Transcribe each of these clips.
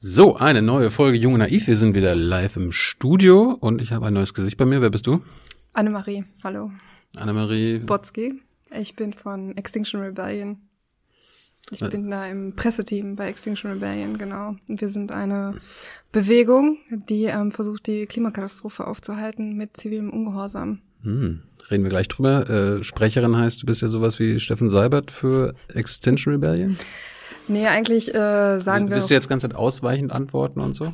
So, eine neue Folge Jung und Naiv. Wir sind wieder live im Studio und ich habe ein neues Gesicht bei mir. Wer bist du? Annemarie, hallo. Annemarie Botzki. Ich bin von Extinction Rebellion. Ich bin da im Presseteam bei Extinction Rebellion, genau. Und wir sind eine Bewegung, die versucht, die Klimakatastrophe aufzuhalten mit zivilem Ungehorsam. Reden wir gleich drüber. Sprecherin heißt, du bist ja sowas wie Steffen Seibert für Extinction Rebellion? Nee, eigentlich sagen wir... Bist du jetzt ganz ausweichend antworten und so?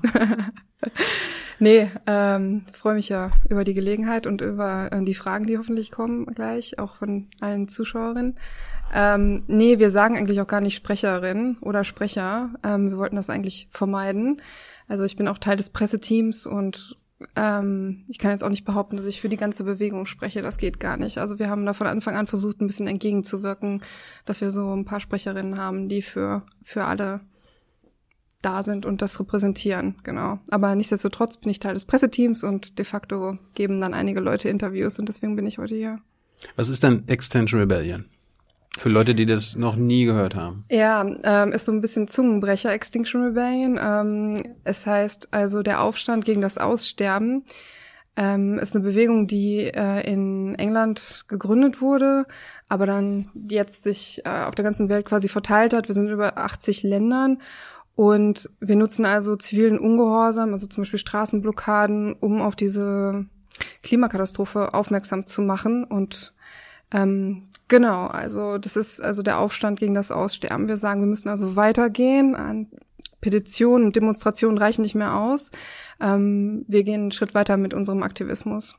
Nee, freue mich ja über die Gelegenheit und über die Fragen, die hoffentlich kommen gleich, auch von allen Zuschauerinnen. Nee, wir sagen eigentlich auch gar nicht Sprecherin oder Sprecher. Wir wollten das eigentlich vermeiden. Also ich bin auch Teil des Presseteams und ich kann jetzt auch nicht behaupten, dass ich für die ganze Bewegung spreche. Das geht gar nicht. Also wir haben da von Anfang an versucht, ein bisschen entgegenzuwirken, dass wir so ein paar Sprecherinnen haben, die für alle da sind und das repräsentieren, genau. Aber nichtsdestotrotz bin ich Teil des Presseteams und de facto geben dann einige Leute Interviews und deswegen bin ich heute hier. Was ist denn Extinction Rebellion? Für Leute, die das noch nie gehört haben. Ja, ist so ein bisschen Zungenbrecher, Extinction Rebellion. Es heißt also der Aufstand gegen das Aussterben. Ist eine Bewegung, die in England gegründet wurde, aber dann jetzt sich auf der ganzen Welt quasi verteilt hat. Wir sind in über 80 Ländern. Und wir nutzen also zivilen Ungehorsam, also zum Beispiel Straßenblockaden, um auf diese Klimakatastrophe aufmerksam zu machen. Und genau, also das ist also der Aufstand gegen das Aussterben. Wir sagen, wir müssen also weitergehen. Petitionen und Demonstrationen reichen nicht mehr aus. Wir gehen einen Schritt weiter mit unserem Aktivismus.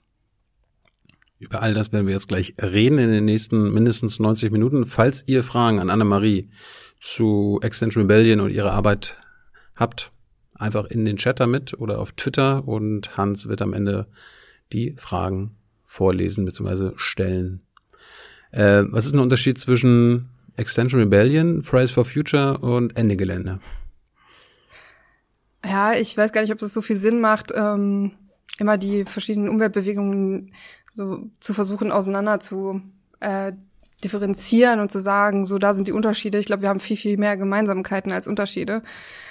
Über all das werden wir jetzt gleich reden in den nächsten mindestens 90 Minuten. Falls ihr Fragen an Annemarie zu Extinction Rebellion und ihrer Arbeit habt, einfach in den Chat damit oder auf Twitter und Hans wird am Ende die Fragen vorlesen bzw. stellen. Was ist ein Unterschied zwischen Extinction Rebellion, Fridays for Future und Ende Gelände? Ja, ich weiß gar nicht, ob das so viel Sinn macht, immer die verschiedenen Umweltbewegungen so zu versuchen auseinander zu differenzieren und zu sagen, so da sind die Unterschiede. Ich glaube, wir haben viel, viel mehr Gemeinsamkeiten als Unterschiede.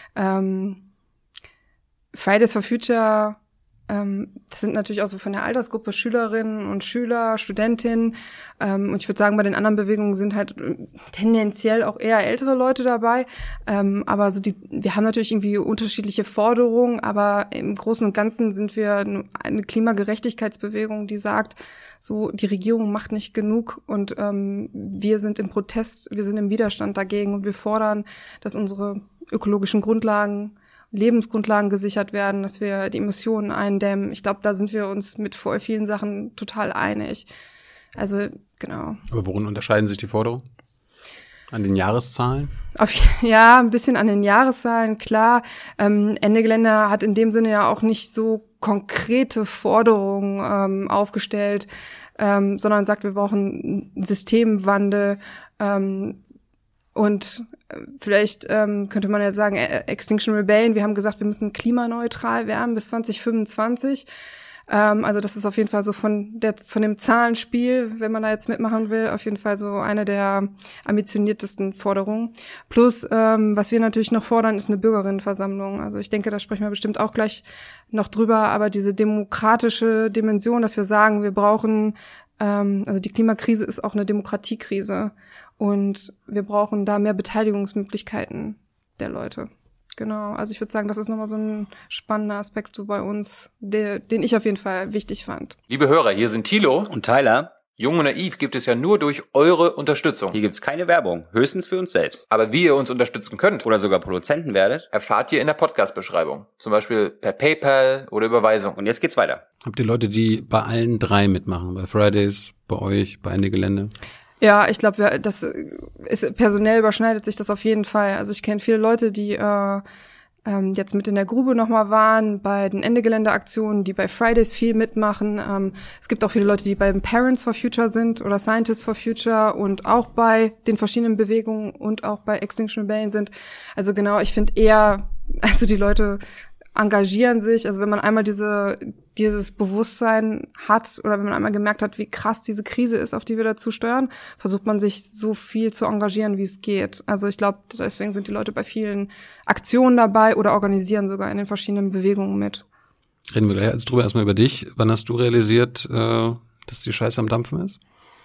Fridays for Future, das sind natürlich auch so von der Altersgruppe Schülerinnen und Schüler, Studentinnen. Und ich würde sagen, bei den anderen Bewegungen sind halt tendenziell auch eher ältere Leute dabei. Aber so wir haben natürlich irgendwie unterschiedliche Forderungen, aber im Großen und Ganzen sind wir eine Klimagerechtigkeitsbewegung, die sagt, so, die Regierung macht nicht genug und wir sind im Protest, wir sind im Widerstand dagegen und wir fordern, dass unsere ökologischen Grundlagen, Lebensgrundlagen gesichert werden, dass wir die Emissionen eindämmen. Ich glaube, da sind wir uns mit voll vielen Sachen total einig. Also, genau. Aber worin unterscheiden sich die Forderungen? An den Jahreszahlen? Ja, ein bisschen an den Jahreszahlen, klar. Ende Gelände hat in dem Sinne ja auch nicht so konkrete Forderungen aufgestellt, sondern sagt, wir brauchen einen Systemwandel. Und vielleicht könnte man ja sagen, Extinction Rebellion, wir haben gesagt, wir müssen klimaneutral werden bis 2025. Also das ist auf jeden Fall so von dem Zahlenspiel, wenn man da jetzt mitmachen will, auf jeden Fall so eine der ambitioniertesten Forderungen. Plus, was wir natürlich noch fordern, ist eine Bürgerinnenversammlung. Also ich denke, da sprechen wir bestimmt auch gleich noch drüber, aber diese demokratische Dimension, dass wir sagen, wir brauchen, also die Klimakrise ist auch eine Demokratiekrise und wir brauchen da mehr Beteiligungsmöglichkeiten der Leute. Genau, also ich würde sagen, das ist nochmal so ein spannender Aspekt so bei uns, den ich auf jeden Fall wichtig fand. Liebe Hörer, hier sind Thilo und Tyler. Jung und Naiv gibt es ja nur durch eure Unterstützung. Hier gibt's keine Werbung, höchstens für uns selbst. Aber wie ihr uns unterstützen könnt oder sogar Produzenten werdet, erfahrt ihr in der Podcast-Beschreibung. Zum Beispiel per PayPal oder Überweisung. Und jetzt geht's weiter. Habt ihr Leute, die bei allen drei mitmachen? Bei Fridays, bei euch, bei Ende Gelände? Ja, ich glaube, das ist personell überschneidet sich das auf jeden Fall. Also ich kenne viele Leute, die jetzt mit in der Grube nochmal waren, bei den Ende-Gelände-Aktionen, die bei Fridays viel mitmachen. Es gibt auch viele Leute, die bei den Parents for Future sind oder Scientists for Future und auch bei den verschiedenen Bewegungen und auch bei Extinction Rebellion sind. Also genau, ich finde eher, also die Leute engagieren sich. Also wenn man einmal dieses Bewusstsein hat oder wenn man einmal gemerkt hat, wie krass diese Krise ist, auf die wir dazu steuern, versucht man sich so viel zu engagieren, wie es geht. Also ich glaube, deswegen sind die Leute bei vielen Aktionen dabei oder organisieren sogar in den verschiedenen Bewegungen mit. Reden wir gleich als drüber erstmal über dich. Wann hast du realisiert, dass die Scheiße am Dampfen ist?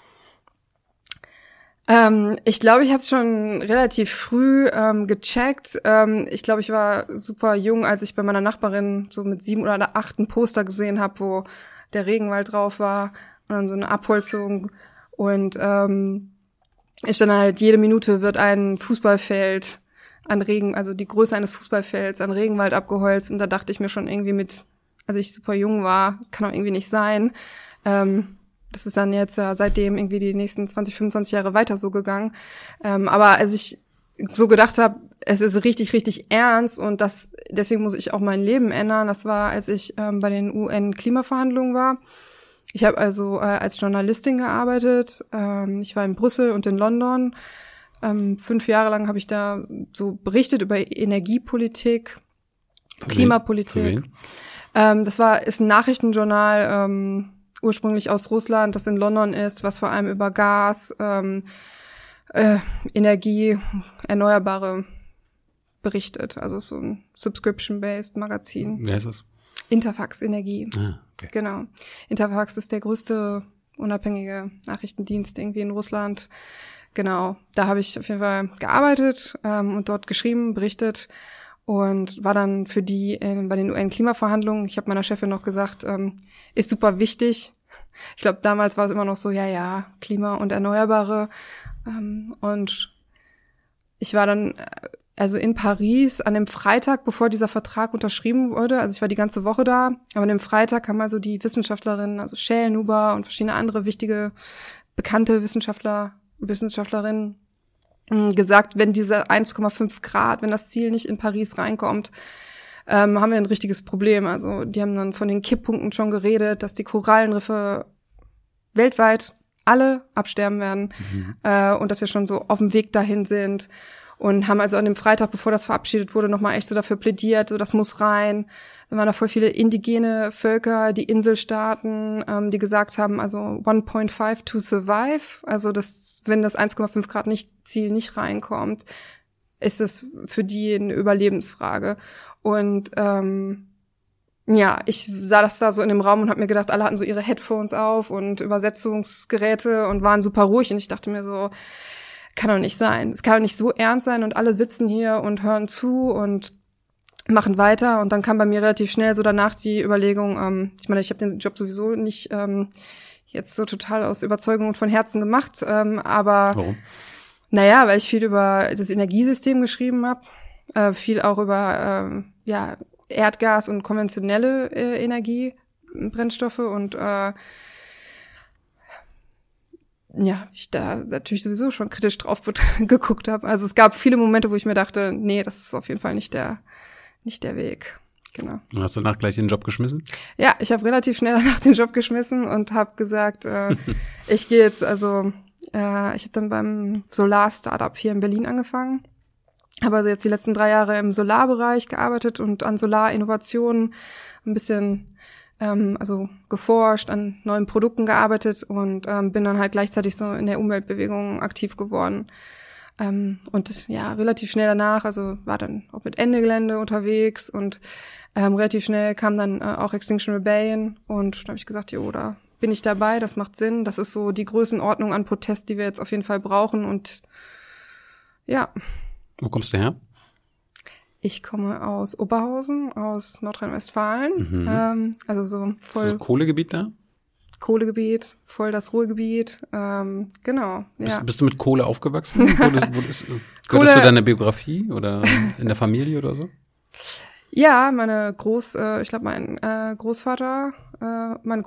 Ich glaube, ich habe es schon relativ früh gecheckt. Ich glaube, ich war super jung, als ich bei meiner Nachbarin so mit 7 oder 8 ein Poster gesehen habe, wo der Regenwald drauf war und dann so eine Abholzung. Und ich dann halt, jede Minute wird ein Fußballfeld also die Größe eines Fußballfelds an Regenwald abgeholzt. Und da dachte ich mir schon irgendwie als ich super jung war, das kann doch irgendwie nicht sein. Das ist dann jetzt seitdem irgendwie die nächsten 20, 25 Jahre weiter so gegangen. Aber als ich so gedacht habe, es ist richtig, richtig ernst und deswegen muss ich auch mein Leben ändern. Das war, als ich bei den UN-Klimaverhandlungen war. Ich habe also als Journalistin gearbeitet. Ich war in Brüssel und in London. 5 Jahre lang habe ich da so berichtet über Energiepolitik, Klimapolitik. Das ist ein Nachrichtenjournal, ursprünglich aus Russland, das in London ist, was vor allem über Gas, Energie, Erneuerbare berichtet. Also so ein Subscription-based Magazin. Wer ist das? Interfax Energie. Ah, okay. Genau. Interfax ist der größte unabhängige Nachrichtendienst irgendwie in Russland. Genau. Da habe ich auf jeden Fall gearbeitet und dort geschrieben, berichtet. Und war dann für die bei den UN-Klimaverhandlungen, ich habe meiner Chefin noch gesagt, ist super wichtig. Ich glaube, damals war es immer noch so, ja, Klima und Erneuerbare. Und ich war dann also in Paris an dem Freitag, bevor dieser Vertrag unterschrieben wurde. Also ich war die ganze Woche da. Aber an dem Freitag haben also die Wissenschaftlerinnen, also Schellnhuber und verschiedene andere wichtige, bekannte Wissenschaftlerinnen, gesagt, wenn diese 1,5 Grad, wenn das Ziel nicht in Paris reinkommt, haben wir ein richtiges Problem. Also die haben dann von den Kipppunkten schon geredet, dass die Korallenriffe weltweit alle absterben werden und dass wir schon so auf dem Weg dahin sind und haben also an dem Freitag, bevor das verabschiedet wurde, nochmal echt so dafür plädiert, so das muss rein. Dann waren da voll viele indigene Völker, die Inselstaaten, die gesagt haben, also 1.5 to survive, also wenn das 1,5 Grad Ziel nicht reinkommt, ist es für die eine Überlebensfrage. Und ich sah das da so in dem Raum und habe mir gedacht, alle hatten so ihre Headphones auf und Übersetzungsgeräte und waren super ruhig. Und ich dachte mir so, kann doch nicht sein. Es kann doch nicht so ernst sein und alle sitzen hier und hören zu und machen weiter. Und dann kam bei mir relativ schnell so danach die Überlegung, ich meine, ich habe den Job sowieso nicht jetzt so total aus Überzeugung und von Herzen gemacht. Aber warum? Naja, weil ich viel über das Energiesystem geschrieben habe, viel auch über Erdgas und konventionelle Energiebrennstoffe und ich da natürlich sowieso schon kritisch drauf geguckt habe. Also es gab viele Momente, wo ich mir dachte, nee, das ist auf jeden Fall nicht der Weg. Genau. Und hast du danach gleich den Job geschmissen? Ja, ich habe relativ schnell danach den Job geschmissen und habe gesagt, ich gehe jetzt, also ich habe dann beim Solar-Startup hier in Berlin angefangen. Habe also jetzt die letzten 3 Jahre im Solarbereich gearbeitet und an Solarinnovationen ein bisschen geforscht, an neuen Produkten gearbeitet und bin dann halt gleichzeitig so in der Umweltbewegung aktiv geworden. Und relativ schnell danach, also war dann auch mit Ende Gelände unterwegs und relativ schnell kam dann auch Extinction Rebellion und da habe ich gesagt, da bin ich dabei, das macht Sinn, das ist so die Größenordnung an Protest, die wir jetzt auf jeden Fall brauchen und ja. Wo kommst du her? Ich komme aus Oberhausen, aus Nordrhein-Westfalen, also so voll... Ist das Kohlegebiet da? Kohlegebiet, voll das Ruhrgebiet, genau. Ja. Bist du mit Kohle aufgewachsen? Gehört das zu deiner Biografie oder in der Familie oder so? Ja, mein Großvater, meine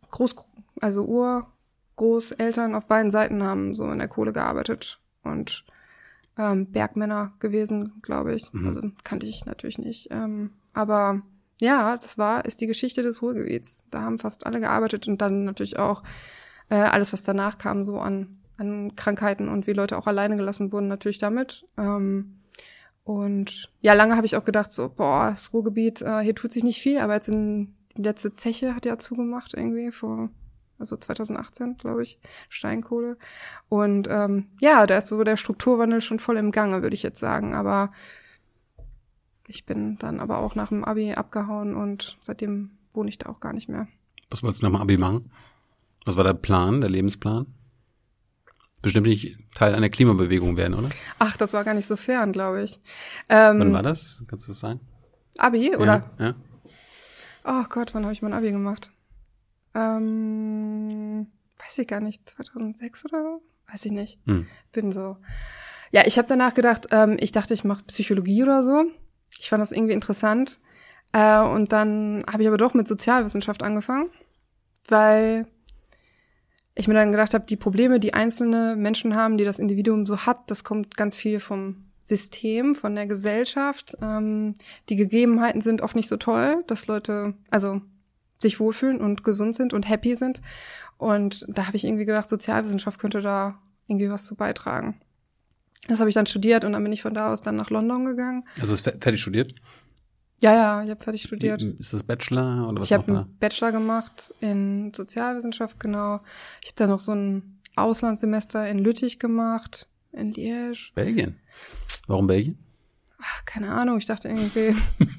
Urgroßeltern auf beiden Seiten haben so in der Kohle gearbeitet und Bergmänner gewesen, glaube ich. Also kannte ich natürlich nicht. Aber ja, ist die Geschichte des Ruhrgebiets. Da haben fast alle gearbeitet und dann natürlich auch alles, was danach kam, so an Krankheiten und wie Leute auch alleine gelassen wurden, natürlich damit. Und Und ja, lange habe ich auch gedacht, so, boah, das Ruhrgebiet, hier tut sich nicht viel, aber jetzt die letzte Zeche hat ja zugemacht irgendwie also 2018, glaube ich, Steinkohle. Und ja, da ist so der Strukturwandel schon voll im Gange, würde ich jetzt sagen. Aber ich bin dann aber auch nach dem Abi abgehauen und seitdem wohne ich da auch gar nicht mehr. Was wolltest du nach dem Abi machen? Was war der Plan, der Lebensplan? Bestimmt nicht Teil einer Klimabewegung werden, oder? Ach, das war gar nicht so fern, glaube ich. Wann war das? Kannst du das sagen? Abi, oder? Ja. Oh Gott, wann habe ich mein Abi gemacht? Weiß ich gar nicht, 2006 oder so? Weiß ich nicht. Bin so. Ja, ich habe danach gedacht, ich dachte, ich mache Psychologie oder so. Ich fand das irgendwie interessant. Und dann habe ich aber doch mit Sozialwissenschaft angefangen, weil ich mir dann gedacht habe, die Probleme, die einzelne Menschen haben, die das Individuum so hat, das kommt ganz viel vom System, von der Gesellschaft. Die Gegebenheiten sind oft nicht so toll, dass Leute sich wohlfühlen und gesund sind und happy sind. Und da habe ich irgendwie gedacht, Sozialwissenschaft könnte da irgendwie was zu beitragen. Das habe ich dann studiert und dann bin ich von da aus dann nach London gegangen. Also ist fertig studiert? Ja, ich habe fertig studiert. Ist das Bachelor oder was? Ich habe einen Bachelor gemacht in Sozialwissenschaft, genau. Ich habe dann noch so ein Auslandssemester in Lüttich gemacht, in Liège. Belgien? Warum Belgien? Ach, keine Ahnung, ich dachte irgendwie...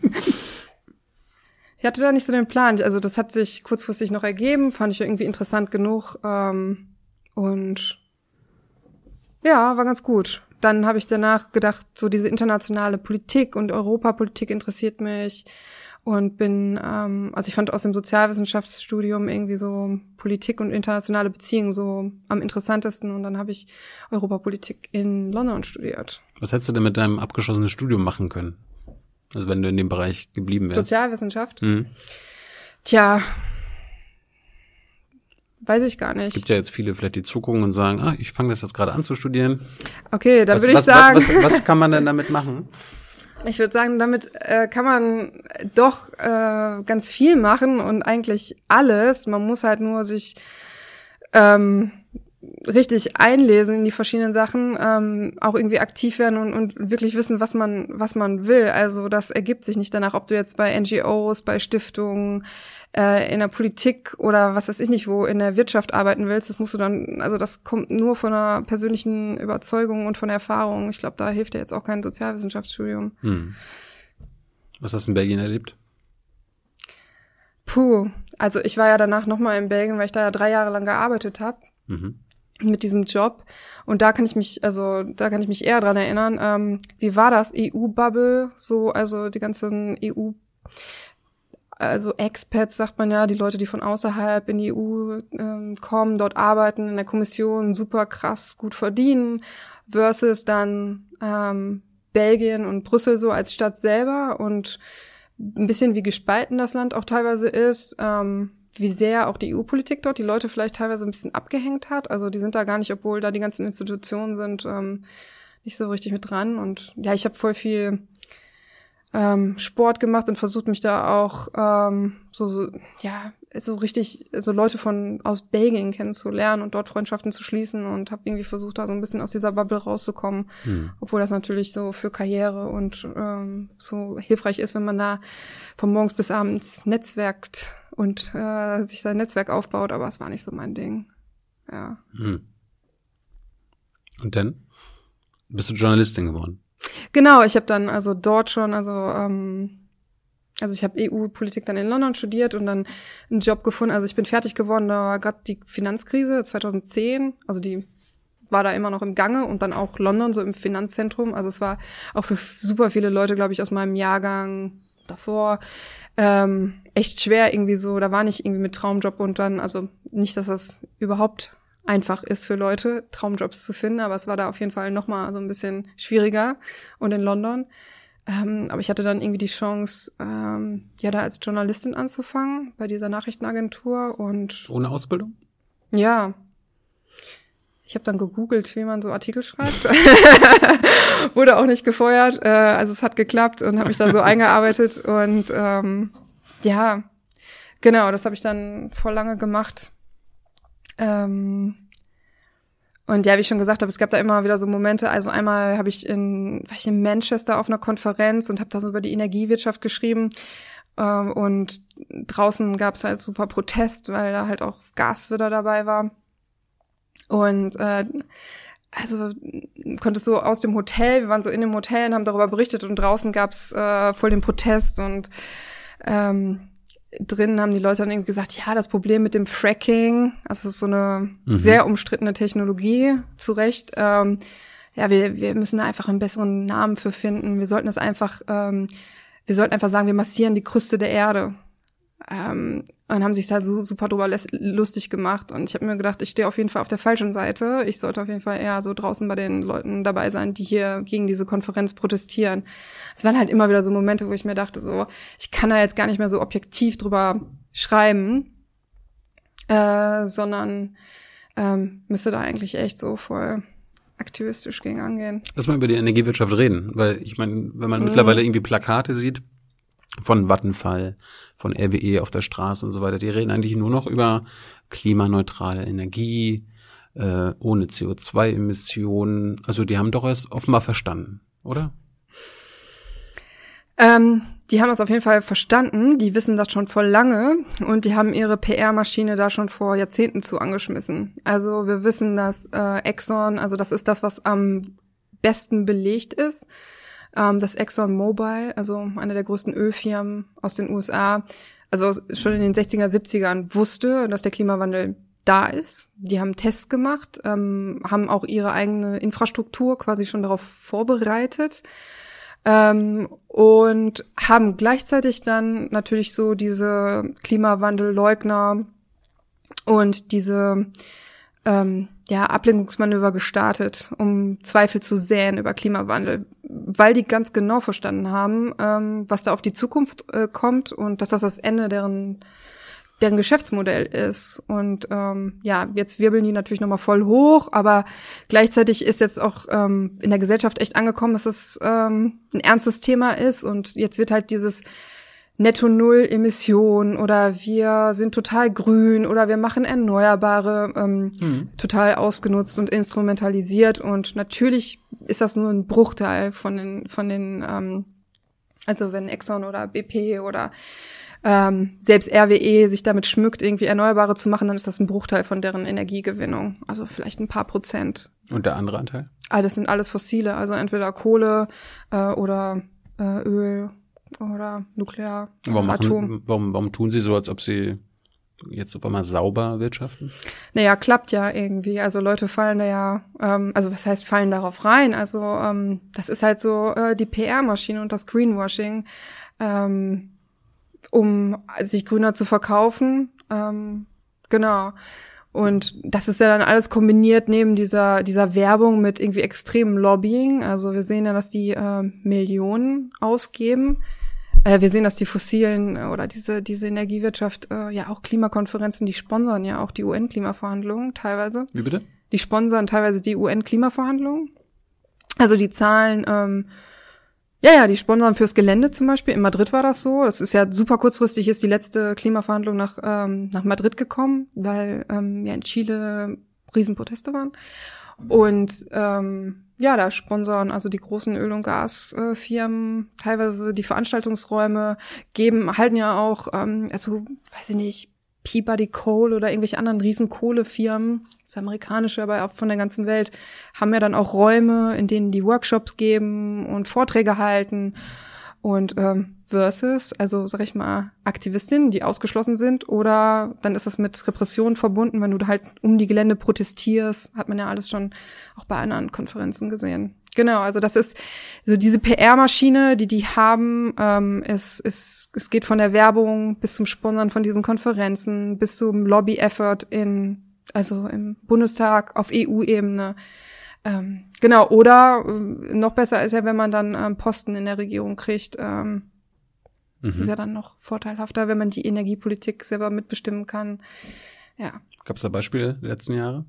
Ich hatte da nicht so den Plan. Also das hat sich kurzfristig noch ergeben, fand ich irgendwie interessant genug. Und ja, war ganz gut. Dann habe ich danach gedacht, so diese internationale Politik und Europapolitik interessiert mich und bin, also ich fand aus dem Sozialwissenschaftsstudium irgendwie so Politik und internationale Beziehungen so am interessantesten und dann habe ich Europapolitik in London studiert. Was hättest du denn mit deinem abgeschlossenen Studium machen können? Also wenn du in dem Bereich geblieben wärst. Sozialwissenschaft? Tja, weiß ich gar nicht. Es gibt ja jetzt viele vielleicht, die zugucken und sagen, ich fange das jetzt gerade an zu studieren. Okay, dann würde ich sagen. Was kann man denn damit machen? Ich würde sagen, damit kann man doch ganz viel machen und eigentlich alles. Man muss halt nur sich richtig einlesen in die verschiedenen Sachen, auch irgendwie aktiv werden und wirklich wissen, was man will. Also das ergibt sich nicht danach, ob du jetzt bei NGOs, bei Stiftungen, in der Politik oder was weiß ich nicht wo, in der Wirtschaft arbeiten willst. Das musst du dann, also das kommt nur von einer persönlichen Überzeugung und von der Erfahrung. Ich glaube, da hilft dir jetzt auch kein Sozialwissenschaftsstudium. Was hast du in Belgien erlebt? Also ich war ja danach nochmal in Belgien, weil ich da ja 3 Jahre lang gearbeitet habe. Mit diesem Job. Und da kann ich mich eher dran erinnern. Wie war das? EU-Bubble, so, also die ganzen also Expats, sagt man ja, die Leute, die von außerhalb in die EU kommen, dort arbeiten, in der Kommission super krass gut verdienen, versus dann Belgien und Brüssel so als Stadt selber und ein bisschen wie gespalten das Land auch teilweise ist, wie sehr auch die EU-Politik dort die Leute vielleicht teilweise ein bisschen abgehängt hat. Also die sind da gar nicht, obwohl da die ganzen Institutionen sind, nicht so richtig mit dran. Und ja, ich habe voll viel Sport gemacht und versucht mich da auch so richtig so Leute aus Belgien kennenzulernen und dort Freundschaften zu schließen und habe irgendwie versucht, da so ein bisschen aus dieser Bubble rauszukommen, obwohl das natürlich so für Karriere und so hilfreich ist, wenn man da von morgens bis abends netzwerkt und sich sein Netzwerk aufbaut, aber es war nicht so mein Ding. Ja. Und dann bist du Journalistin geworden? Genau, ich habe dann also dort schon, also ich habe EU-Politik dann in London studiert und dann einen Job gefunden. Also ich bin fertig geworden, da war gerade die Finanzkrise 2010, also die war da immer noch im Gange und dann auch London so im Finanzzentrum. Also es war auch für super viele Leute, glaube ich, aus meinem Jahrgang davor echt schwer irgendwie so, da war nicht irgendwie mit Traumjob und dann, also nicht, dass das überhaupt einfach ist für Leute, Traumjobs zu finden, aber es war da auf jeden Fall nochmal so ein bisschen schwieriger und in London. Aber ich hatte dann irgendwie die Chance, da als Journalistin anzufangen bei dieser Nachrichtenagentur und ohne Ausbildung? Ja. Ich habe dann gegoogelt, wie man so Artikel schreibt. Wurde auch nicht gefeuert. Also es hat geklappt und habe mich da so eingearbeitet und genau, das habe ich dann voll lange gemacht. Und Und ja, wie ich schon gesagt habe, es gab da immer wieder so Momente. Also einmal war ich in Manchester auf einer Konferenz und habe da so über die Energiewirtschaft geschrieben. Und draußen gab es halt super Protest, weil da halt auch Gas wieder dabei war. Und also konntest so aus dem Hotel, wir waren so in dem Hotel und haben darüber berichtet und draußen gab's voll den Protest und drinnen haben die Leute dann irgendwie gesagt, ja, das Problem mit dem Fracking, also das ist so eine sehr umstrittene Technologie, zu Recht, ja, wir müssen da einfach einen besseren Namen für finden. Wir sollten einfach sagen, wir massieren die Kruste der Erde. Und haben sich da so super drüber lustig gemacht. Und ich habe mir gedacht, ich stehe auf jeden Fall auf der falschen Seite. Ich sollte auf jeden Fall eher so draußen bei den Leuten dabei sein, die hier gegen diese Konferenz protestieren. Es waren halt immer wieder so Momente, wo ich mir dachte, so, ich kann da jetzt gar nicht mehr so objektiv drüber schreiben, sondern müsste da eigentlich echt so voll aktivistisch gegen angehen. Lass mal über die Energiewirtschaft reden, weil ich meine, wenn man mittlerweile irgendwie Plakate sieht von Vattenfall, von RWE auf der Straße und so weiter, die reden eigentlich nur noch über klimaneutrale Energie, ohne CO2-Emissionen. Also die haben doch es offenbar verstanden, oder? Die haben es auf jeden Fall verstanden, die wissen das schon voll lange und die haben ihre PR-Maschine da schon vor Jahrzehnten zu angeschmissen. Also wir wissen, dass Exxon, also das ist das, was am besten belegt ist, dass ExxonMobil, also eine der größten Ölfirmen aus den USA, also schon in den 60er, 70ern wusste, dass der Klimawandel da ist. Die haben Tests gemacht, haben auch ihre eigene Infrastruktur quasi schon darauf vorbereitet und haben gleichzeitig dann natürlich so diese Klimawandelleugner und diese Ablenkungsmanöver gestartet, um Zweifel zu säen über Klimawandel, weil die ganz genau verstanden haben, was da auf die Zukunft kommt und dass das Ende deren Geschäftsmodell ist. Und jetzt wirbeln die natürlich nochmal voll hoch, aber gleichzeitig ist jetzt auch in der Gesellschaft echt angekommen, dass es ein ernstes Thema ist und jetzt wird halt dieses Netto-Null-Emission oder wir sind total grün oder wir machen Erneuerbare total ausgenutzt und instrumentalisiert und natürlich ist das nur ein Bruchteil von den also wenn Exxon oder BP oder selbst RWE sich damit schmückt, irgendwie Erneuerbare zu machen, dann ist das ein Bruchteil von deren Energiegewinnung, also vielleicht ein paar Prozent. Und der andere Anteil? Das sind alles Fossile, also entweder Kohle oder Öl oder Nuklear, Atom. Warum tun sie so, als ob sie jetzt auf einmal sauber wirtschaften? Naja, klappt ja irgendwie. Also Leute fallen da ja, also was heißt fallen darauf rein? Also das ist halt so die PR-Maschine und das Greenwashing, um sich grüner zu verkaufen. Genau. Und das ist ja dann alles kombiniert neben dieser Werbung mit irgendwie extremem Lobbying. Also wir sehen ja, dass die Millionen ausgeben. Wir sehen, dass die fossilen oder diese Energiewirtschaft ja auch Klimakonferenzen, die sponsern ja auch die UN-Klimaverhandlungen teilweise. Wie bitte? Die sponsern teilweise die UN-Klimaverhandlungen. Also die zahlen die sponsern fürs Gelände zum Beispiel. In Madrid war das so. Das ist ja super kurzfristig, ist die letzte Klimaverhandlung nach Madrid gekommen, weil in Chile Riesenproteste waren. Und da sponsern also die großen Öl- und Gasfirmen teilweise die Veranstaltungsräume, halten ja auch, weiß ich nicht, Peabody Coal oder irgendwelche anderen riesen Kohlefirmen, das amerikanische, aber auch von der ganzen Welt, haben ja dann auch Räume, in denen die Workshops geben und Vorträge halten und versus, also sag ich mal, Aktivistinnen, die ausgeschlossen sind, oder dann ist das mit Repression verbunden, wenn du halt um die Gelände protestierst, hat man ja alles schon auch bei anderen Konferenzen gesehen. Genau, also das ist so diese PR-Maschine, die haben, es geht von der Werbung bis zum Sponsern von diesen Konferenzen, bis zum Lobby-Effort im Bundestag auf EU-Ebene. Genau, oder noch besser ist ja, wenn man dann Posten in der Regierung kriegt. Das ist ja dann noch vorteilhafter, wenn man die Energiepolitik selber mitbestimmen kann. Ja. Gab es da Beispiele der letzten Jahre?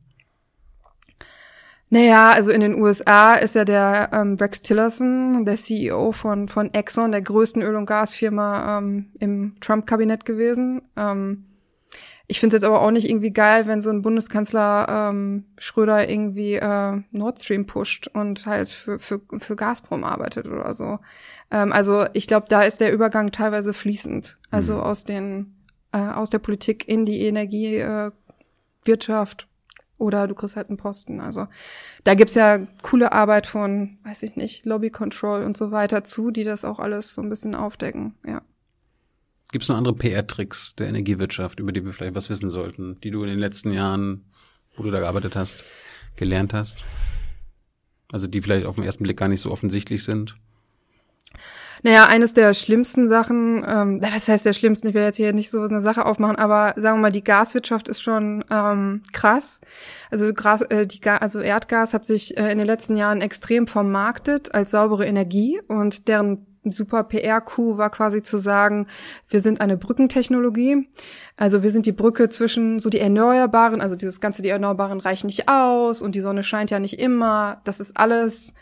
Naja, also in den USA ist ja der Rex Tillerson, der CEO von Exxon, der größten Öl- und Gasfirma im Trump-Kabinett gewesen. Ich finde es jetzt aber auch nicht irgendwie geil, wenn so ein Bundeskanzler Schröder irgendwie Nord Stream pusht und halt für Gazprom arbeitet oder so. Also ich glaube, da ist der Übergang teilweise fließend. Also aus der Politik in die Energiewirtschaft oder du kriegst halt einen Posten. Also da gibt's ja coole Arbeit von, weiß ich nicht, Lobby Control und so weiter zu, die das auch alles so ein bisschen aufdecken, ja. Gibt es noch andere PR-Tricks der Energiewirtschaft, über die wir vielleicht was wissen sollten, die du in den letzten Jahren, wo du da gearbeitet hast, gelernt hast? Also die vielleicht auf den ersten Blick gar nicht so offensichtlich sind? Naja, eines der schlimmsten Sachen, was heißt der schlimmsten, ich will jetzt hier nicht so eine Sache aufmachen, aber sagen wir mal, die Gaswirtschaft ist schon krass. Also Erdgas hat sich in den letzten Jahren extrem vermarktet als saubere Energie und deren super PR-Coup war quasi zu sagen, wir sind eine Brückentechnologie. Also wir sind die Brücke zwischen so die Erneuerbaren, also die Erneuerbaren reichen nicht aus und die Sonne scheint ja nicht immer. Das ist alles,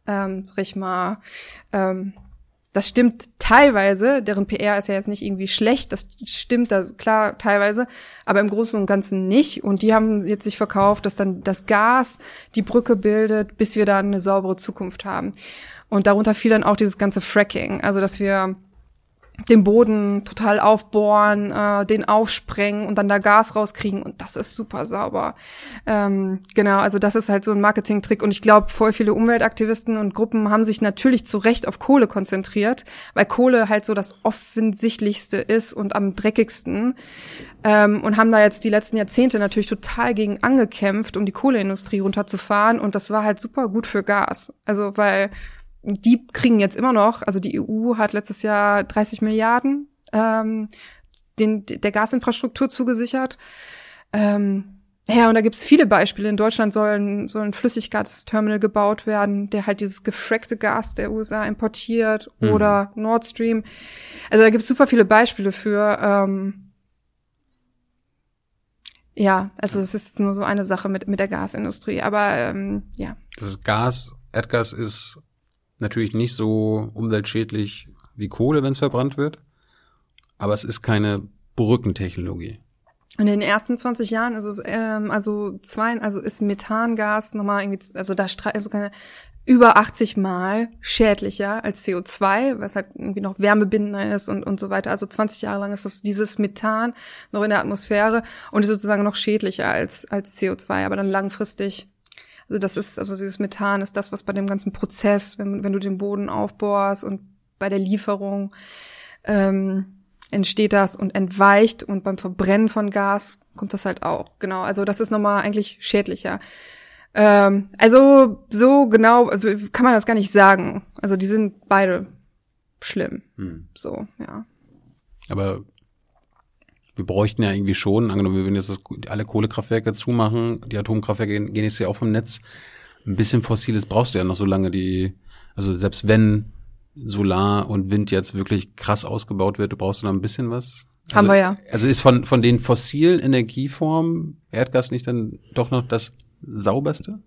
das stimmt teilweise, deren PR ist ja jetzt nicht irgendwie schlecht, das stimmt das klar teilweise, aber im Großen und Ganzen nicht. Und die haben jetzt sich verkauft, dass dann das Gas die Brücke bildet, bis wir dann eine saubere Zukunft haben. Und darunter fiel dann auch dieses ganze Fracking, also dass wir den Boden total aufbohren, den aufsprengen und dann da Gas rauskriegen und das ist super sauber. Genau, also das ist halt so ein Marketing-Trick und ich glaube, voll viele Umweltaktivisten und Gruppen haben sich natürlich zu Recht auf Kohle konzentriert, weil Kohle halt so das Offensichtlichste ist und am dreckigsten und haben da jetzt die letzten Jahrzehnte natürlich total gegen angekämpft, um die Kohleindustrie runterzufahren und das war halt super gut für Gas. Also weil die kriegen jetzt immer noch, also die EU hat letztes Jahr 30 Milliarden der Gasinfrastruktur zugesichert. Ja, und da gibt's viele Beispiele. In Deutschland soll ein Flüssiggasterminal gebaut werden, der halt dieses gefrackte Gas der USA importiert oder Nord Stream. Also da gibt's super viele Beispiele für. Ja, also das ist nur so eine Sache mit der Gasindustrie. Aber ja. Das ist Erdgas ist natürlich nicht so umweltschädlich wie Kohle, wenn es verbrannt wird, aber es ist keine Brückentechnologie. In den ersten 20 Jahren ist es ist Methangas nochmal irgendwie, also über 80 Mal schädlicher als CO2, was halt irgendwie noch wärmebindender ist und so weiter. Also 20 Jahre lang ist dieses Methan noch in der Atmosphäre und ist sozusagen noch schädlicher als CO2, aber dann langfristig. Also dieses Methan ist das, was bei dem ganzen Prozess, wenn du den Boden aufbohrst und bei der Lieferung entsteht das und entweicht und beim Verbrennen von Gas kommt das halt auch. Genau, also das ist nochmal eigentlich schädlicher. Also so genau kann man das gar nicht sagen. Also die sind beide schlimm. So, ja. Aber wir bräuchten ja irgendwie schon, angenommen, wir würden jetzt alle Kohlekraftwerke zumachen, die Atomkraftwerke gehen jetzt ja auch vom Netz. Ein bisschen Fossiles brauchst du ja noch, solange also selbst wenn Solar und Wind jetzt wirklich krass ausgebaut wird, du brauchst noch ein bisschen was. Haben wir ja. Also ist von den fossilen Energieformen Erdgas nicht dann doch noch das sauberste?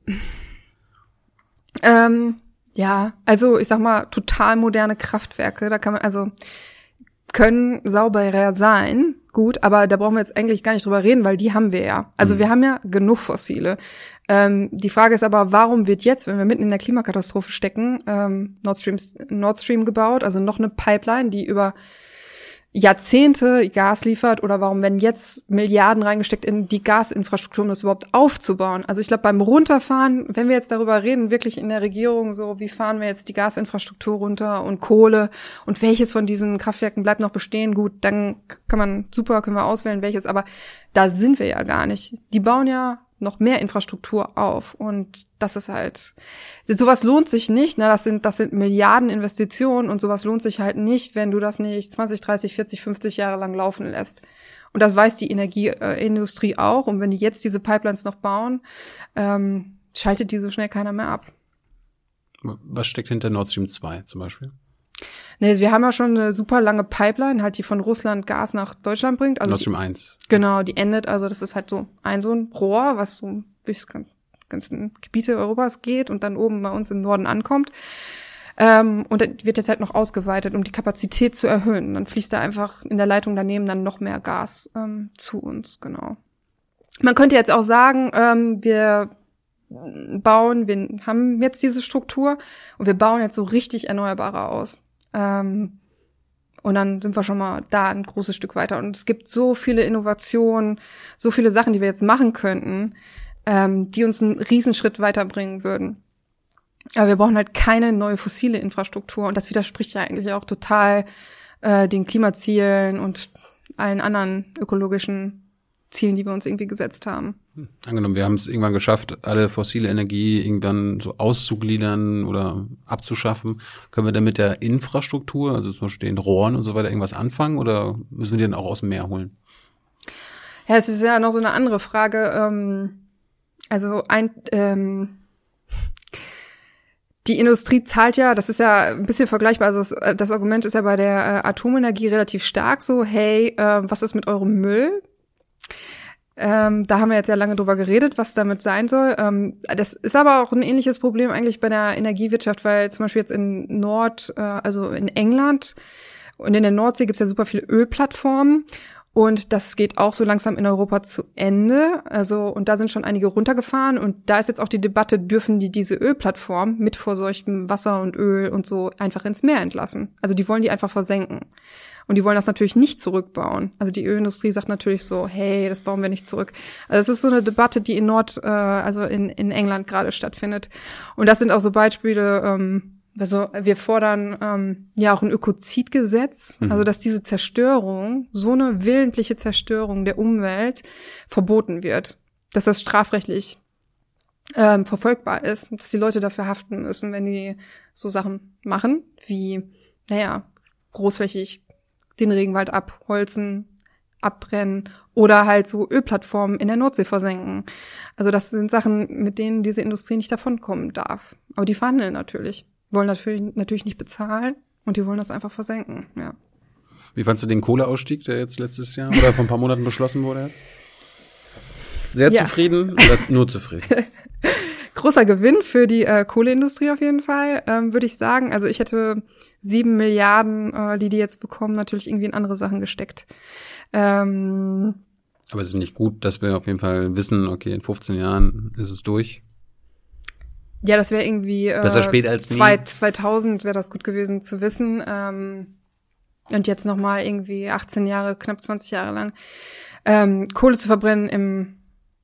Ja, also ich sag mal, total moderne Kraftwerke, da kann man, können sauberer sein, gut, aber da brauchen wir jetzt eigentlich gar nicht drüber reden, weil die haben wir ja. Also wir haben ja genug Fossile. Die Frage ist aber, warum wird jetzt, wenn wir mitten in der Klimakatastrophe stecken, Nord Stream gebaut, also noch eine Pipeline, die über Jahrzehnte Gas liefert, oder warum werden jetzt Milliarden reingesteckt in die Gasinfrastruktur, um das überhaupt aufzubauen? Also ich glaube, beim Runterfahren, wenn wir jetzt darüber reden, wirklich in der Regierung so, wie fahren wir jetzt die Gasinfrastruktur runter und Kohle und welches von diesen Kraftwerken bleibt noch bestehen, gut, dann können wir auswählen, welches, aber da sind wir ja gar nicht. Die bauen ja noch mehr Infrastruktur auf und das ist halt, sowas lohnt sich nicht, ne? Das sind Milliarden Investitionen und sowas lohnt sich halt nicht, wenn du das nicht 20, 30, 40, 50 Jahre lang laufen lässt. Und das weiß die Energieindustrie auch, und wenn die jetzt diese Pipelines noch bauen, schaltet die so schnell keiner mehr ab. Was steckt hinter Nord Stream 2 zum Beispiel? Nee, wir haben ja schon eine super lange Pipeline, halt, die von Russland Gas nach Deutschland bringt. Also Nord Stream 1. Genau, die endet, also das ist halt so ein Rohr, was so durch die ganzen Gebiete Europas geht und dann oben bei uns im Norden ankommt. Und das wird jetzt halt noch ausgeweitet, um die Kapazität zu erhöhen. Dann fließt da einfach in der Leitung daneben dann noch mehr Gas zu uns, genau. Man könnte jetzt auch sagen, wir haben jetzt diese Struktur und wir bauen jetzt so richtig Erneuerbare aus. Und dann sind wir schon mal da ein großes Stück weiter. Und es gibt so viele Innovationen, so viele Sachen, die wir jetzt machen könnten, die uns einen Riesenschritt weiterbringen würden. Aber wir brauchen halt keine neue fossile Infrastruktur. Und das widerspricht ja eigentlich auch total den Klimazielen und allen anderen ökologischen Zielen, die wir uns irgendwie gesetzt haben. Angenommen, wir haben es irgendwann geschafft, alle fossile Energie irgendwann so auszugliedern oder abzuschaffen. Können wir dann mit der Infrastruktur, also zum Beispiel den Rohren und so weiter, irgendwas anfangen oder müssen wir die dann auch aus dem Meer holen? Ja, es ist ja noch so eine andere Frage. Die Industrie zahlt ja, das ist ja ein bisschen vergleichbar, also das Argument ist ja bei der Atomenergie relativ stark so, hey, was ist mit eurem Müll? Da haben wir jetzt ja lange drüber geredet, was damit sein soll. Das ist aber auch ein ähnliches Problem eigentlich bei der Energiewirtschaft, weil zum Beispiel jetzt also in England und in der Nordsee gibt's ja super viele Ölplattformen und das geht auch so langsam in Europa zu Ende. Also, und da sind schon einige runtergefahren und da ist jetzt auch die Debatte, dürfen die diese Ölplattform mit verseuchtem Wasser und Öl und so einfach ins Meer entlassen? Also die wollen die einfach versenken. Und die wollen das natürlich nicht zurückbauen. Also die Ölindustrie sagt natürlich so, hey, das bauen wir nicht zurück. Also es ist so eine Debatte, die in England gerade stattfindet. Und das sind auch so Beispiele, also wir fordern ja auch ein Ökozidgesetz, also dass diese Zerstörung, so eine willentliche Zerstörung der Umwelt verboten wird. Dass das strafrechtlich verfolgbar ist, dass die Leute dafür haften müssen, wenn die so Sachen machen, wie, großflächig den Regenwald abholzen, abbrennen oder halt so Ölplattformen in der Nordsee versenken. Also das sind Sachen, mit denen diese Industrie nicht davonkommen darf. Aber die verhandeln natürlich. Wollen natürlich nicht bezahlen und die wollen das einfach versenken, ja. Wie fandst du den Kohleausstieg, der jetzt letztes Jahr oder vor ein paar Monaten beschlossen wurde jetzt? Sehr zufrieden oder nur zufrieden? Großer Gewinn für die Kohleindustrie auf jeden Fall, würde ich sagen. Also ich hätte 7 Milliarden, die jetzt bekommen, natürlich irgendwie in andere Sachen gesteckt. Aber es ist nicht gut, dass wir auf jeden Fall wissen, okay, in 15 Jahren ist es durch. Ja, das wäre irgendwie besser spät als nie. 2000 wäre das gut gewesen zu wissen. Und jetzt nochmal irgendwie 18 Jahre, knapp 20 Jahre lang Kohle zu verbrennen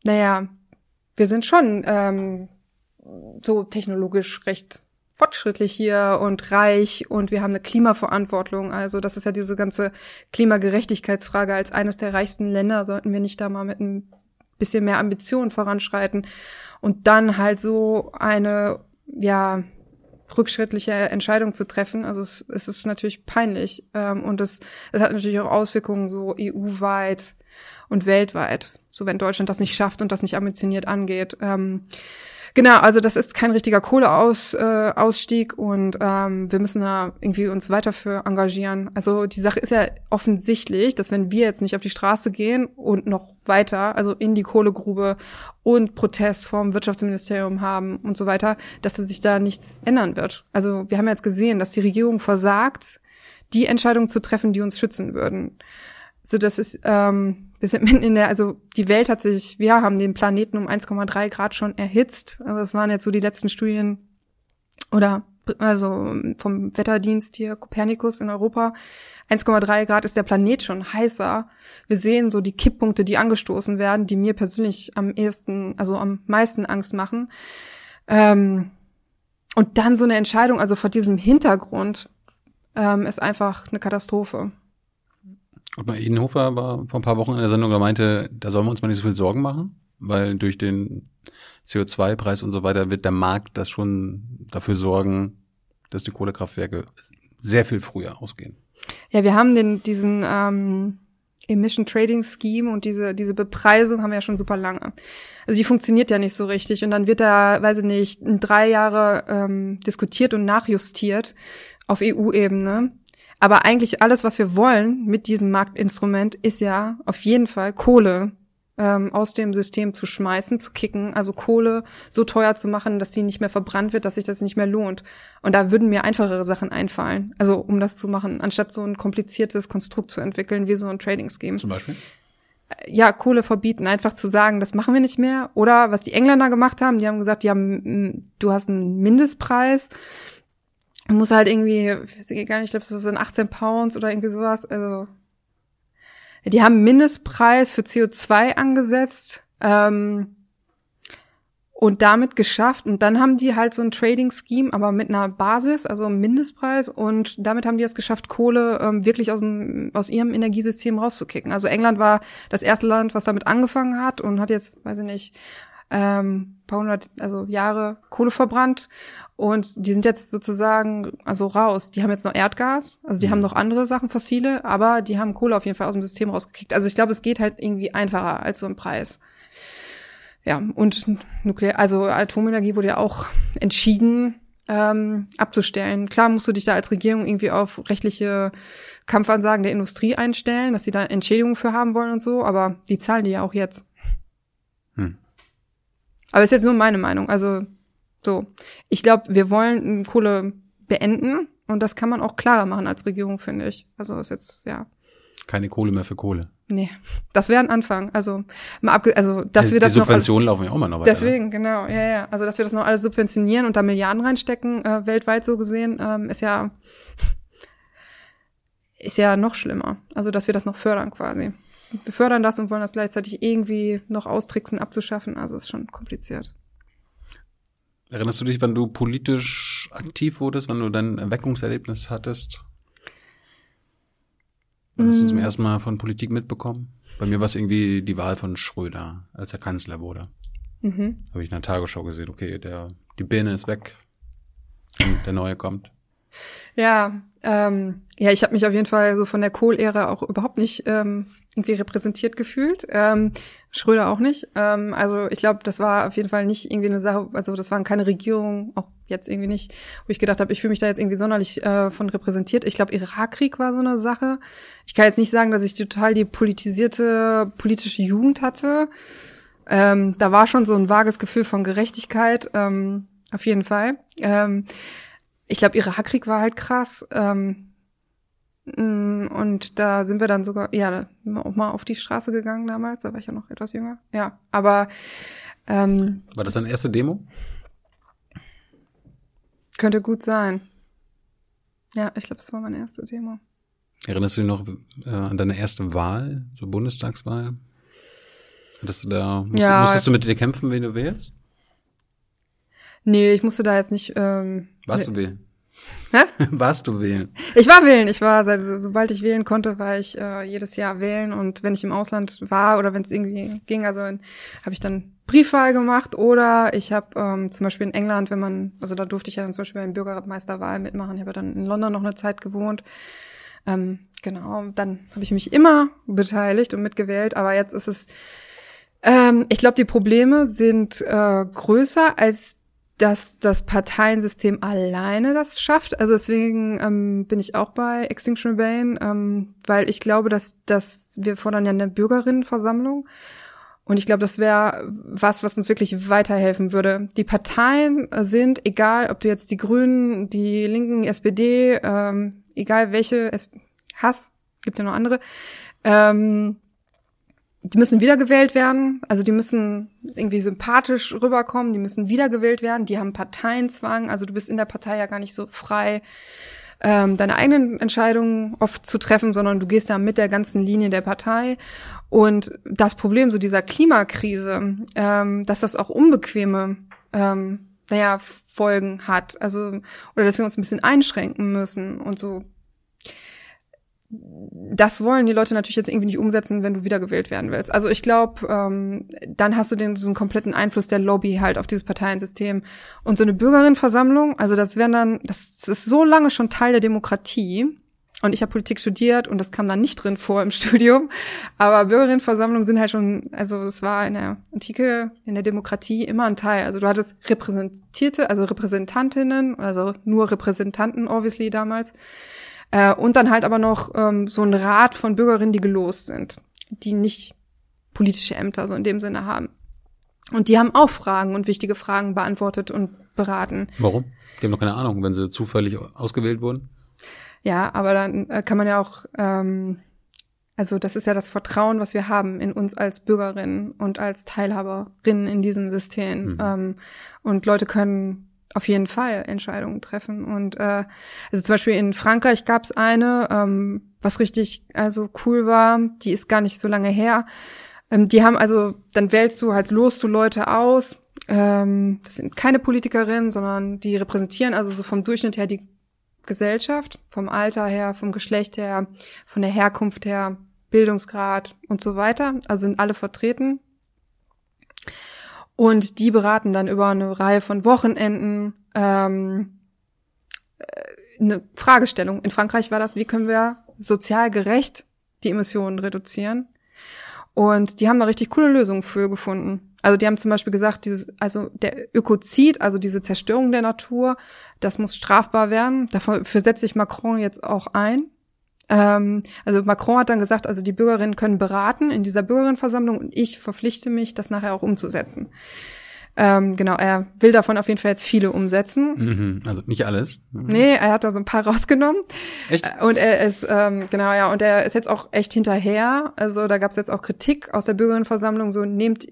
wir sind schon so technologisch recht fortschrittlich hier und reich und wir haben eine Klimaverantwortung. Also das ist ja diese ganze Klimagerechtigkeitsfrage. Als eines der reichsten Länder sollten wir nicht da mal mit ein bisschen mehr Ambition voranschreiten und dann halt so eine, rückschrittliche Entscheidung zu treffen. Also es ist natürlich peinlich. Und es hat natürlich auch Auswirkungen so EU-weit und weltweit. So wenn Deutschland das nicht schafft und das nicht ambitioniert angeht. Genau, also das ist kein richtiger Kohleausstieg und wir müssen da irgendwie uns weiter für engagieren. Also die Sache ist ja offensichtlich, dass wenn wir jetzt nicht auf die Straße gehen und noch weiter, also in die Kohlegrube und Protest vom Wirtschaftsministerium haben und so weiter, dass sich da nichts ändern wird. Also wir haben jetzt gesehen, dass die Regierung versagt, die Entscheidungen zu treffen, die uns schützen würden. So, das ist wir sind mitten die Welt wir haben den Planeten um 1,3 Grad schon erhitzt. Also das waren jetzt so die letzten Studien vom Wetterdienst hier, Copernicus in Europa. 1,3 Grad ist der Planet schon heißer. Wir sehen so die Kipppunkte, die angestoßen werden, die mir persönlich am meisten Angst machen. Und dann so eine Entscheidung, also vor diesem Hintergrund, ist einfach eine Katastrophe. Und Edenhofer war vor ein paar Wochen in der Sendung, der meinte, da sollen wir uns mal nicht so viel Sorgen machen, weil durch den CO2-Preis und so weiter wird der Markt das schon dafür sorgen, dass die Kohlekraftwerke sehr viel früher ausgehen. Ja, wir haben diesen Emission Trading Scheme und diese Bepreisung haben wir ja schon super lange. Also die funktioniert ja nicht so richtig und dann wird da, 3 Jahre diskutiert und nachjustiert auf EU-Ebene. Aber eigentlich alles, was wir wollen mit diesem Marktinstrument, ist ja auf jeden Fall Kohle aus dem System zu schmeißen, zu kicken, also Kohle so teuer zu machen, dass sie nicht mehr verbrannt wird, dass sich das nicht mehr lohnt. Und da würden mir einfachere Sachen einfallen, also um das zu machen, anstatt so ein kompliziertes Konstrukt zu entwickeln, wie so ein Trading-Scheme. Zum Beispiel? Ja, Kohle verbieten, einfach zu sagen, das machen wir nicht mehr. Oder was die Engländer gemacht haben, die haben gesagt, du hast einen Mindestpreis, du musst halt irgendwie, ich weiß gar nicht, ich glaube, das sind 18 Pounds oder irgendwie sowas, also die haben einen Mindestpreis für CO2 angesetzt und damit geschafft. Und dann haben die halt so ein Trading-Scheme, aber mit einer Basis, also einem Mindestpreis. Und damit haben die es geschafft, Kohle wirklich aus ihrem Energiesystem rauszukicken. Also England war das erste Land, was damit angefangen hat und hat jetzt, weiß ich nicht, paar hundert, also Jahre Kohle verbrannt. Und die sind jetzt sozusagen also raus. Die haben jetzt noch Erdgas, also die haben noch andere Sachen, fossile, aber die haben Kohle auf jeden Fall aus dem System rausgekickt. Also ich glaube, es geht halt irgendwie einfacher als so ein Preis. Ja, und also Atomenergie wurde ja auch entschieden abzustellen. Klar musst du dich da als Regierung irgendwie auf rechtliche Kampfansagen der Industrie einstellen, dass sie da Entschädigungen für haben wollen und so, aber die zahlen die ja auch jetzt. Aber ist jetzt nur meine Meinung. Also so, ich glaube, wir wollen Kohle beenden und das kann man auch klarer machen als Regierung, finde ich. Also ist jetzt, ja. Keine Kohle mehr für Kohle. Nee, das wäre ein Anfang. Also dass wir das die Subventionen laufen ja auch mal noch weiter. Deswegen, genau, ja. Also dass wir das noch alles subventionieren und da Milliarden reinstecken, weltweit so gesehen, ist ja noch schlimmer. Also dass wir das noch fördern quasi. Wir fördern das und wollen das gleichzeitig irgendwie noch austricksen, abzuschaffen. Also ist schon kompliziert. Erinnerst du dich, wann du politisch aktiv wurdest, wann du dein Erweckungserlebnis hattest? Wann hast du zum ersten Mal von Politik mitbekommen? Bei mir war es irgendwie die Wahl von Schröder, als er Kanzler wurde. Habe ich in der Tagesschau gesehen, okay, die Birne ist weg und der Neue kommt. Ja, ich habe mich auf jeden Fall so von der Kohl-Ära auch überhaupt nicht irgendwie repräsentiert gefühlt. Schröder auch nicht. Also ich glaube, das war auf jeden Fall nicht irgendwie eine Sache, also das waren keine Regierungen, auch jetzt irgendwie nicht, wo ich gedacht habe, ich fühle mich da jetzt irgendwie sonderlich von repräsentiert. Ich glaube, Irakkrieg war so eine Sache. Ich kann jetzt nicht sagen, dass ich total die politisierte politische Jugend hatte. Da war schon so ein vages Gefühl von Gerechtigkeit, auf jeden Fall. Ich glaube, Irakkrieg war halt krass. Und da sind wir dann sogar, auch mal auf die Straße gegangen damals. Da war ich ja noch etwas jünger. Ja, aber war das deine erste Demo? Könnte gut sein. Ja, ich glaube, das war meine erste Demo. Erinnerst du dich noch an deine erste Wahl, so Bundestagswahl? Hattest du da, musstest du mit dir kämpfen, wen du wählst? Nee, ich musste da jetzt nicht. Warst du wählen? Hä? Warst du wählen? Ich war wählen. Sobald ich wählen konnte, war ich jedes Jahr wählen. Und wenn ich im Ausland war oder wenn es irgendwie ging, also habe ich dann Briefwahl gemacht oder ich habe zum Beispiel in England, da durfte ich ja dann zum Beispiel bei der Bürgermeisterwahl mitmachen. Ich habe dann in London noch eine Zeit gewohnt. Genau, dann habe ich mich immer beteiligt und mitgewählt. Aber jetzt ist es, ich glaube, die Probleme sind größer als dass das Parteiensystem alleine das schafft. Also deswegen bin ich auch bei Extinction Rebellion, weil ich glaube, dass wir fordern ja eine Bürgerinnenversammlung und ich glaube, das wäre was uns wirklich weiterhelfen würde. Die Parteien sind, egal ob du jetzt die Grünen, die Linken, die SPD, egal welche, Hass, gibt ja noch andere, die müssen wiedergewählt werden, also die müssen irgendwie sympathisch rüberkommen, die müssen wiedergewählt werden, die haben Parteienzwang, also du bist in der Partei ja gar nicht so frei, deine eigenen Entscheidungen oft zu treffen, sondern du gehst da mit der ganzen Linie der Partei. Und das Problem so dieser Klimakrise, dass das auch unbequeme Folgen hat, also oder dass wir uns ein bisschen einschränken müssen und so. Das wollen die Leute natürlich jetzt irgendwie nicht umsetzen, wenn du wiedergewählt werden willst. Also ich glaube, dann hast du diesen kompletten Einfluss der Lobby halt auf dieses Parteiensystem. Und so eine Bürgerinnenversammlung, also das ist so lange schon Teil der Demokratie. Und ich habe Politik studiert und das kam dann nicht drin vor im Studium. Aber Bürgerinnenversammlungen sind halt schon, also es war in der Antike, in der Demokratie immer ein Teil. Also du hattest Repräsentantinnen, also nur Repräsentanten obviously damals. Und dann halt aber noch so ein Rat von Bürgerinnen, die gelost sind, die nicht politische Ämter so in dem Sinne haben. Und die haben auch Fragen und wichtige Fragen beantwortet und beraten. Warum? Die haben doch keine Ahnung, wenn sie zufällig ausgewählt wurden. Ja, aber dann kann man ja auch, also das ist ja das Vertrauen, was wir haben in uns als Bürgerinnen und als Teilhaberinnen in diesem System. Und Leute können auf jeden Fall Entscheidungen treffen. Und also zum Beispiel in Frankreich gab es eine, was richtig also cool war, die ist gar nicht so lange her. Die haben also, dann wählst du halt, lost du Leute aus. Das sind keine Politikerinnen, sondern die repräsentieren also so vom Durchschnitt her die Gesellschaft, vom Alter her, vom Geschlecht her, von der Herkunft her, Bildungsgrad und so weiter. Also sind alle vertreten. Und die beraten dann über eine Reihe von Wochenenden eine Fragestellung. In Frankreich war das, wie können wir sozial gerecht die Emissionen reduzieren? Und die haben da richtig coole Lösungen für gefunden. Also die haben zum Beispiel gesagt, also der Ökozid, also diese Zerstörung der Natur, das muss strafbar werden. Dafür setzt sich Macron jetzt auch ein. Also Macron hat dann gesagt, also die Bürgerinnen können beraten in dieser Bürgerinnenversammlung und ich verpflichte mich, das nachher auch umzusetzen. Genau, er will davon auf jeden Fall jetzt viele umsetzen. Also nicht alles. Nee, er hat da so ein paar rausgenommen. Echt? Und er ist, genau, ja, und er ist jetzt auch echt hinterher. Also da gab es jetzt auch Kritik aus der Bürgerinnenversammlung, so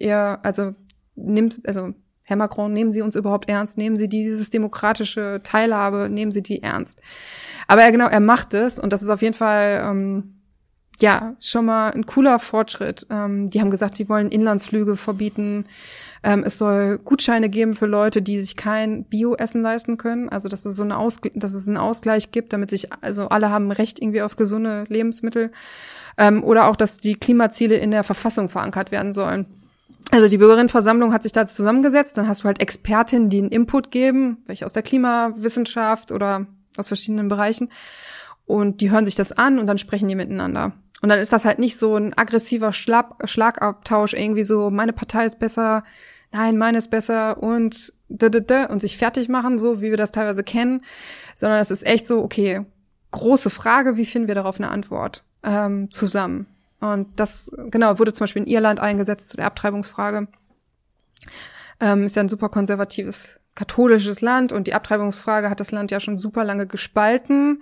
Herr Macron, nehmen Sie uns überhaupt ernst? Nehmen Sie dieses demokratische Teilhabe, nehmen Sie die ernst? Aber er macht es und das ist auf jeden Fall, schon mal ein cooler Fortschritt. Die haben gesagt, die wollen Inlandsflüge verbieten. Es soll Gutscheine geben für Leute, die sich kein Bio-Essen leisten können. Also, dass es dass es einen Ausgleich gibt, damit also alle haben Recht irgendwie auf gesunde Lebensmittel. Oder auch, dass die Klimaziele in der Verfassung verankert werden sollen. Also, die Bürgerinnenversammlung hat sich da zusammengesetzt. Dann hast du halt Expertinnen, die einen Input geben, welche aus der Klimawissenschaft oder aus verschiedenen Bereichen. Und die hören sich das an und dann sprechen die miteinander. Und dann ist das halt nicht so ein aggressiver Schlagabtausch, irgendwie so, meine Partei ist besser, nein, meine ist besser und sich fertig machen, so wie wir das teilweise kennen, sondern es ist echt so, okay, große Frage, wie finden wir darauf eine Antwort zusammen? Und das, genau, wurde zum Beispiel in Irland eingesetzt zu der Abtreibungsfrage. Ist ja ein super konservatives, katholisches Land und die Abtreibungsfrage hat das Land ja schon super lange gespalten.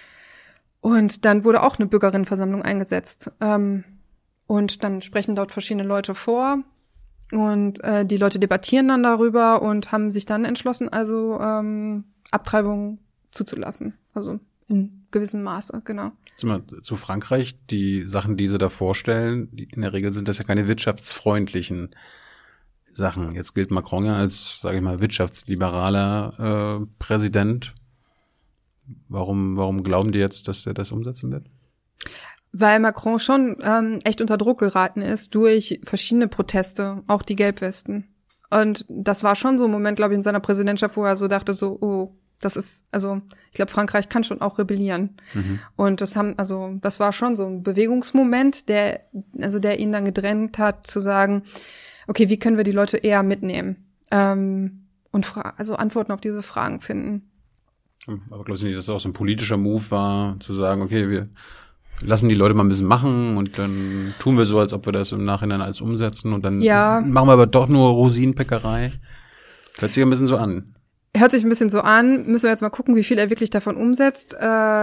Und dann wurde auch eine Bürgerinnenversammlung eingesetzt. Und dann sprechen dort verschiedene Leute vor. Und die Leute debattieren dann darüber und haben sich dann entschlossen, also Abtreibung zuzulassen. Also in gewissem Maße, genau. Zu Frankreich, die Sachen, die sie da vorstellen, in der Regel sind das ja keine wirtschaftsfreundlichen Sachen. Jetzt gilt Macron ja als, sage ich mal, wirtschaftsliberaler Präsident. Warum glauben die jetzt, dass er das umsetzen wird? Weil Macron schon echt unter Druck geraten ist durch verschiedene Proteste, auch die Gelbwesten. Und das war schon so ein Moment, glaube ich, in seiner Präsidentschaft, wo er so dachte, so, oh, das ist, also ich glaube, Frankreich kann schon auch rebellieren. Und das war schon so ein Bewegungsmoment, der ihn dann gedrängt hat, zu sagen, okay, wie können wir die Leute eher mitnehmen und Antworten auf diese Fragen finden. Aber glaubst du nicht, dass das auch so ein politischer Move war, zu sagen, okay, wir lassen die Leute mal ein bisschen machen und dann tun wir so, als ob wir das im Nachhinein alles umsetzen und dann machen wir aber doch nur Rosinenpickerei. Hört sich ein bisschen so an. Hört sich ein bisschen so an. Müssen wir jetzt mal gucken, wie viel er wirklich davon umsetzt.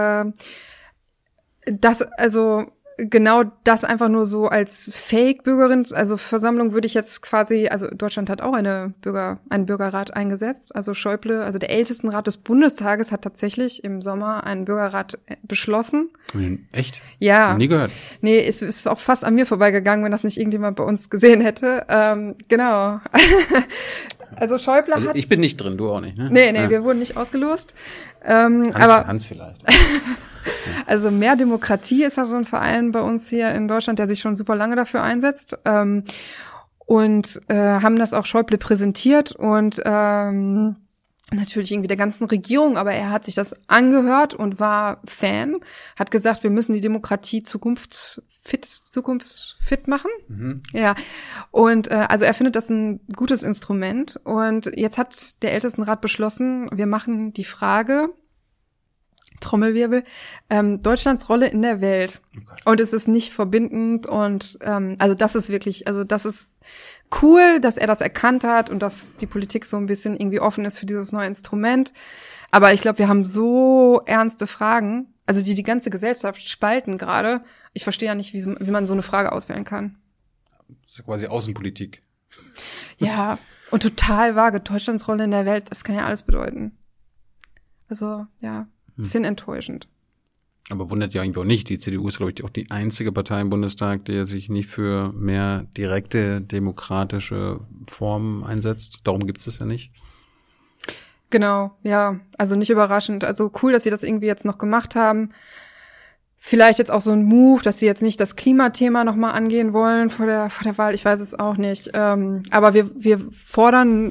Genau das einfach nur so als Fake-Bürgerin, also Versammlung würde ich jetzt quasi, also Deutschland hat auch einen Bürgerrat eingesetzt, also Schäuble, also der Ältestenrat des Bundestages hat tatsächlich im Sommer einen Bürgerrat beschlossen. Echt? Ja. Nie gehört. Nee, es ist auch fast an mir vorbeigegangen, wenn das nicht irgendjemand bei uns gesehen hätte. Genau. Also Schäuble hat... Ich bin nicht drin, du auch nicht, ne? Nee, wir wurden nicht ausgelost. Hans vielleicht. Also Mehr Demokratie ist ja so ein Verein bei uns hier in Deutschland, der sich schon super lange dafür einsetzt und haben das auch Schäuble präsentiert und natürlich irgendwie der ganzen Regierung, aber er hat sich das angehört und war Fan, hat gesagt, wir müssen die Demokratie zukunftsfit machen. Ja, und also er findet das ein gutes Instrument und jetzt hat der Ältestenrat beschlossen, wir machen die Frage Trommelwirbel, Deutschlands Rolle in der Welt. Und es ist nicht verbindend und also das ist cool, dass er das erkannt hat und dass die Politik so ein bisschen irgendwie offen ist für dieses neue Instrument. Aber ich glaube, wir haben so ernste Fragen, also die ganze Gesellschaft spalten gerade. Ich verstehe ja nicht, wie man so eine Frage auswählen kann. Das ist ja quasi Außenpolitik. Ja, und total vage. Deutschlands Rolle in der Welt, das kann ja alles bedeuten. Also, ja, bisschen enttäuschend. Aber wundert ja eigentlich auch nicht. Die CDU ist, glaube ich, auch die einzige Partei im Bundestag, die sich nicht für mehr direkte demokratische Formen einsetzt. Darum gibt es es ja nicht. Genau, ja. Also nicht überraschend. Also cool, dass sie das irgendwie jetzt noch gemacht haben. Vielleicht jetzt auch so ein Move, dass sie jetzt nicht das Klimathema nochmal angehen wollen vor der Wahl. Ich weiß es auch nicht. Aber wir fordern,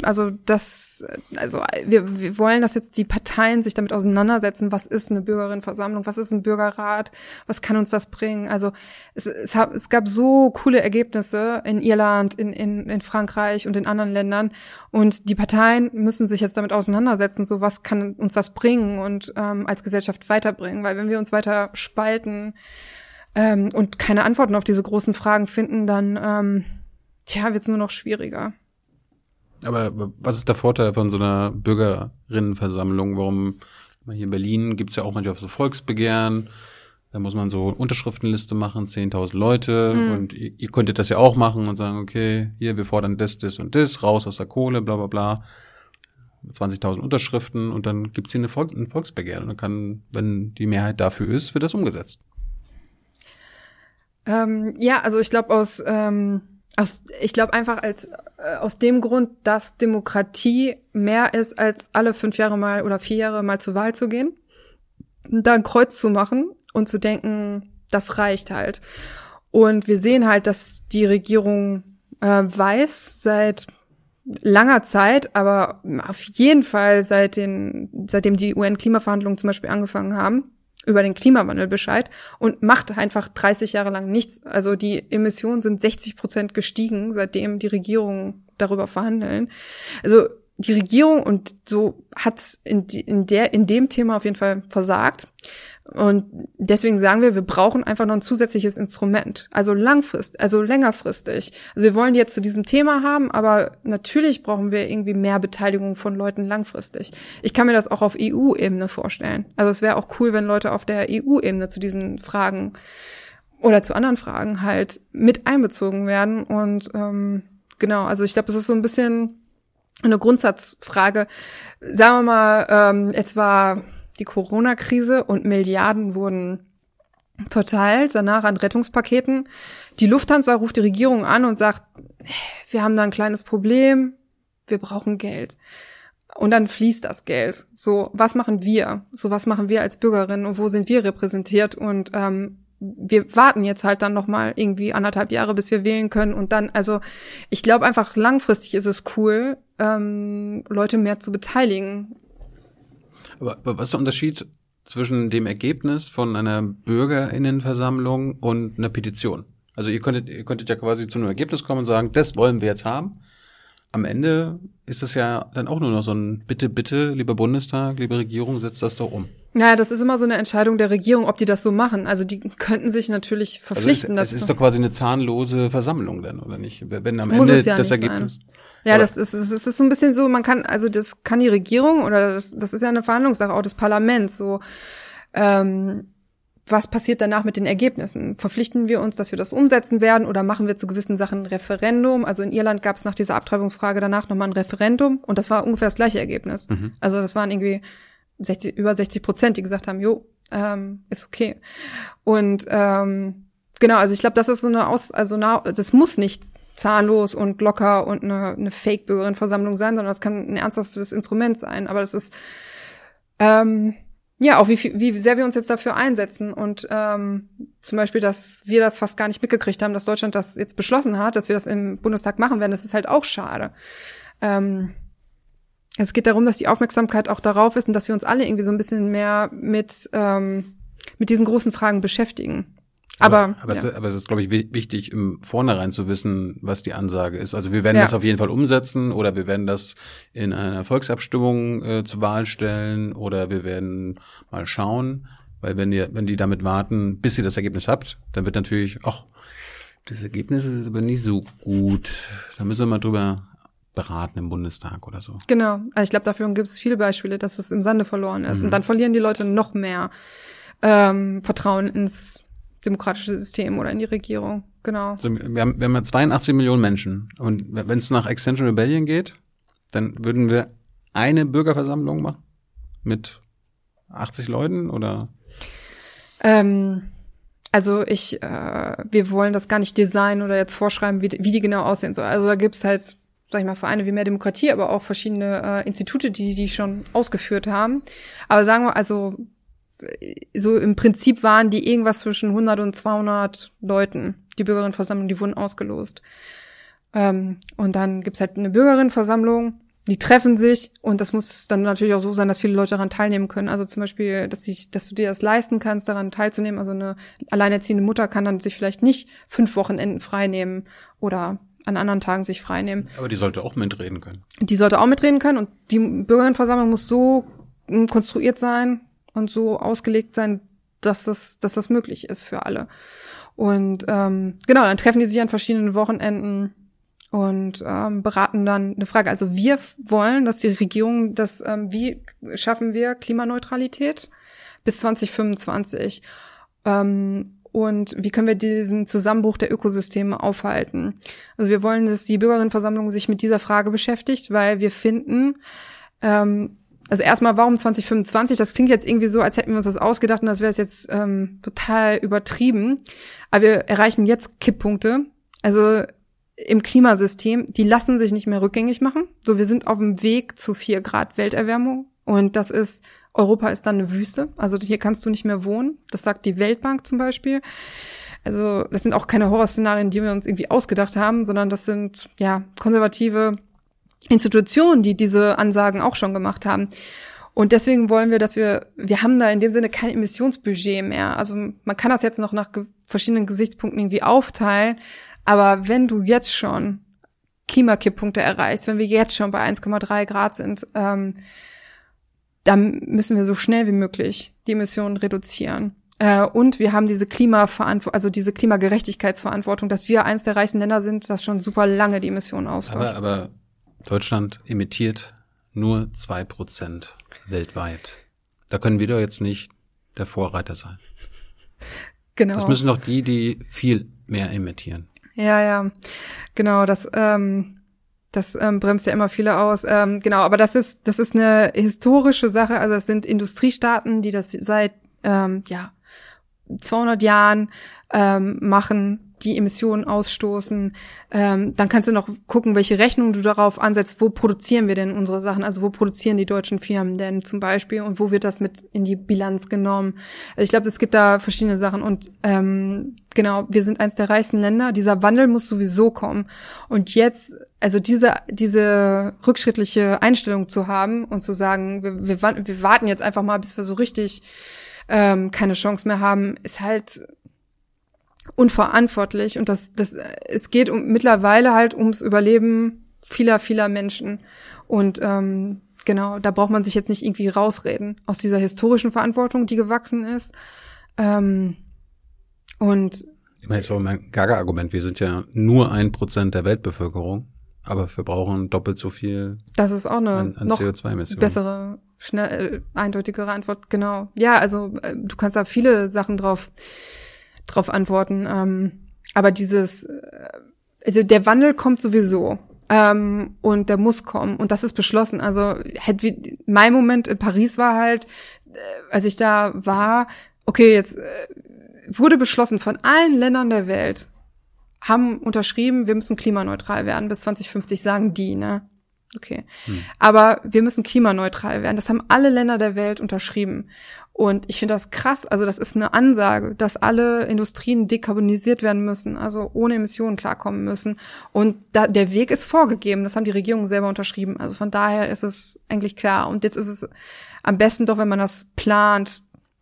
wir wollen, dass jetzt die Parteien sich damit auseinandersetzen. Was ist eine Bürgerinnenversammlung? Was ist ein Bürgerrat? Was kann uns das bringen? Also es gab so coole Ergebnisse in Irland, in Frankreich und in anderen Ländern. Und die Parteien müssen sich jetzt damit auseinandersetzen. So, was kann uns das bringen und als Gesellschaft weiterbringen? Weil wenn wir uns weiter spalten und keine Antworten auf diese großen Fragen finden, dann wird es nur noch schwieriger. Aber was ist der Vorteil von so einer Bürgerinnenversammlung? Warum, hier in Berlin gibt's ja auch manchmal so Volksbegehren, da muss man so Unterschriftenliste machen, 10.000 Leute und ihr könntet das ja auch machen und sagen, okay, hier, wir fordern das und das, raus aus der Kohle, bla bla bla. 20.000 Unterschriften und dann gibt's hier ein Volksbegehren und dann kann, wenn die Mehrheit dafür ist, wird das umgesetzt. Also ich glaube aus dem Grund, dass Demokratie mehr ist, als alle 5 Jahre mal oder 4 Jahre mal zur Wahl zu gehen, da ein Kreuz zu machen und zu denken, das reicht halt. Und wir sehen halt, dass die Regierung weiß seit langer Zeit, aber auf jeden Fall seitdem die UN-Klimaverhandlungen zum Beispiel angefangen haben, über den Klimawandel Bescheid und macht einfach 30 Jahre lang nichts. Also die Emissionen sind 60% gestiegen, seitdem die Regierungen darüber verhandeln. Also die Regierung und so hat in dem Thema auf jeden Fall versagt. Und deswegen sagen wir brauchen einfach noch ein zusätzliches Instrument. Also längerfristig. Also wir wollen die jetzt zu diesem Thema haben, aber natürlich brauchen wir irgendwie mehr Beteiligung von Leuten langfristig. Ich kann mir das auch auf EU-Ebene vorstellen. Also es wäre auch cool, wenn Leute auf der EU-Ebene zu diesen Fragen oder zu anderen Fragen halt mit einbezogen werden. Und genau, also ich glaube, es ist so ein bisschen eine Grundsatzfrage. Sagen wir mal, jetzt war die Corona-Krise und Milliarden wurden verteilt, danach an Rettungspaketen. Die Lufthansa ruft die Regierung an und sagt, wir haben da ein kleines Problem, wir brauchen Geld. Und dann fließt das Geld. So, was machen wir? So, was machen wir als Bürgerinnen und wo sind wir repräsentiert? Und wir warten jetzt halt dann noch mal irgendwie 1,5 Jahre, bis wir wählen können. Und dann, also ich glaube einfach, langfristig ist es cool, Leute mehr zu beteiligen. Aber was ist der Unterschied zwischen dem Ergebnis von einer BürgerInnenversammlung und einer Petition? Also ihr könntet ja quasi zu einem Ergebnis kommen und sagen, das wollen wir jetzt haben. Am Ende ist es ja dann auch nur noch so ein Bitte, bitte, lieber Bundestag, liebe Regierung, setzt das doch um. Naja, das ist immer so eine Entscheidung der Regierung, ob die das so machen. Also die könnten sich natürlich verpflichten. Also es ist doch quasi eine zahnlose Versammlung dann, oder nicht? Wenn am Muss Ende es ja das nicht Ergebnis... sein. Ja, das ist so ein bisschen so, das kann die Regierung oder das ist ja eine Verhandlungssache auch des Parlaments, so, was passiert danach mit den Ergebnissen? Verpflichten wir uns, dass wir das umsetzen werden oder machen wir zu gewissen Sachen ein Referendum? Also in Irland gab es nach dieser Abtreibungsfrage danach nochmal ein Referendum und das war ungefähr das gleiche Ergebnis. Also das waren irgendwie über 60%, die gesagt haben, ist okay. Und genau, also ich glaube, das ist so das muss nicht zahnlos und locker und eine Fake-Bürgerinnenversammlung sein, sondern das kann ein ernsthaftes Instrument sein. Aber das ist auch wie sehr wir uns jetzt dafür einsetzen und zum Beispiel, dass wir das fast gar nicht mitgekriegt haben, dass Deutschland das jetzt beschlossen hat, dass wir das im Bundestag machen werden, das ist halt auch schade. Es geht darum, dass die Aufmerksamkeit auch darauf ist und dass wir uns alle irgendwie so ein bisschen mehr mit diesen großen Fragen beschäftigen. Aber es ist, glaube ich, wichtig, im Vornherein zu wissen, was die Ansage ist. Also wir werden das auf jeden Fall umsetzen oder wir werden das in einer Volksabstimmung zur Wahl stellen oder wir werden mal schauen, weil wenn die damit warten, bis ihr das Ergebnis habt, dann wird natürlich, das Ergebnis ist aber nicht so gut. Da müssen wir mal drüber beraten im Bundestag oder so. Genau. Also ich glaube, dafür gibt es viele Beispiele, dass es im Sande verloren ist. Und dann verlieren die Leute noch mehr Vertrauen ins demokratische System oder in die Regierung. Genau. Also wir haben ja 82 Millionen Menschen. Und wenn es nach Extinction Rebellion geht, dann würden wir eine Bürgerversammlung machen mit 80 Leuten oder? Also wir wollen das gar nicht designen oder jetzt vorschreiben, wie die genau aussehen soll. Also da gibt's halt, sag ich mal, Vereine wie Mehr Demokratie, aber auch verschiedene Institute, die schon ausgeführt haben. Aber sagen wir, also so im Prinzip waren die irgendwas zwischen 100 und 200 Leuten, die Bürgerinnenversammlung, die wurden ausgelost. Und dann gibt's halt eine Bürgerinnenversammlung, die treffen sich und das muss dann natürlich auch so sein, dass viele Leute daran teilnehmen können. Also zum Beispiel, dass du dir das leisten kannst, daran teilzunehmen. Also eine alleinerziehende Mutter kann dann sich vielleicht nicht 5 Wochenenden frei nehmen oder an anderen Tagen sich frei nehmen. Aber die sollte auch mitreden können. Die sollte auch mitreden können und die Bürgerinnenversammlung muss so konstruiert sein und so ausgelegt sein, dass das möglich ist für alle. Und genau, dann treffen die sich an verschiedenen Wochenenden und beraten dann eine Frage. Also wir wollen, dass die Regierung wie schaffen wir Klimaneutralität bis 2025? Und wie können wir diesen Zusammenbruch der Ökosysteme aufhalten? Also wir wollen, dass die Bürgerinnenversammlung sich mit dieser Frage beschäftigt, weil wir finden, also erstmal, warum 2025? Das klingt jetzt irgendwie so, als hätten wir uns das ausgedacht und das wäre jetzt total übertrieben. Aber wir erreichen jetzt Kipppunkte. Also im Klimasystem, die lassen sich nicht mehr rückgängig machen. So, wir sind auf dem Weg zu 4 Grad Welterwärmung und Europa ist dann eine Wüste. Also hier kannst du nicht mehr wohnen. Das sagt die Weltbank zum Beispiel. Also das sind auch keine Horrorszenarien, die wir uns irgendwie ausgedacht haben, sondern das sind konservative Institutionen, die diese Ansagen auch schon gemacht haben. Und deswegen wollen wir, dass wir haben da in dem Sinne kein Emissionsbudget mehr. Also man kann das jetzt noch nach verschiedenen Gesichtspunkten irgendwie aufteilen. Aber wenn du jetzt schon Klimakipppunkte erreichst, wenn wir jetzt schon bei 1,3 Grad sind, dann müssen wir so schnell wie möglich die Emissionen reduzieren. Und wir haben diese diese Klimagerechtigkeitsverantwortung, dass wir eins der reichsten Länder sind, das schon super lange die Emissionen austauscht. Aber Deutschland emittiert nur 2% weltweit. Da können wir doch jetzt nicht der Vorreiter sein. Genau. Das müssen doch die viel mehr emittieren. Ja, genau, das bremst ja immer viele aus. Genau, aber das ist eine historische Sache. Also es sind Industriestaaten, die das seit 200 Jahren machen, die Emissionen ausstoßen. Dann kannst du noch gucken, welche Rechnung du darauf ansetzt. Wo produzieren wir denn unsere Sachen? Also wo produzieren die deutschen Firmen denn zum Beispiel? Und wo wird das mit in die Bilanz genommen? Also ich glaube, es gibt da verschiedene Sachen. Und genau, wir sind eins der reichsten Länder. Dieser Wandel muss sowieso kommen. Und jetzt, also diese rückschrittliche Einstellung zu haben und zu sagen, wir warten jetzt einfach mal, bis wir so richtig keine Chance mehr haben, ist halt unverantwortlich und es geht mittlerweile halt ums Überleben vieler Menschen und genau, da braucht man sich jetzt nicht irgendwie rausreden aus dieser historischen Verantwortung, die gewachsen ist und ich meine, das ist auch mein Gaga-Argument, wir sind ja nur 1% der Weltbevölkerung, aber wir brauchen doppelt so viel das ist auch eine an noch CO2-Emissionen. Bessere, schnell eindeutigere Antwort, genau. Ja, also du kannst da viele Sachen drauf antworten. Aber also der Wandel kommt sowieso. Und der muss kommen. Und das ist beschlossen. Also mein Moment in Paris war halt, als ich da war, okay, jetzt wurde beschlossen von allen Ländern der Welt, haben unterschrieben, wir müssen klimaneutral werden bis 2050, sagen die, ne? Okay. Aber wir müssen klimaneutral werden. Das haben alle Länder der Welt unterschrieben. Und ich finde das krass. Also das ist eine Ansage, dass alle Industrien dekarbonisiert werden müssen, also ohne Emissionen klarkommen müssen. Und der Weg ist vorgegeben. Das haben die Regierungen selber unterschrieben. Also von daher ist es eigentlich klar. Und jetzt ist es am besten doch, wenn man das plant,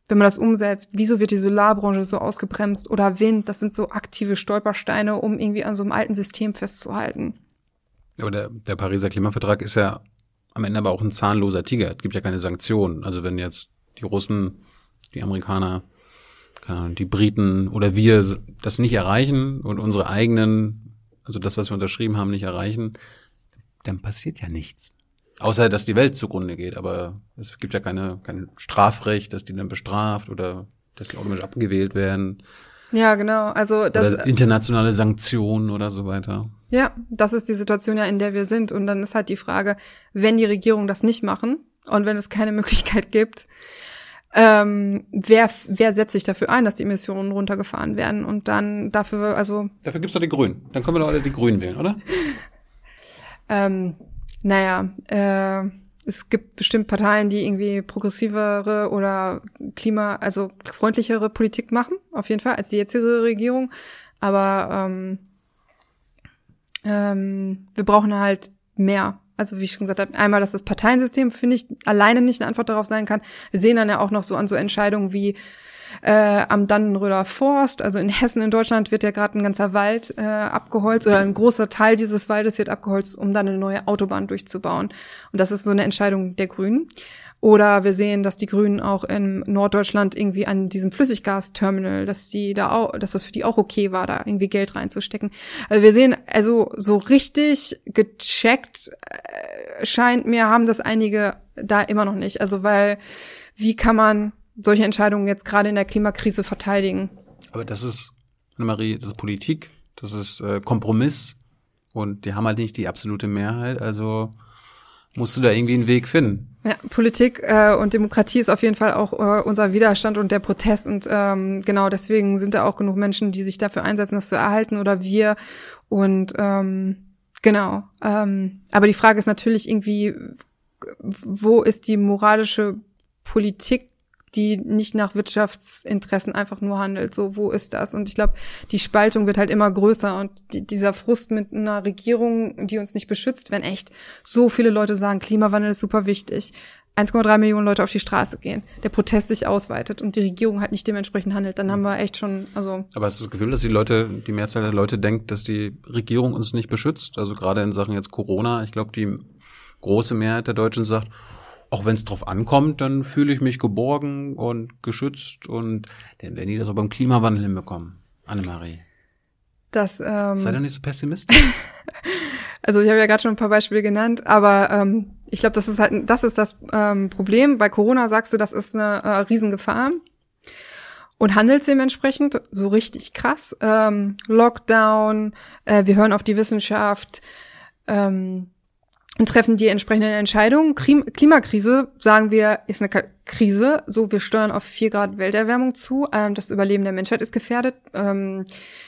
wenn man das umsetzt, wieso wird die Solarbranche so ausgebremst oder Wind? Das sind so aktive Stolpersteine, um irgendwie an so einem alten System festzuhalten. Aber der Pariser Klimavertrag ist ja am Ende aber auch ein zahnloser Tiger. Es gibt ja keine Sanktionen. Also wenn jetzt die Russen, die Amerikaner, die Briten oder wir das nicht erreichen und unsere eigenen, also das, was wir unterschrieben haben, nicht erreichen, dann passiert ja nichts. Außer, dass die Welt zugrunde geht. Aber es gibt ja kein Strafrecht, dass die dann bestraft oder dass die automatisch abgewählt werden. Ja, genau. Also das oder internationale Sanktionen oder so weiter. Ja, das ist die Situation ja, in der wir sind. Und dann ist halt die Frage, wenn die Regierungen das nicht machen und wenn es keine Möglichkeit gibt, wer setzt sich dafür ein, dass die Emissionen runtergefahren werden? Und dann dafür gibt's doch die Grünen. Dann können wir doch alle die Grünen wählen, oder? Es gibt bestimmt Parteien, die irgendwie progressivere oder freundlichere Politik machen, auf jeden Fall, als die jetzige Regierung. Aber wir brauchen halt mehr. Also wie ich schon gesagt habe, einmal, dass das Parteiensystem, finde ich, alleine nicht eine Antwort darauf sein kann. Wir sehen dann ja auch noch so an so Entscheidungen wie am Dannenröder Forst, also in Hessen in Deutschland wird ja gerade ein ganzer Wald abgeholzt oder ein großer Teil dieses Waldes wird abgeholzt, um dann eine neue Autobahn durchzubauen. Und das ist so eine Entscheidung der Grünen. Oder wir sehen, dass die Grünen auch in Norddeutschland irgendwie an diesem Flüssiggasterminal, dass das für die auch okay war, da irgendwie Geld reinzustecken. Also wir sehen, also so richtig gecheckt scheint mir, haben das einige da immer noch nicht. Also weil, wie kann man solche Entscheidungen jetzt gerade in der Klimakrise verteidigen? Aber das ist, Annemarie, das ist Politik, das ist Kompromiss und die haben halt nicht die absolute Mehrheit, also musst du da irgendwie einen Weg finden. Ja, Politik und Demokratie ist auf jeden Fall auch unser Widerstand und der Protest und genau deswegen sind da auch genug Menschen, die sich dafür einsetzen, das zu erhalten oder wir und genau. Aber die Frage ist natürlich irgendwie, wo ist die moralische Politik, die nicht nach Wirtschaftsinteressen einfach nur handelt. So, wo ist das? Und ich glaube, die Spaltung wird halt immer größer und dieser Frust mit einer Regierung, die uns nicht beschützt, wenn echt so viele Leute sagen, Klimawandel ist super wichtig, 1,3 Millionen Leute auf die Straße gehen, der Protest sich ausweitet und die Regierung halt nicht dementsprechend handelt, dann haben wir echt schon, also. Aber hast du das Gefühl, dass die Mehrzahl der Leute denkt, dass die Regierung uns nicht beschützt? Also gerade in Sachen jetzt Corona, ich glaube, die große Mehrheit der Deutschen sagt, auch wenn es drauf ankommt, dann fühle ich mich geborgen und geschützt und dann werden die das auch beim Klimawandel hinbekommen. Annemarie. Sei doch nicht so pessimistisch. Also ich habe ja gerade schon ein paar Beispiele genannt, aber ich glaube, das ist das Problem. Bei Corona sagst du, das ist eine Riesengefahr und handelst dementsprechend so richtig krass. Lockdown, wir hören auf die Wissenschaft, und treffen die entsprechenden Entscheidungen. Klimakrise, sagen wir, ist eine Krise. So, wir steuern auf 4 Grad Welterwärmung zu. Das Überleben der Menschheit ist gefährdet. Der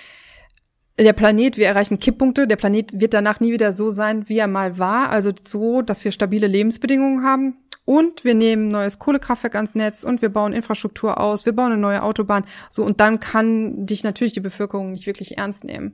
Planet, wir erreichen Kipppunkte. Der Planet wird danach nie wieder so sein, wie er mal war. Also so, dass wir stabile Lebensbedingungen haben. Und wir nehmen ein neues Kohlekraftwerk ans Netz und wir bauen Infrastruktur aus. Wir bauen eine neue Autobahn. So, und dann kann dich natürlich die Bevölkerung nicht wirklich ernst nehmen.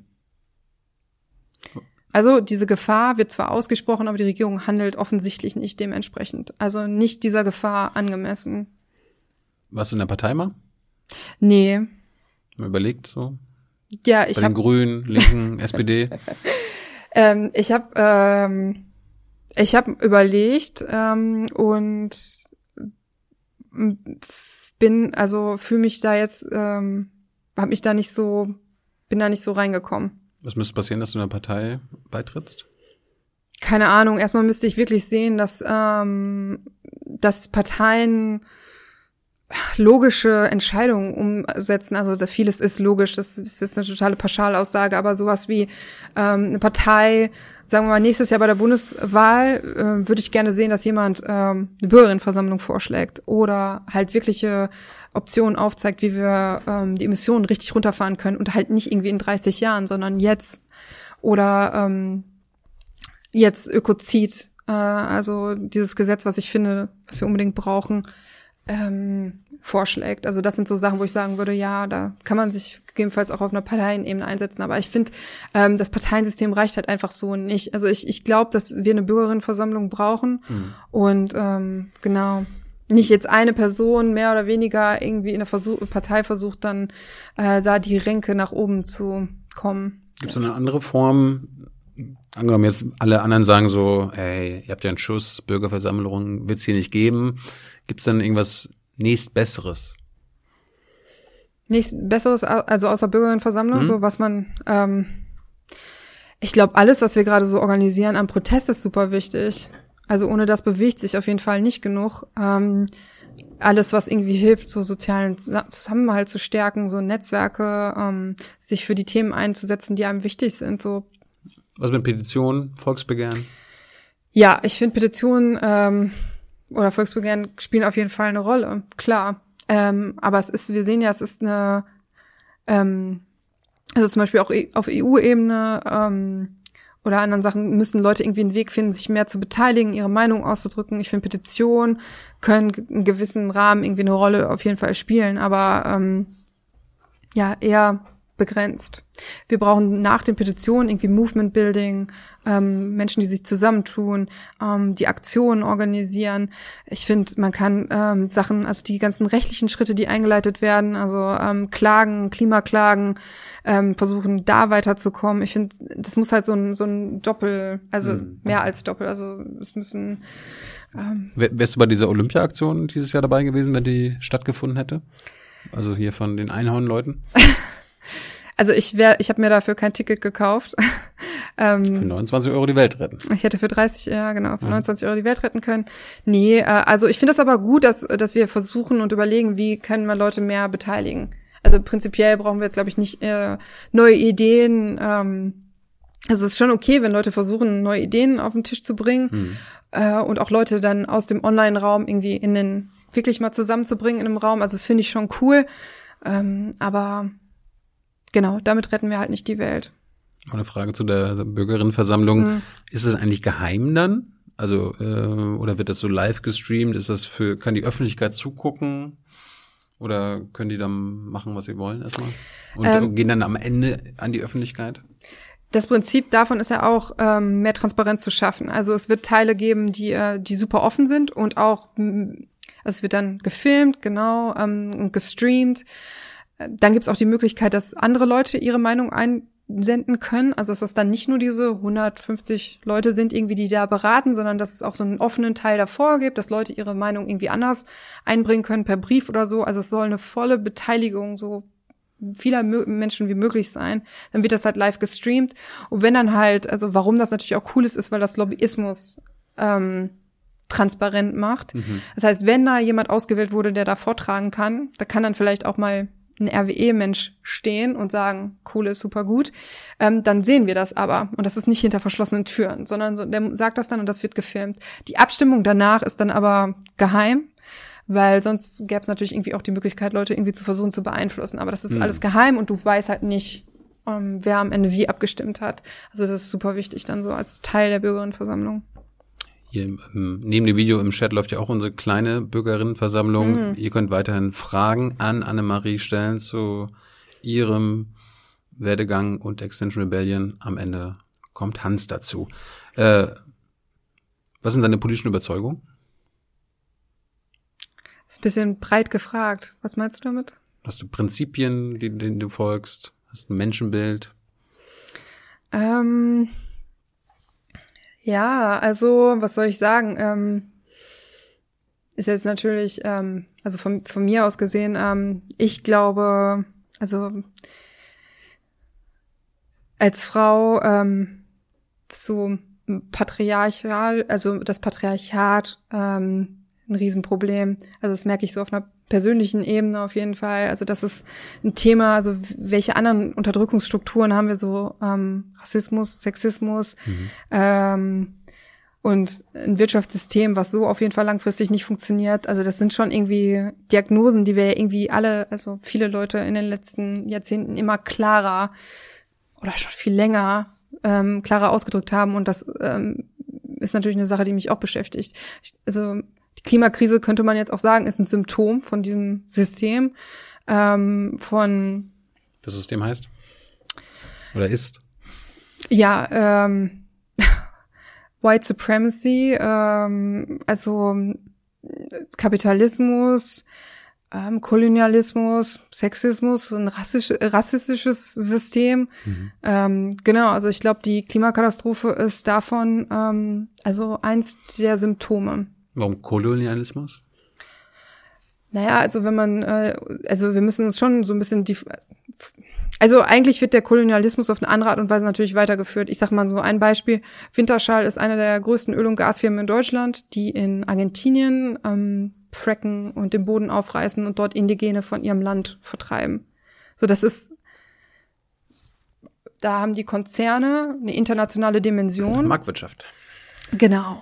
Also diese Gefahr wird zwar ausgesprochen, aber die Regierung handelt offensichtlich nicht dementsprechend. Also nicht dieser Gefahr angemessen. Was in der Partei mal? Nee. Mal überlegt so? Ja, Bei den Grünen, Linken, SPD? Ich habe überlegt und fühle mich da jetzt, bin da nicht so reingekommen. Was müsste passieren, dass du einer Partei beitrittst? Keine Ahnung. Erstmal müsste ich wirklich sehen, dass Parteien logische Entscheidungen umsetzen. Also vieles ist logisch. Das ist jetzt eine totale Pauschalaussage, aber sowas wie eine Partei, sagen wir mal nächstes Jahr bei der Bundeswahl, würde ich gerne sehen, dass jemand eine Bürgerinnenversammlung vorschlägt oder halt wirkliche Optionen aufzeigt, wie wir die Emissionen richtig runterfahren können und halt nicht irgendwie in 30 Jahren, sondern jetzt. Oder jetzt Ökozid, also dieses Gesetz, was ich finde, was wir unbedingt brauchen, vorschlägt. Also das sind so Sachen, wo ich sagen würde, ja, da kann man sich gegebenenfalls auch auf einer Parteienebene einsetzen. Aber ich finde, das Parteiensystem reicht halt einfach so nicht. Also ich glaube, dass wir eine Bürgerinnenversammlung brauchen. Und genau. nicht jetzt eine Person mehr oder weniger irgendwie in der Partei versucht, dann da die Ränke nach oben zu kommen. Gibt es eine andere Form? Angenommen jetzt alle anderen sagen so, ey, ihr habt ja einen Schuss, Bürgerversammlung wird's hier nicht geben. Gibt's dann irgendwas nächstbesseres? Nichts Besseres, also außer Bürgerinnenversammlung, so was man, ich glaube, alles, was wir gerade so organisieren am Protest, ist super wichtig. Also ohne das bewegt sich auf jeden Fall nicht genug. Alles, was irgendwie hilft, so sozialen Zusammenhalt zu stärken, so Netzwerke, sich für die Themen einzusetzen, die einem wichtig sind. So. Was mit Petitionen, Volksbegehren? Ja, ich finde Petitionen oder Volksbegehren spielen auf jeden Fall eine Rolle, klar. Aber wir sehen ja, es ist eine, also zum Beispiel auch auf EU-Ebene oder anderen Sachen müssen Leute irgendwie einen Weg finden, sich mehr zu beteiligen, ihre Meinung auszudrücken. Ich finde, Petitionen können in gewissem Rahmen irgendwie eine Rolle auf jeden Fall spielen, aber ja, eher begrenzt. Wir brauchen nach den Petitionen irgendwie Movement Building, Menschen, die sich zusammentun, die Aktionen organisieren. Ich finde, man kann Sachen, also die ganzen rechtlichen Schritte, die eingeleitet werden, also Klagen, Klimaklagen, versuchen da weiterzukommen. Ich finde, das muss halt so ein Doppel, also mehr als Doppel, also es müssen Wärst du bei dieser Olympia-Aktion dieses Jahr dabei gewesen, wenn die stattgefunden hätte? Also hier von den Einhorn-Leuten? Also ich habe mir dafür kein Ticket gekauft. Für 29 € die Welt retten. Ich hätte für 29 € die Welt retten können. Nee, also ich finde das aber gut, dass wir versuchen und überlegen, wie können wir Leute mehr beteiligen. Also prinzipiell brauchen wir jetzt, glaube ich, nicht neue Ideen. Also es ist schon okay, wenn Leute versuchen, neue Ideen auf den Tisch zu bringen und auch Leute dann aus dem Online-Raum irgendwie wirklich mal zusammenzubringen in einem Raum. Also das finde ich schon cool. Aber genau, damit retten wir halt nicht die Welt. Eine Frage zu der Bürgerinnenversammlung. Ist es eigentlich geheim dann? Also, oder wird das so live gestreamt? Kann die Öffentlichkeit zugucken? Oder können die dann machen, was sie wollen erstmal? Und gehen dann am Ende an die Öffentlichkeit? Das Prinzip davon ist ja auch, mehr Transparenz zu schaffen. Also es wird Teile geben, die super offen sind und auch, also es wird dann gefilmt, genau, und gestreamt. Dann gibt's auch die Möglichkeit, dass andere Leute ihre Meinung einsenden können. Also dass das dann nicht nur diese 150 Leute sind irgendwie, die da beraten, sondern dass es auch so einen offenen Teil davor gibt, dass Leute ihre Meinung irgendwie anders einbringen können per Brief oder so. Also es soll eine volle Beteiligung so vieler Menschen wie möglich sein. Dann wird das halt live gestreamt. Und wenn dann halt, also warum das natürlich auch cool ist, weil das Lobbyismus transparent macht. Das heißt, wenn da jemand ausgewählt wurde, der da vortragen kann, da kann dann vielleicht auch mal ein RWE-Mensch stehen und sagen, cool, ist super gut, dann sehen wir das aber. Und das ist nicht hinter verschlossenen Türen, sondern so, der sagt das dann und das wird gefilmt. Die Abstimmung danach ist dann aber geheim, weil sonst gäbe es natürlich irgendwie auch die Möglichkeit, Leute irgendwie zu versuchen zu beeinflussen. Aber das ist alles geheim und du weißt halt nicht, wer am Ende wie abgestimmt hat. Also das ist super wichtig dann so als Teil der Bürgerinnenversammlung. Hier neben dem Video im Chat läuft ja auch unsere kleine Bürgerinnenversammlung. Ihr könnt weiterhin Fragen an Annemarie stellen zu ihrem Werdegang und Extinction Rebellion. Am Ende kommt Hans dazu. Was sind deine politischen Überzeugungen? Das ist ein bisschen breit gefragt. Was meinst du damit? Hast du Prinzipien, denen du folgst? Hast du ein Menschenbild? Ja, also, was soll ich sagen? Ist jetzt natürlich, also von mir aus gesehen, ich glaube, also als Frau so patriarchal, also das Patriarchat, ein Riesenproblem. Also das merke ich so auf einer persönlichen Ebene auf jeden Fall. Also das ist ein Thema, also welche anderen Unterdrückungsstrukturen haben wir so, Rassismus, Sexismus, und ein Wirtschaftssystem, was so auf jeden Fall langfristig nicht funktioniert. Also das sind schon irgendwie Diagnosen, die wir irgendwie alle, also viele Leute in den letzten Jahrzehnten immer klarer oder schon viel länger klarer ausgedrückt haben. Und das ist natürlich eine Sache, die mich auch beschäftigt. Also die Klimakrise, könnte man jetzt auch sagen, ist ein Symptom von diesem System. Das System heißt? Oder ist? Ja, White Supremacy, also Kapitalismus, Kolonialismus, Sexismus, ein rassistisches System. Genau, also ich glaube, die Klimakatastrophe ist davon also eins der Symptome. Warum Kolonialismus? Naja, also wenn man, also wir müssen uns schon so ein bisschen also eigentlich wird der Kolonialismus auf eine andere Art und Weise natürlich weitergeführt. Ich sag mal so ein Beispiel. Wintershall ist eine der größten Öl- und Gasfirmen in Deutschland, die in Argentinien fracken und den Boden aufreißen und dort Indigene von ihrem Land vertreiben. So, da haben die Konzerne eine internationale Dimension. Marktwirtschaft. Genau.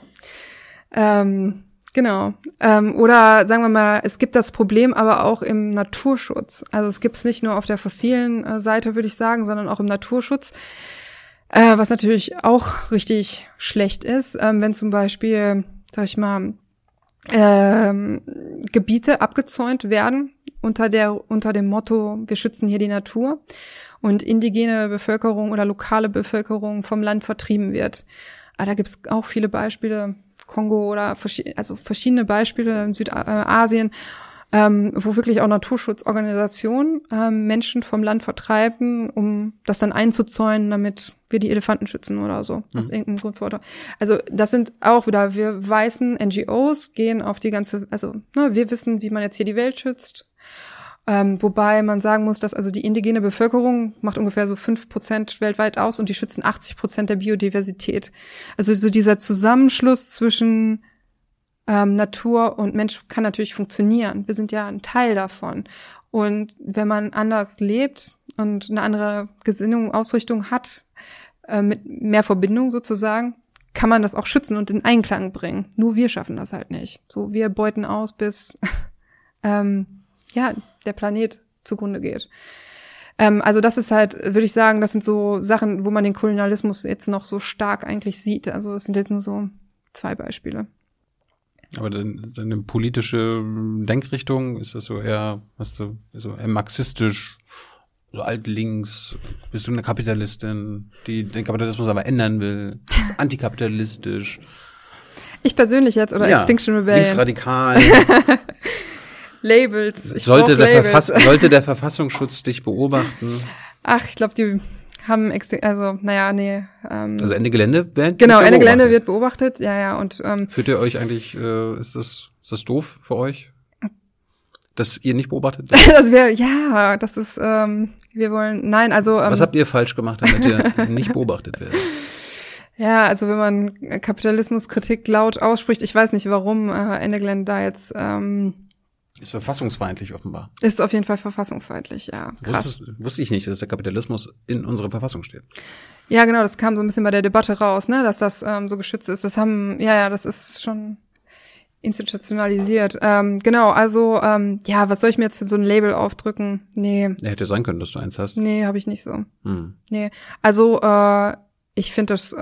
Genau. Oder sagen wir mal, es gibt das Problem aber auch im Naturschutz. Also es gibt es nicht nur auf der fossilen Seite, würde ich sagen, sondern auch im Naturschutz. Was natürlich auch richtig schlecht ist, wenn zum Beispiel, sag ich mal, Gebiete abgezäunt werden unter dem Motto, wir schützen hier die Natur und indigene Bevölkerung oder lokale Bevölkerung vom Land vertrieben wird. Aber da gibt es auch viele Beispiele, Kongo oder verschiedene Beispiele in Südasien, wo wirklich auch Naturschutzorganisationen Menschen vom Land vertreiben, um das dann einzuzäunen, damit wir die Elefanten schützen oder so, aus irgendeinem Grund. Also das sind auch wieder, wir weißen NGOs gehen auf die ganze, also wir wissen, wie man jetzt hier die Welt schützt. Wobei man sagen muss, dass also die indigene Bevölkerung macht ungefähr so 5% weltweit aus und die schützen 80% der Biodiversität. Also so dieser Zusammenschluss zwischen Natur und Mensch kann natürlich funktionieren. Wir sind ja ein Teil davon. Und wenn man anders lebt und eine andere Gesinnung, Ausrichtung hat, mit mehr Verbindung sozusagen, kann man das auch schützen und in Einklang bringen. Nur wir schaffen das halt nicht. So, wir beuten aus, bis der Planet zugrunde geht. Also das ist halt, würde ich sagen, das sind so Sachen, wo man den Kolonialismus jetzt noch so stark eigentlich sieht. Also es sind jetzt nur so 2 Beispiele. Aber deine politische Denkrichtung, ist das so eher, so eher marxistisch, so altlinks? Bist du eine Kapitalistin, die den Kapitalismus aber ändern will? Ist antikapitalistisch? Ich persönlich jetzt oder Extinction Rebellion? Linksradikal. Labels. Sollte der Verfassungsschutz dich beobachten? Ach, ich glaube, die haben also Ende Gelände wird Ende Gelände wird beobachtet, ja, und fühlt ihr euch eigentlich, ist das doof für euch? Dass ihr nicht beobachtet werdet? Das ist, wir wollen, nein, also was habt ihr falsch gemacht, damit ihr nicht beobachtet werdet? Ja, also wenn man Kapitalismuskritik laut ausspricht, ich weiß nicht, warum Ende Gelände da jetzt ist verfassungsfeindlich offenbar. Ist auf jeden Fall verfassungsfeindlich, ja. Krass. Wusste ich nicht, dass der Kapitalismus in unserer Verfassung steht. Ja, genau, das kam so ein bisschen bei der Debatte raus, ne, dass das so geschützt ist. Das ist schon institutionalisiert. Genau, also was soll ich mir jetzt für so ein Label aufdrücken? Nee. Ja, hätte sein können, dass du eins hast. Nee, habe ich nicht so. Nee, also ich finde das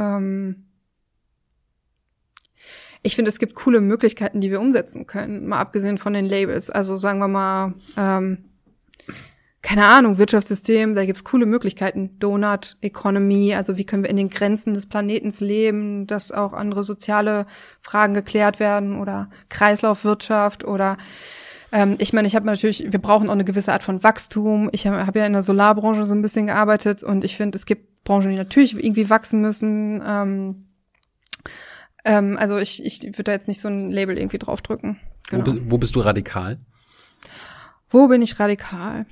es gibt coole Möglichkeiten, die wir umsetzen können, mal abgesehen von den Labels. Also sagen wir mal, keine Ahnung, Wirtschaftssystem, da gibt's coole Möglichkeiten. Donut Economy, also wie können wir in den Grenzen des Planetens leben, dass auch andere soziale Fragen geklärt werden oder Kreislaufwirtschaft oder wir brauchen auch eine gewisse Art von Wachstum. Ich habe ja in der Solarbranche so ein bisschen gearbeitet und ich finde, es gibt Branchen, die natürlich irgendwie wachsen müssen. Also ich würde da jetzt nicht so ein Label irgendwie draufdrücken. Genau. Wo bist du radikal? Wo bin ich radikal?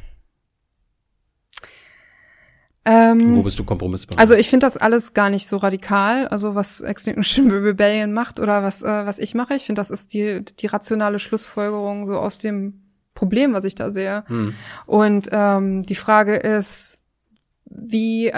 Wo bist du kompromissbereit? Also ich finde das alles gar nicht so radikal, also was Extinction Rebellion macht oder was ich mache. Ich finde, das ist die rationale Schlussfolgerung so aus dem Problem, was ich da sehe. Und die Frage ist, wie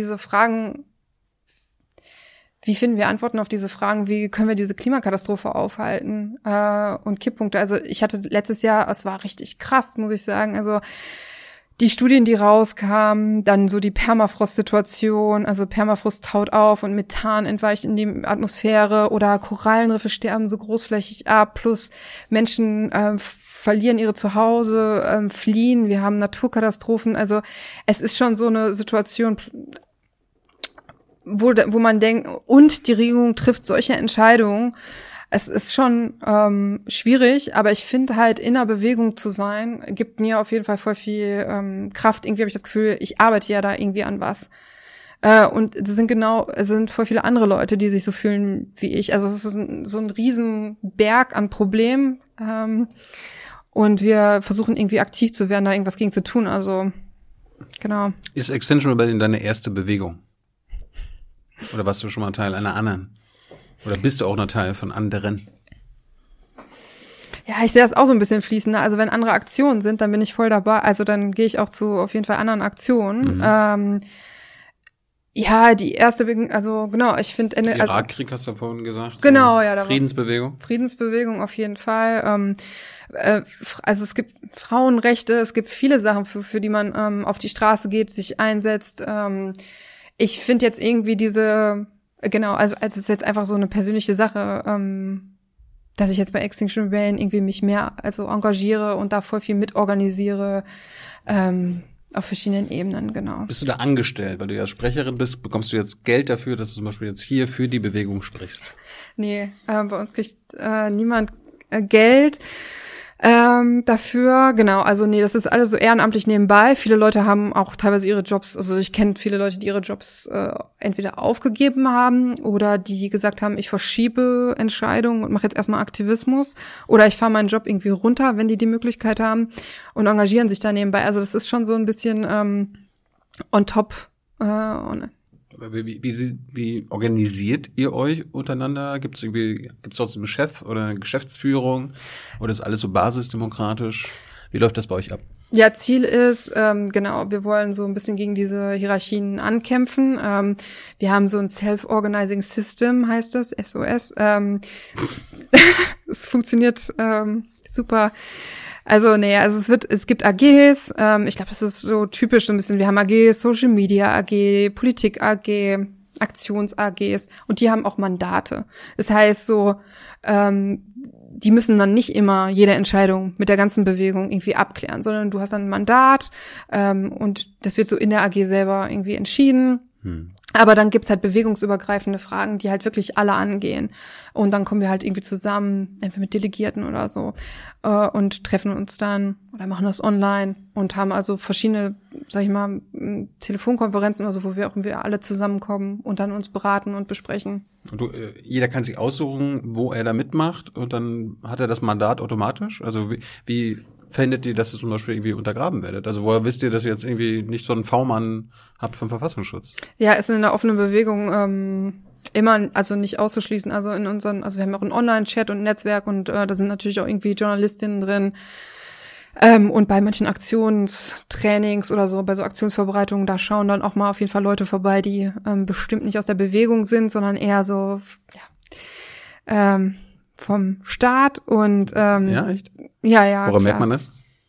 finden wir Antworten auf diese Fragen? Wie können wir diese Klimakatastrophe aufhalten? Und Kipppunkte. Also ich hatte letztes Jahr, es war richtig krass, muss ich sagen. Also die Studien, die rauskamen, dann so die Permafrost-Situation. Also Permafrost taut auf und Methan entweicht in die Atmosphäre oder Korallenriffe sterben so großflächig ab. Plus Menschen verlieren ihre Zuhause, fliehen. Wir haben Naturkatastrophen. Also es ist schon so eine Situation, wo man denkt, und die Regierung trifft solche Entscheidungen. es ist schon schwierig, aber ich finde halt, in einer Bewegung zu sein, gibt mir auf jeden Fall voll viel Kraft. Irgendwie habe ich das Gefühl, ich arbeite ja da irgendwie an was. Und es sind voll viele andere Leute, die sich so fühlen wie ich. Also es ist so ein riesen Berg an Problemen. Und wir versuchen irgendwie aktiv zu werden, da irgendwas gegen zu tun. Also, genau. Ist Extinction Rebellion deine erste Bewegung? Oder warst du schon mal Teil einer anderen? Oder bist du auch ein Teil von anderen? Ja, ich sehe das auch so ein bisschen fließender. Also wenn andere Aktionen sind, dann bin ich voll dabei. Also dann gehe ich auch zu auf jeden Fall anderen Aktionen. Ja, die erste, also genau, ich finde... Irakkrieg hast du vorhin gesagt. Genau, ja. Friedensbewegung? Friedensbewegung auf jeden Fall. Also es gibt Frauenrechte, es gibt viele Sachen, für die man auf die Straße geht, sich einsetzt. Ich finde jetzt irgendwie also es ist jetzt einfach so eine persönliche Sache, dass ich jetzt bei Extinction Rebellion irgendwie mich mehr engagiere und da voll viel mitorganisiere, auf verschiedenen Ebenen, genau. Bist du da angestellt, weil du ja Sprecherin bist? Bekommst du jetzt Geld dafür, dass du zum Beispiel jetzt hier für die Bewegung sprichst? Nee, bei uns kriegt niemand Geld dafür. Genau, also nee, das ist alles so ehrenamtlich nebenbei. Viele Leute haben auch teilweise ihre Jobs, also ich kenne viele Leute, die ihre Jobs entweder aufgegeben haben oder die gesagt haben, ich verschiebe Entscheidungen und mache jetzt erstmal Aktivismus oder ich fahre meinen Job irgendwie runter, wenn die Möglichkeit haben und engagieren sich da nebenbei. Also das ist schon so ein bisschen on top. Wie organisiert ihr euch untereinander? Gibt's trotzdem einen Chef oder eine Geschäftsführung? Oder ist alles so basisdemokratisch? Wie läuft das bei euch ab? Ja, Ziel ist, genau, wir wollen so ein bisschen gegen diese Hierarchien ankämpfen. Wir haben so ein Self-Organizing System, heißt das, SOS. Es funktioniert super. Also, es gibt AGs, ich glaube, das ist so typisch so ein bisschen, wir haben AGs, Social Media AG, Politik AG, Aktions-AGs und die haben auch Mandate. Das heißt so, die müssen dann nicht immer jede Entscheidung mit der ganzen Bewegung irgendwie abklären, sondern du hast dann ein Mandat und das wird so in der AG selber irgendwie entschieden. Aber dann gibt's halt bewegungsübergreifende Fragen, die halt wirklich alle angehen. Und dann kommen wir halt irgendwie zusammen, entweder mit Delegierten oder so, und treffen uns dann oder machen das online und haben also verschiedene, sag ich mal, Telefonkonferenzen oder so, wo wir alle zusammenkommen und dann uns beraten und besprechen. Und jeder kann sich aussuchen, wo er da mitmacht und dann hat er das Mandat automatisch? Also wie verhindert ihr, dass ihr zum Beispiel irgendwie untergraben werdet? Also woher wisst ihr, dass ihr jetzt irgendwie nicht so einen V-Mann habt vom Verfassungsschutz? Ja, ist in einer offenen Bewegung immer, also nicht auszuschließen. Also wir haben auch einen Online-Chat und ein Netzwerk und da sind natürlich auch irgendwie Journalistinnen drin. Und bei manchen Aktionstrainings oder so, bei so Aktionsvorbereitungen, da schauen dann auch mal auf jeden Fall Leute vorbei, die bestimmt nicht aus der Bewegung sind, sondern eher so vom Staat und ja, echt? Ja. Woran merkt man das?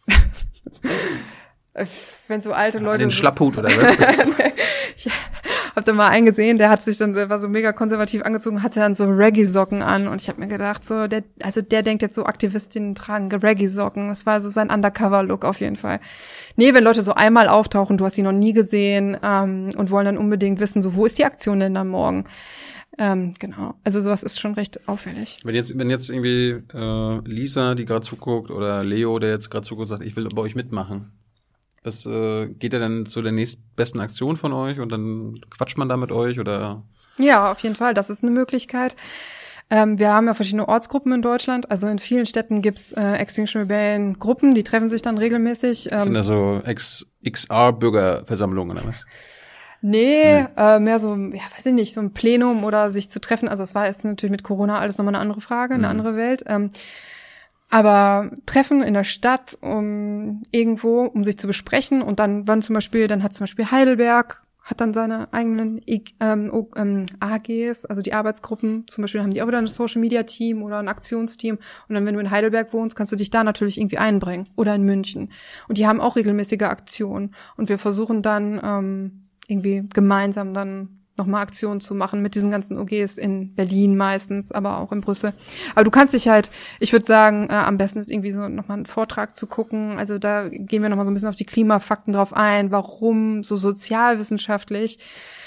Wenn so alte Leute... Den Schlapphut oder was? Ich hab da mal einen gesehen, der war so mega konservativ angezogen, hatte dann so Reggae-Socken an und ich habe mir gedacht, so der denkt jetzt so, Aktivistinnen tragen Reggae-Socken. Das war so sein Undercover-Look auf jeden Fall. Nee, wenn Leute so einmal auftauchen, du hast sie noch nie gesehen und wollen dann unbedingt wissen, so wo ist die Aktion denn dann morgen? Genau, also sowas ist schon recht auffällig. Wenn jetzt irgendwie Lisa, die gerade zuguckt, oder Leo, der jetzt gerade zuguckt, sagt, ich will bei euch mitmachen. Was geht er dann zu der nächstbesten Aktion von euch und dann quatscht man da mit euch oder? Ja, auf jeden Fall, das ist eine Möglichkeit. Wir haben ja verschiedene Ortsgruppen in Deutschland. Also in vielen Städten gibt's Extinction Rebellion Gruppen, die treffen sich dann regelmäßig. Sind das so XR-Bürgerversammlungen oder was? Nee, mehr so, ja, weiß ich nicht, so ein Plenum oder sich zu treffen. Also es war jetzt natürlich mit Corona alles nochmal eine andere Frage, eine andere Welt. Aber Treffen in der Stadt, um sich zu besprechen und dann hat zum Beispiel Heidelberg hat dann seine eigenen AGs, also die Arbeitsgruppen, zum Beispiel haben die auch wieder ein Social-Media-Team oder ein Aktionsteam und dann, wenn du in Heidelberg wohnst, kannst du dich da natürlich irgendwie einbringen oder in München und die haben auch regelmäßige Aktionen und wir versuchen dann irgendwie gemeinsam dann nochmal Aktionen zu machen mit diesen ganzen OGs in Berlin meistens, aber auch in Brüssel. Aber du kannst dich halt, ich würde sagen, am besten ist irgendwie so nochmal einen Vortrag zu gucken. Also da gehen wir nochmal so ein bisschen auf die Klimafakten drauf ein, warum so sozialwissenschaftlich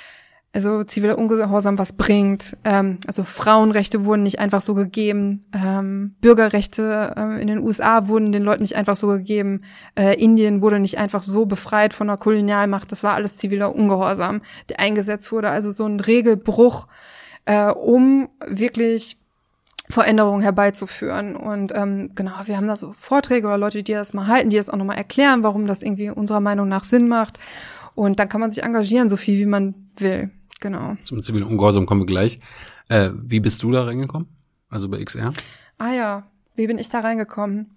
also ziviler Ungehorsam was bringt. Also Frauenrechte wurden nicht einfach so gegeben. Bürgerrechte in den USA wurden den Leuten nicht einfach so gegeben. Indien wurde nicht einfach so befreit von der Kolonialmacht. Das war alles ziviler Ungehorsam, der eingesetzt wurde. Also so ein Regelbruch, um wirklich Veränderungen herbeizuführen. Und genau, wir haben da so Vorträge oder Leute, die das mal halten, die das auch nochmal erklären, warum das irgendwie unserer Meinung nach Sinn macht. Und dann kann man sich engagieren, so viel wie man will. Genau. Zum zivilen Ungehorsam kommen wir gleich. Wie bist du da reingekommen? Also bei XR? Ah ja, wie bin ich da reingekommen?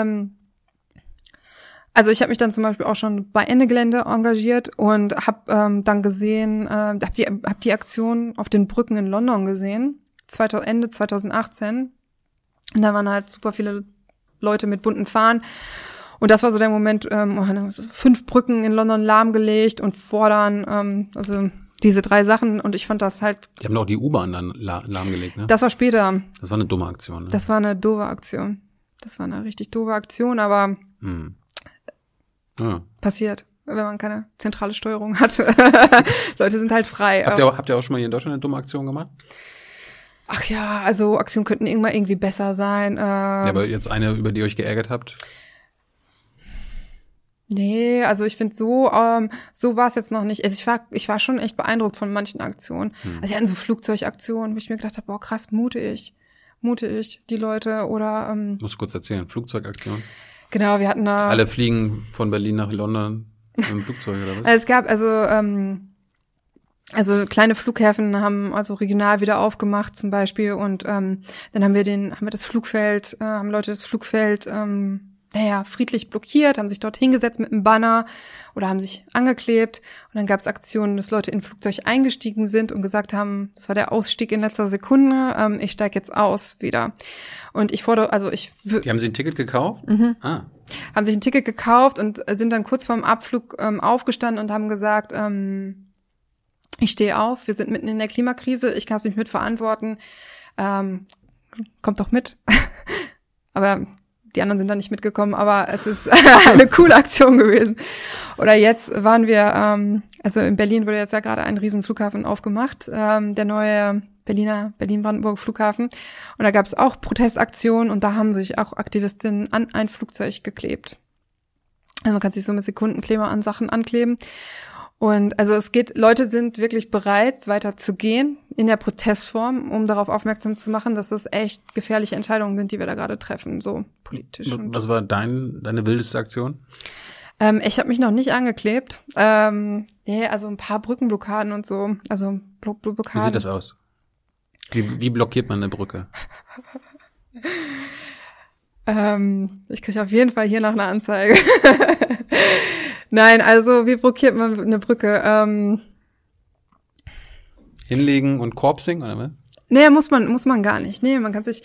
Also ich habe mich dann zum Beispiel auch schon bei Ende Gelände engagiert und habe dann gesehen, hab die Aktion auf den Brücken in London gesehen, Ende 2018. Und da waren halt super viele Leute mit bunten Fahnen. Und das war so der Moment, 5 Brücken in London lahmgelegt und fordern, also diese 3 Sachen. Und ich fand das halt... Die haben doch die U-Bahn dann lahmgelegt, ne? Das war später. Das war eine dumme Aktion, ne? Das war eine doofe Aktion. Das war eine richtig doofe Aktion, aber passiert, wenn man keine zentrale Steuerung hat. Leute sind halt frei. Habt ihr auch schon mal hier in Deutschland eine dumme Aktion gemacht? Ach ja, also Aktionen könnten irgendwann irgendwie besser sein. Ja, aber jetzt eine, über die ihr euch geärgert habt? Nee, also ich finde so war es jetzt noch nicht. Also ich war schon echt beeindruckt von manchen Aktionen. Also wir hatten so Flugzeugaktionen, wo ich mir gedacht habe, boah krass, mutig die Leute oder Musst du kurz erzählen, Flugzeugaktion? Genau, wir hatten da alle fliegen von Berlin nach London mit dem Flugzeug oder was? Es gab also kleine Flughäfen haben also regional wieder aufgemacht zum Beispiel und dann haben wir das Flugfeld, haben Leute das Flugfeld friedlich blockiert, haben sich dort hingesetzt mit einem Banner oder haben sich angeklebt. Und dann gab es Aktionen, dass Leute in ein Flugzeug eingestiegen sind und gesagt haben, das war der Ausstieg in letzter Sekunde, ich steige jetzt aus wieder. Und die haben sich ein Ticket gekauft? Haben sich ein Ticket gekauft und sind dann kurz vorm Abflug aufgestanden und haben gesagt, ich stehe auf, wir sind mitten in der Klimakrise, ich kann es nicht mitverantworten, kommt doch mit. Aber die anderen sind da nicht mitgekommen, aber es ist eine coole Aktion gewesen. Oder jetzt waren wir, also in Berlin wurde jetzt ja gerade ein riesen Flughafen aufgemacht, der neue Berlin-Brandenburg Flughafen. Und da gab es auch Protestaktionen und da haben sich auch Aktivistinnen an ein Flugzeug geklebt. Also man kann sich so mit Sekundenkleber an Sachen ankleben. Und also Leute sind wirklich bereit, weiter zu gehen in der Protestform, um darauf aufmerksam zu machen, dass das echt gefährliche Entscheidungen sind, die wir da gerade treffen, so politisch. Was war deine wildeste Aktion? Ich habe mich noch nicht angeklebt. Also ein paar Brückenblockaden und so. Also Blockaden. Wie sieht das aus? Wie blockiert man eine Brücke? Ich kriege auf jeden Fall hier noch eine Anzeige. Nein, also wie blockiert man eine Brücke? Hinlegen und Corpsing, oder was? Nee, muss man gar nicht. Nee, man kann sich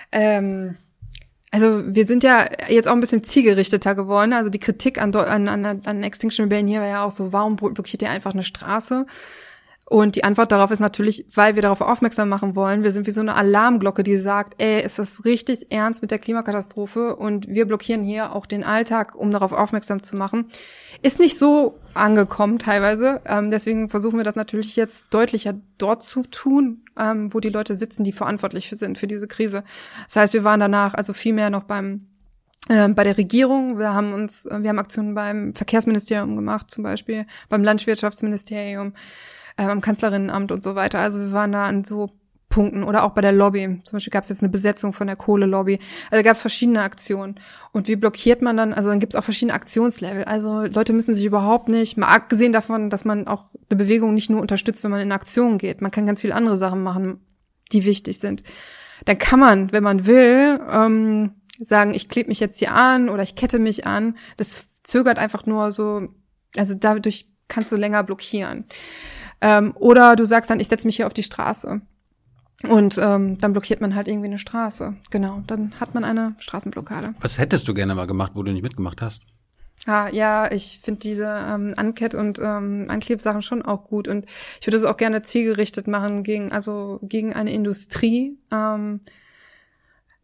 also wir sind ja jetzt auch ein bisschen zielgerichteter geworden. Also die Kritik an Extinction Rebellion hier war ja auch so, warum blockiert ihr einfach eine Straße? Und die Antwort darauf ist natürlich, weil wir darauf aufmerksam machen wollen. Wir sind wie so eine Alarmglocke, die sagt, ist das richtig ernst mit der Klimakatastrophe? Und wir blockieren hier auch den Alltag, um darauf aufmerksam zu machen. Ist nicht so angekommen teilweise. Deswegen versuchen wir das natürlich jetzt deutlicher dort zu tun, wo die Leute sitzen, die verantwortlich sind für diese Krise. Das heißt, wir waren danach also viel mehr noch bei der Regierung. Wir haben Aktionen beim Verkehrsministerium gemacht, zum Beispiel beim Landwirtschaftsministerium, am Kanzlerinnenamt und so weiter. Also wir waren da an so Punkten oder auch bei der Lobby. Zum Beispiel gab es jetzt eine Besetzung von der Kohlelobby. Also gab es verschiedene Aktionen. Und wie blockiert man dann? Also dann gibt es auch verschiedene Aktionslevel. Also Leute müssen sich überhaupt nicht, mal abgesehen davon, dass man auch eine Bewegung nicht nur unterstützt, wenn man in Aktion geht. Man kann ganz viele andere Sachen machen, die wichtig sind. Dann kann man, wenn man will, sagen, ich klebe mich jetzt hier an oder ich kette mich an. Das zögert einfach nur so, also dadurch kannst du länger blockieren. Oder du sagst dann, ich setze mich hier auf die Straße. Und dann blockiert man halt irgendwie eine Straße. Genau, dann hat man eine Straßenblockade. Was hättest du gerne mal gemacht, wo du nicht mitgemacht hast? Ja, ich finde diese Ankett- und Anklebsachen schon auch gut. Und ich würde es auch gerne zielgerichtet machen gegen eine Industrie,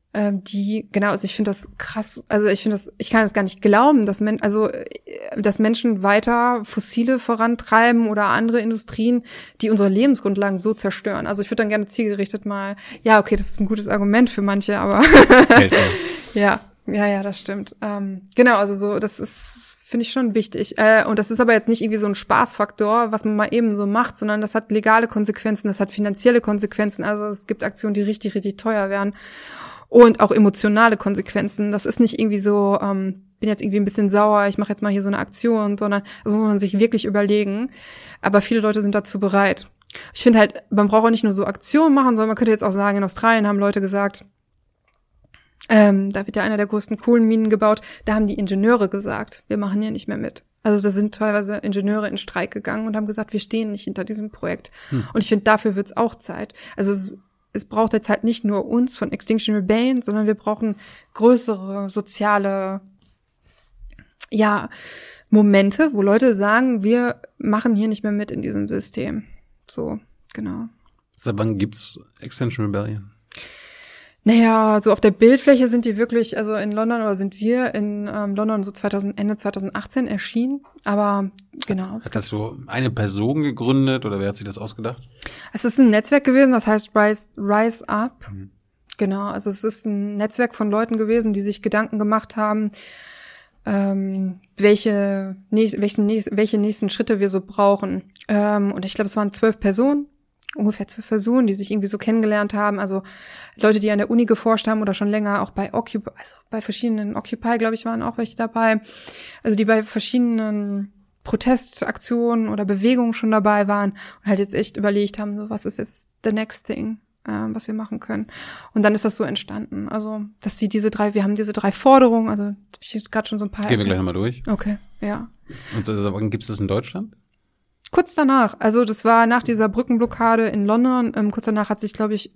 also ich finde das krass, also ich kann das gar nicht glauben, dass Menschen weiter Fossile vorantreiben oder andere Industrien, die unsere Lebensgrundlagen so zerstören. Also ich würde dann gerne zielgerichtet mal, ja, okay, das ist ein gutes Argument für manche, aber ja, das stimmt. Genau, also so, das ist, finde ich schon wichtig. Und das ist aber jetzt nicht irgendwie so ein Spaßfaktor, was man mal eben so macht, sondern das hat legale Konsequenzen, das hat finanzielle Konsequenzen. Also es gibt Aktionen, die richtig, richtig teuer werden. Und auch emotionale Konsequenzen. Das ist nicht irgendwie so, bin jetzt irgendwie ein bisschen sauer, ich mache jetzt mal hier so eine Aktion, sondern das muss man sich wirklich überlegen. Aber viele Leute sind dazu bereit. Ich finde halt, man braucht auch nicht nur so Aktionen machen, sondern man könnte jetzt auch sagen, in Australien haben Leute gesagt, da wird ja einer der größten Kohlenminen gebaut, da haben die Ingenieure gesagt, wir machen hier nicht mehr mit. Also da sind teilweise Ingenieure in Streik gegangen und haben gesagt, wir stehen nicht hinter diesem Projekt. Und ich finde, dafür wird's auch Zeit. Also es braucht jetzt halt nicht nur uns von Extinction Rebellion, sondern wir brauchen größere soziale, Momente, wo Leute sagen, wir machen hier nicht mehr mit in diesem System. So, genau. Seit wann gibt's Extinction Rebellion? Naja, so auf der Bildfläche sind die wirklich, also in London, oder sind wir in London so Ende 2018 erschienen, aber genau. Hat das so eine Person gegründet oder wer hat sich das ausgedacht? Es ist ein Netzwerk gewesen, das heißt Rise Up. Genau, also es ist ein Netzwerk von Leuten gewesen, die sich Gedanken gemacht haben, welche nächsten Schritte wir so brauchen. Und ich glaube, es waren ungefähr 12 Personen, die sich irgendwie so kennengelernt haben. Also Leute, die an der Uni geforscht haben oder schon länger auch bei bei verschiedenen Occupy, glaube ich, waren auch welche dabei. Also die bei verschiedenen Protestaktionen oder Bewegungen schon dabei waren und halt jetzt echt überlegt haben, so was ist jetzt the next thing, was wir machen können. Und dann ist das so entstanden. Also, wir haben diese 3 Forderungen, also hab ich gerade schon so ein paar. Gehen wir gleich nochmal durch. Okay, ja. Und wann gibt's das in Deutschland? Kurz danach, also das war nach dieser Brückenblockade in London, kurz danach hat sich, glaube ich,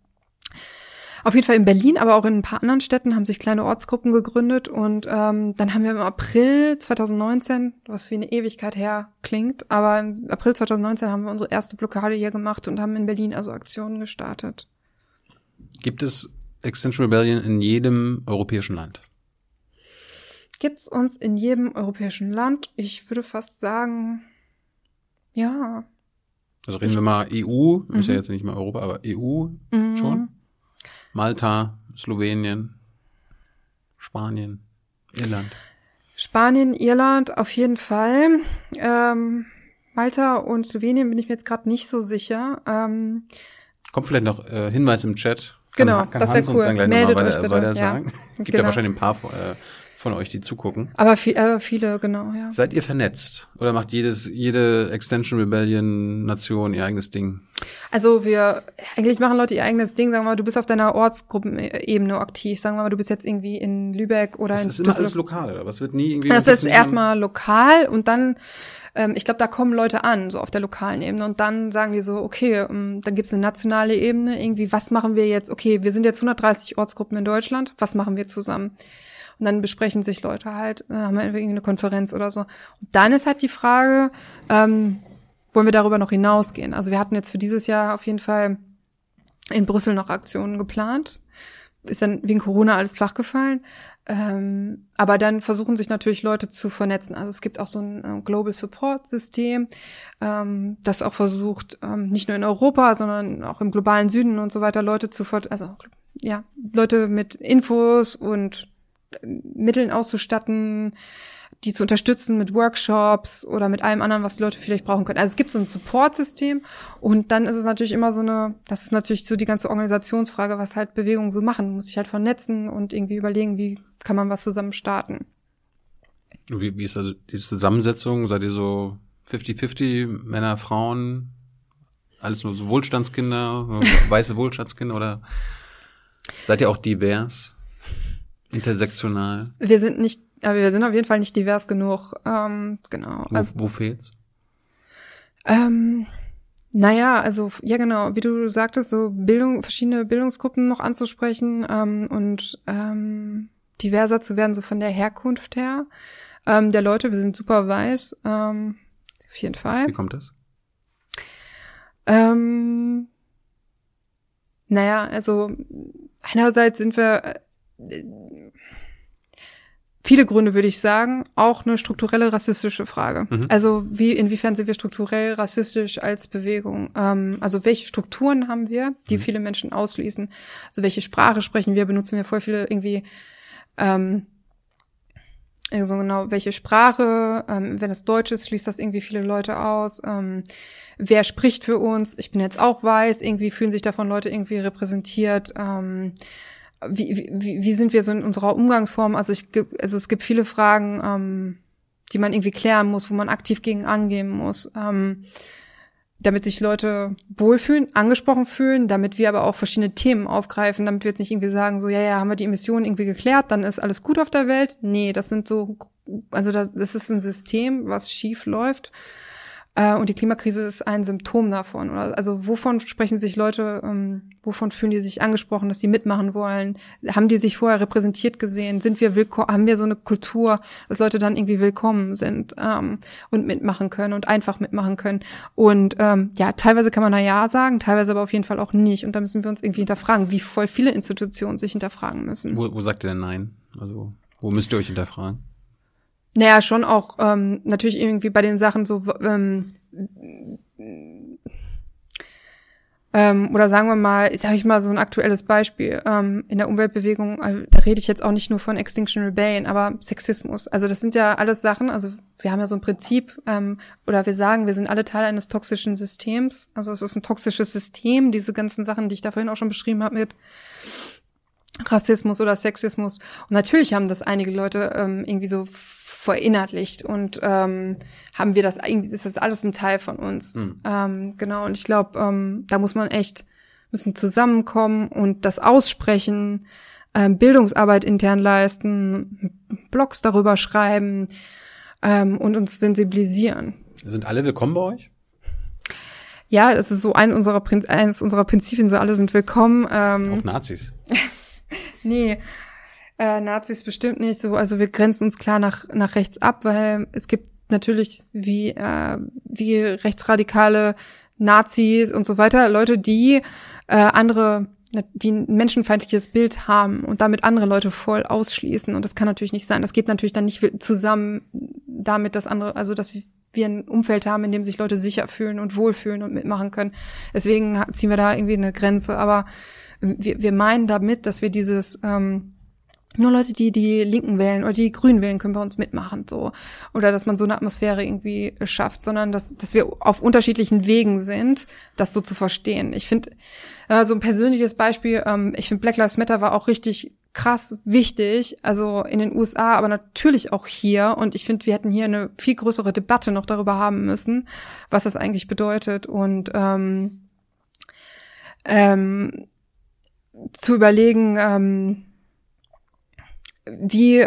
auf jeden Fall in Berlin, aber auch in ein paar anderen Städten haben sich kleine Ortsgruppen gegründet und dann haben wir im April 2019, was wie eine Ewigkeit her klingt, aber im April 2019 haben wir unsere erste Blockade hier gemacht und haben in Berlin also Aktionen gestartet. Gibt es Extinction Rebellion in jedem europäischen Land? Gibt's uns in jedem europäischen Land? Ich würde fast sagen, ja. Also reden wir mal EU, ist ja jetzt nicht mal Europa, aber EU schon. Malta, Slowenien, Spanien, Irland. Spanien, Irland auf jeden Fall. Malta und Slowenien bin ich mir jetzt gerade nicht so sicher. Kommt vielleicht noch Hinweis im Chat. Genau, kann das wäre Hans uns cool. dann gleich Meldet noch mal euch bitte. weiter sagen. Gibt ja genau. wahrscheinlich ein paar von euch, die zugucken. Aber viele, genau, ja. Seid ihr vernetzt? Oder macht jede Extinction Rebellion Nation ihr eigenes Ding? Also eigentlich machen Leute ihr eigenes Ding. Sagen wir mal, du bist auf deiner Ortsgruppenebene aktiv. Sagen wir mal, du bist jetzt irgendwie in Lübeck oder das in ist immer alles lokal, oder? Was wird nie irgendwie... Das ist erstmal lokal und dann, ich glaube, da kommen Leute an, so auf der lokalen Ebene. Und dann sagen die so, okay, dann gibt's eine nationale Ebene. Irgendwie, was machen wir jetzt? Okay, wir sind jetzt 130 Ortsgruppen in Deutschland. Was machen wir zusammen? Und dann besprechen sich Leute halt, haben wir irgendwie eine Konferenz oder so. Und dann ist halt die Frage, wollen wir darüber noch hinausgehen? Also wir hatten jetzt für dieses Jahr auf jeden Fall in Brüssel noch Aktionen geplant. Ist dann wegen Corona alles flach gefallen. Aber dann versuchen sich natürlich Leute zu vernetzen. Also es gibt auch so ein Global Support System, das auch versucht, nicht nur in Europa, sondern auch im globalen Süden und so weiter Leute Leute mit Infos und Mitteln auszustatten, die zu unterstützen mit Workshops oder mit allem anderen, was die Leute vielleicht brauchen können. Also es gibt so ein Support-System und dann ist es natürlich immer das ist natürlich so die ganze Organisationsfrage, was halt Bewegungen so machen. Man muss sich halt vernetzen und irgendwie überlegen, wie kann man was zusammen starten. Wie ist also diese Zusammensetzung? Seid ihr so 50-50, Männer, Frauen, alles nur so Wohlstandskinder, weiße Wohlstandskinder oder seid ihr auch divers? Intersektional? Wir sind auf jeden Fall nicht divers genug, genau. Wo fehlt's? Also, ja genau, wie du sagtest, so verschiedene Bildungsgruppen noch anzusprechen, und diverser zu werden, so von der Herkunft her, der Leute. Wir sind super weiß, auf jeden Fall. Wie kommt das? Also einerseits sind wir viele Gründe, würde ich sagen, auch eine strukturelle rassistische Frage. Also inwiefern sind wir strukturell rassistisch als Bewegung? Also welche Strukturen haben wir, die viele Menschen ausschließen? Also welche Sprache sprechen wir? Benutzen wir voll viele irgendwie so genau, welche Sprache? Wenn es Deutsch ist, schließt das irgendwie viele Leute aus. Wer spricht für uns? Ich bin jetzt auch weiß. Irgendwie fühlen sich davon Leute irgendwie repräsentiert. Wie sind wir so in unserer Umgangsform? Also es gibt viele Fragen, die man irgendwie klären muss, wo man aktiv gegen angehen muss, damit sich Leute wohlfühlen, angesprochen fühlen, damit wir aber auch verschiedene Themen aufgreifen, damit wir jetzt nicht irgendwie sagen, so, ja, haben wir die Emissionen irgendwie geklärt, dann ist alles gut auf der Welt. Nee, das ist ein System, was schief läuft. Und die Klimakrise ist ein Symptom davon. Also wovon sprechen sich Leute, wovon fühlen die sich angesprochen, dass die mitmachen wollen? Haben die sich vorher repräsentiert gesehen? Haben wir so eine Kultur, dass Leute dann irgendwie willkommen sind und mitmachen können und einfach mitmachen können? Und teilweise kann man ja sagen, teilweise aber auf jeden Fall auch nicht. Und da müssen wir uns irgendwie hinterfragen, wie voll viele Institutionen sich hinterfragen müssen. Wo sagt ihr denn nein? Also wo müsst ihr euch hinterfragen? Naja, schon auch natürlich irgendwie bei den Sachen so oder sagen wir mal, sag ich mal so ein aktuelles Beispiel in der Umweltbewegung, da rede ich jetzt auch nicht nur von Extinction Rebellion, aber Sexismus. Also das sind ja alles Sachen, also wir haben ja so ein Prinzip oder wir sagen, wir sind alle Teil eines toxischen Systems. Also es ist ein toxisches System, diese ganzen Sachen, die ich da vorhin auch schon beschrieben habe mit Rassismus oder Sexismus. Und natürlich haben das einige Leute irgendwie so verinnerlicht und haben wir das irgendwie, ist das alles ein Teil von uns. Genau, und ich glaube, da müssen zusammenkommen und das aussprechen, Bildungsarbeit intern leisten, Blogs darüber schreiben und uns sensibilisieren. Sind alle willkommen bei euch? Ja, das ist so eines unserer Prinzipien, so alle sind willkommen. Auch Nazis? Nee. Nazis bestimmt nicht so, also wir grenzen uns klar nach rechts ab, weil es gibt natürlich wie rechtsradikale Nazis und so weiter, Leute, die die ein menschenfeindliches Bild haben und damit andere Leute voll ausschließen, und das kann natürlich nicht sein. Das geht natürlich dann nicht zusammen damit, dass wir ein Umfeld haben, in dem sich Leute sicher fühlen und wohlfühlen und mitmachen können. Deswegen ziehen wir da irgendwie eine Grenze, aber wir meinen damit, dass wir dieses nur Leute, die Linken wählen oder die Grünen wählen, können bei uns mitmachen, so. Oder dass man so eine Atmosphäre irgendwie schafft, sondern dass wir auf unterschiedlichen Wegen sind, das so zu verstehen. Ich finde, so ein persönliches Beispiel, ich finde Black Lives Matter war auch richtig krass wichtig, also in den USA, aber natürlich auch hier. Und ich finde, wir hätten hier eine viel größere Debatte noch darüber haben müssen, was das eigentlich bedeutet. Und zu überlegen, wie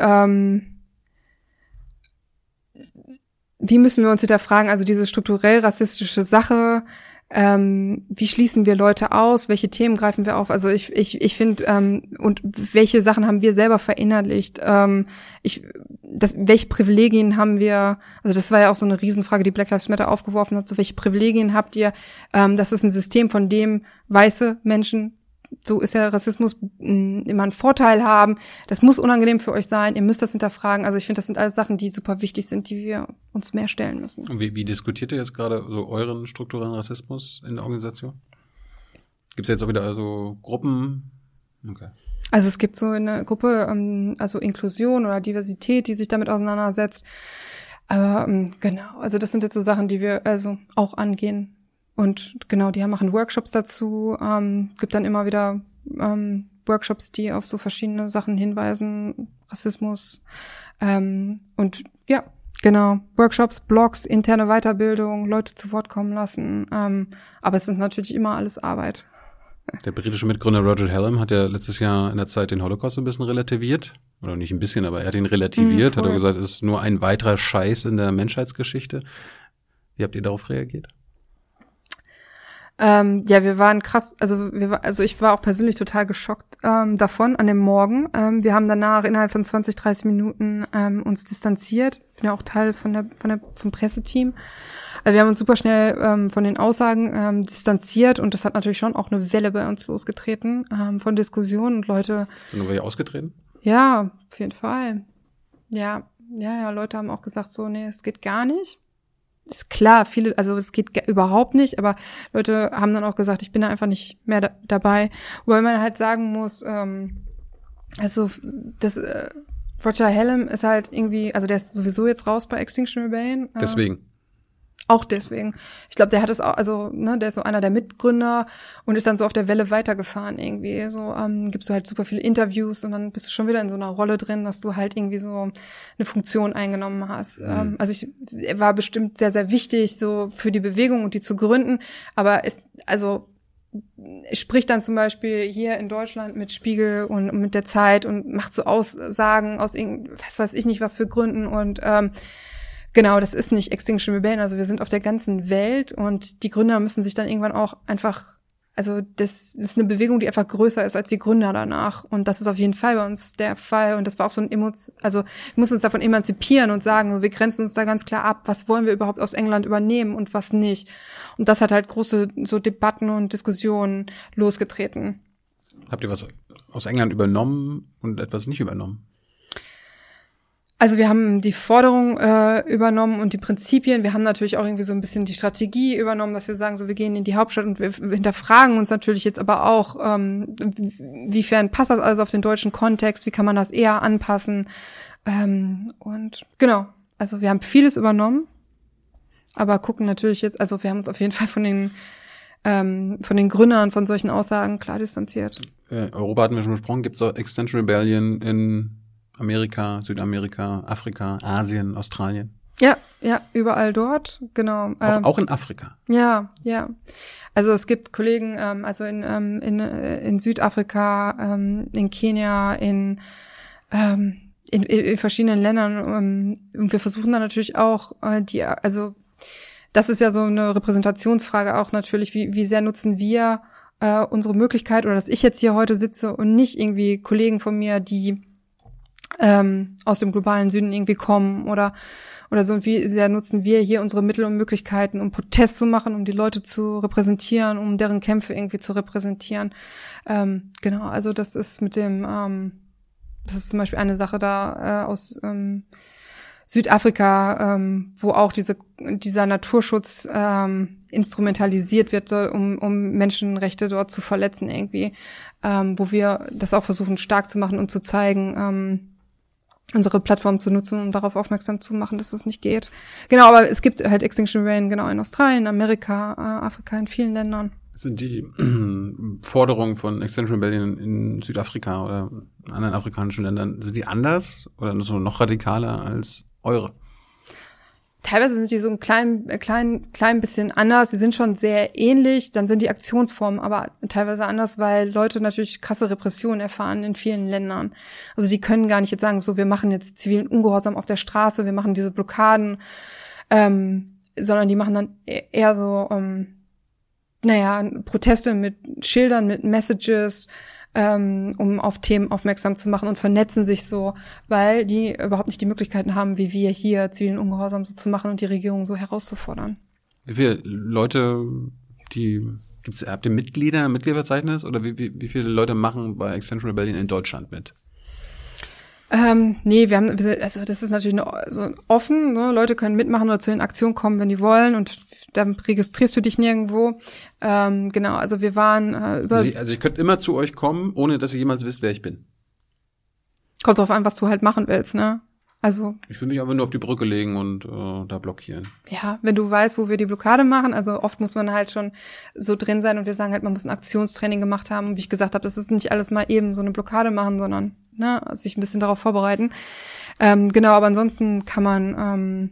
müssen wir uns hinterfragen, also diese strukturell rassistische Sache, wie schließen wir Leute aus, welche Themen greifen wir auf, also ich finde, und welche Sachen haben wir selber verinnerlicht, welche Privilegien haben wir, also das war ja auch so eine Riesenfrage, die Black Lives Matter aufgeworfen hat, so welche Privilegien habt ihr, das ist ein System, von dem weiße Menschen, so ist ja Rassismus, immer einen Vorteil haben. Das muss unangenehm für euch sein. Ihr müsst das hinterfragen. Also ich finde, das sind alles Sachen, die super wichtig sind, die wir uns mehr stellen müssen. Und wie diskutiert ihr jetzt gerade so euren strukturellen Rassismus in der Organisation? Gibt es jetzt auch wieder so Gruppen? Okay. Also es gibt so eine Gruppe, also Inklusion oder Diversität, die sich damit auseinandersetzt. Aber genau, also das sind jetzt so Sachen, die wir also auch angehen. Und genau, die machen Workshops dazu, gibt dann immer wieder Workshops, die auf so verschiedene Sachen hinweisen, Rassismus und ja, genau, Workshops, Blogs, interne Weiterbildung, Leute zu Wort kommen lassen, aber es ist natürlich immer alles Arbeit. Der britische Mitgründer Roger Hallam hat ja letztes Jahr in der Zeit den Holocaust ein bisschen relativiert, oder nicht ein bisschen, aber er hat ihn relativiert, hat er gesagt, es ist nur ein weiterer Scheiß in der Menschheitsgeschichte. Wie habt ihr darauf reagiert? Ja, wir waren krass, also ich war auch persönlich total geschockt davon an dem Morgen. Wir haben danach innerhalb von 20, 30 Minuten uns distanziert. Ich bin ja auch Teil vom Presseteam. Also wir haben uns super schnell von den Aussagen distanziert und das hat natürlich schon auch eine Welle bei uns losgetreten von Diskussionen und Leute. Sind wir ausgetreten? Ja, auf jeden Fall. Ja, Leute haben auch gesagt so, nee, es geht gar nicht. Ist klar, also es geht überhaupt nicht, aber Leute haben dann auch gesagt, ich bin da einfach nicht mehr dabei. Wobei man halt sagen muss, also das Roger Hallam ist halt irgendwie, also der ist sowieso jetzt raus bei Extinction Rebellion. Deswegen. Auch deswegen. Ich glaube, der hat es auch, also, ne, der ist so einer der Mitgründer und ist dann so auf der Welle weitergefahren irgendwie. So, gibst du halt super viele Interviews und dann bist du schon wieder in so einer Rolle drin, dass du halt irgendwie so eine Funktion eingenommen hast. Also er war bestimmt sehr, sehr wichtig, so für die Bewegung und die zu gründen, aber spricht dann zum Beispiel hier in Deutschland mit Spiegel und mit der Zeit und macht so Aussagen aus was weiß ich nicht was für Gründen und genau, das ist nicht Extinction Rebellion, also wir sind auf der ganzen Welt und die Gründer müssen sich dann irgendwann auch einfach, also das ist eine Bewegung, die einfach größer ist als die Gründer danach und das ist auf jeden Fall bei uns der Fall und das war auch so also wir müssen uns davon emanzipieren und sagen, wir grenzen uns da ganz klar ab, was wollen wir überhaupt aus England übernehmen und was nicht und das hat halt große so Debatten und Diskussionen losgetreten. Habt ihr was aus England übernommen und etwas nicht übernommen? Also wir haben die Forderung übernommen und die Prinzipien. Wir haben natürlich auch irgendwie so ein bisschen die Strategie übernommen, dass wir sagen, so wir gehen in die Hauptstadt und wir hinterfragen uns natürlich jetzt aber auch, wiefern passt das alles auf den deutschen Kontext, wie kann man das eher anpassen. Und genau, also wir haben vieles übernommen, aber gucken natürlich jetzt, also wir haben uns auf jeden Fall von den Gründern von solchen Aussagen klar distanziert. Europa hatten wir schon besprochen, gibt es auch Extinction Rebellion in Amerika, Südamerika, Afrika, Asien, Australien? Ja, überall dort, genau. Auch in Afrika? Ja. Also es gibt Kollegen, also in Südafrika, in Kenia, in verschiedenen Ländern. Und wir versuchen dann natürlich auch also das ist ja so eine Repräsentationsfrage auch natürlich, wie sehr nutzen wir unsere Möglichkeit oder dass ich jetzt hier heute sitze und nicht irgendwie Kollegen von mir, die aus dem globalen Süden irgendwie kommen oder so, und wie sehr nutzen wir hier unsere Mittel und Möglichkeiten, um Protest zu machen, um die Leute zu repräsentieren, um deren Kämpfe irgendwie zu repräsentieren. Genau, also das ist das ist zum Beispiel eine Sache da aus Südafrika, wo auch dieser Naturschutz instrumentalisiert wird, um Menschenrechte dort zu verletzen irgendwie, wo wir das auch versuchen stark zu machen und zu zeigen, unsere Plattform zu nutzen, um darauf aufmerksam zu machen, dass es nicht geht. Genau, aber es gibt halt Extinction Rebellion genau in Australien, Amerika, Afrika, in vielen Ländern. Sind die Forderungen von Extinction Rebellion in Südafrika oder in anderen afrikanischen Ländern, sind die anders oder so noch radikaler als eure? Teilweise sind die so ein klein bisschen anders. Sie sind schon sehr ähnlich. Dann sind die Aktionsformen aber teilweise anders, weil Leute natürlich krasse Repressionen erfahren in vielen Ländern. Also die können gar nicht jetzt sagen, so wir machen jetzt zivilen Ungehorsam auf der Straße, wir machen diese Blockaden, sondern die machen dann eher so, Proteste mit Schildern, mit Messages, um auf Themen aufmerksam zu machen und vernetzen sich so, weil die überhaupt nicht die Möglichkeiten haben, wie wir hier zivilen Ungehorsam so zu machen und die Regierung so herauszufordern. Wie viele Leute, habt ihr Mitgliederverzeichnis oder wie viele Leute machen bei Extinction Rebellion in Deutschland mit? Nee, also das ist natürlich so offen, ne? Leute können mitmachen oder zu den Aktionen kommen, wenn die wollen, und dann registrierst du dich nirgendwo. Genau, also wir waren Also ich könnte immer zu euch kommen, ohne dass ihr jemals wisst, wer ich bin. Kommt drauf an, was du halt machen willst, ne? Also ich will mich einfach nur auf die Brücke legen und da blockieren. Ja, wenn du weißt, wo wir die Blockade machen, also oft muss man halt schon so drin sein und wir sagen halt, man muss ein Aktionstraining gemacht haben. Und wie ich gesagt habe, das ist nicht alles mal eben so eine Blockade machen, sondern sich ein bisschen darauf vorbereiten. Genau, aber ansonsten kann man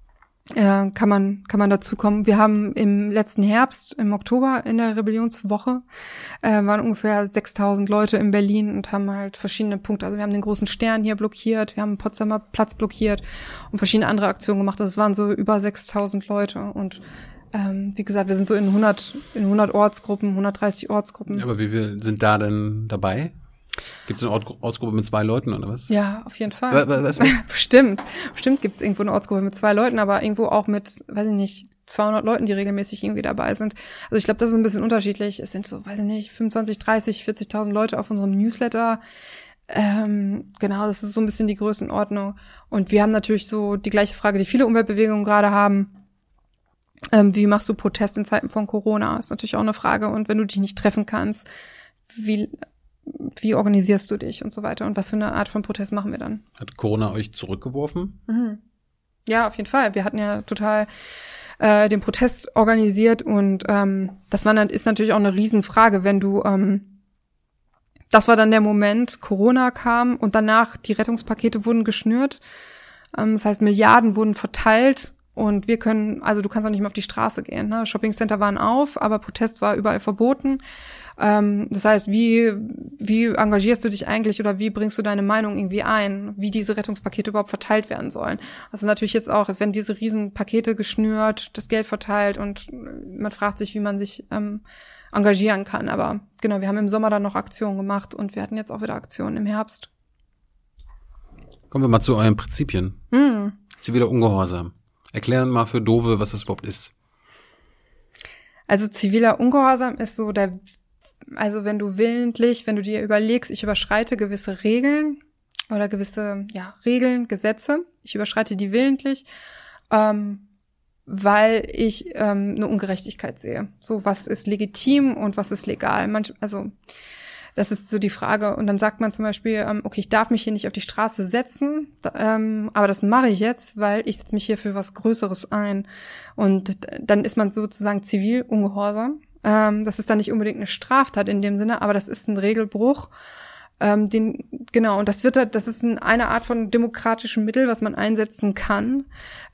dazu kommen. Wir haben im letzten Herbst, im Oktober, in der Rebellionswoche, waren ungefähr 6.000 Leute in Berlin und haben halt verschiedene Punkte. Also wir haben den großen Stern hier blockiert, wir haben den Potsdamer Platz blockiert und verschiedene andere Aktionen gemacht. Also es waren so über 6.000 Leute und Wie gesagt, wir sind so in 100 Ortsgruppen, 130 Ortsgruppen. Aber wie viel sind da denn dabei? Gibt es eine Ortsgruppe mit 2 Leuten oder was? Ja, auf jeden Fall. Was? Bestimmt gibt es irgendwo eine Ortsgruppe mit 2 Leuten, aber irgendwo auch mit, weiß ich nicht, 200 Leuten, die regelmäßig irgendwie dabei sind. Also ich glaube, das ist ein bisschen unterschiedlich. Es sind so, weiß ich nicht, 25, 30, 40.000 Leute auf unserem Newsletter. Genau, das ist so ein bisschen die Größenordnung. Und wir haben natürlich so die gleiche Frage, die viele Umweltbewegungen gerade haben. Wie machst du Protest in Zeiten von Corona? Ist natürlich auch eine Frage. Und wenn du dich nicht treffen kannst, wie organisierst du dich und so weiter? Und was für eine Art von Protest machen wir dann? Hat Corona euch zurückgeworfen? Mhm. Ja, auf jeden Fall. Wir hatten ja total den Protest organisiert und das ist natürlich auch eine Riesenfrage, wenn du das war dann der Moment, Corona kam und danach die Rettungspakete wurden geschnürt. Das heißt, Milliarden wurden verteilt und du kannst auch nicht mehr auf die Straße gehen. Ne? Shoppingcenter waren auf, aber Protest war überall verboten. Das heißt, wie engagierst du dich eigentlich oder wie bringst du deine Meinung irgendwie ein, wie diese Rettungspakete überhaupt verteilt werden sollen? Also natürlich jetzt auch, es werden diese riesen Pakete geschnürt, das Geld verteilt und man fragt sich, wie man sich engagieren kann. Aber genau, wir haben im Sommer dann noch Aktionen gemacht und wir hatten jetzt auch wieder Aktionen im Herbst. Kommen wir mal zu euren Prinzipien. Ziviler Ungehorsam. Erklären mal für Doofe, was das überhaupt ist. Also ziviler Ungehorsam ist so wenn du dir überlegst, ich überschreite gewisse Regeln oder gewisse Regeln, Gesetze, ich überschreite die willentlich, weil ich eine Ungerechtigkeit sehe. So, was ist legitim und was ist legal? Das ist so die Frage. Und dann sagt man zum Beispiel, okay, ich darf mich hier nicht auf die Straße setzen, aber das mache ich jetzt, weil ich setze mich hier für was Größeres ein. Und dann ist man sozusagen zivil ungehorsam. Das ist dann nicht unbedingt eine Straftat in dem Sinne, aber das ist ein Regelbruch. Und das ist eine Art von demokratischem Mittel, was man einsetzen kann.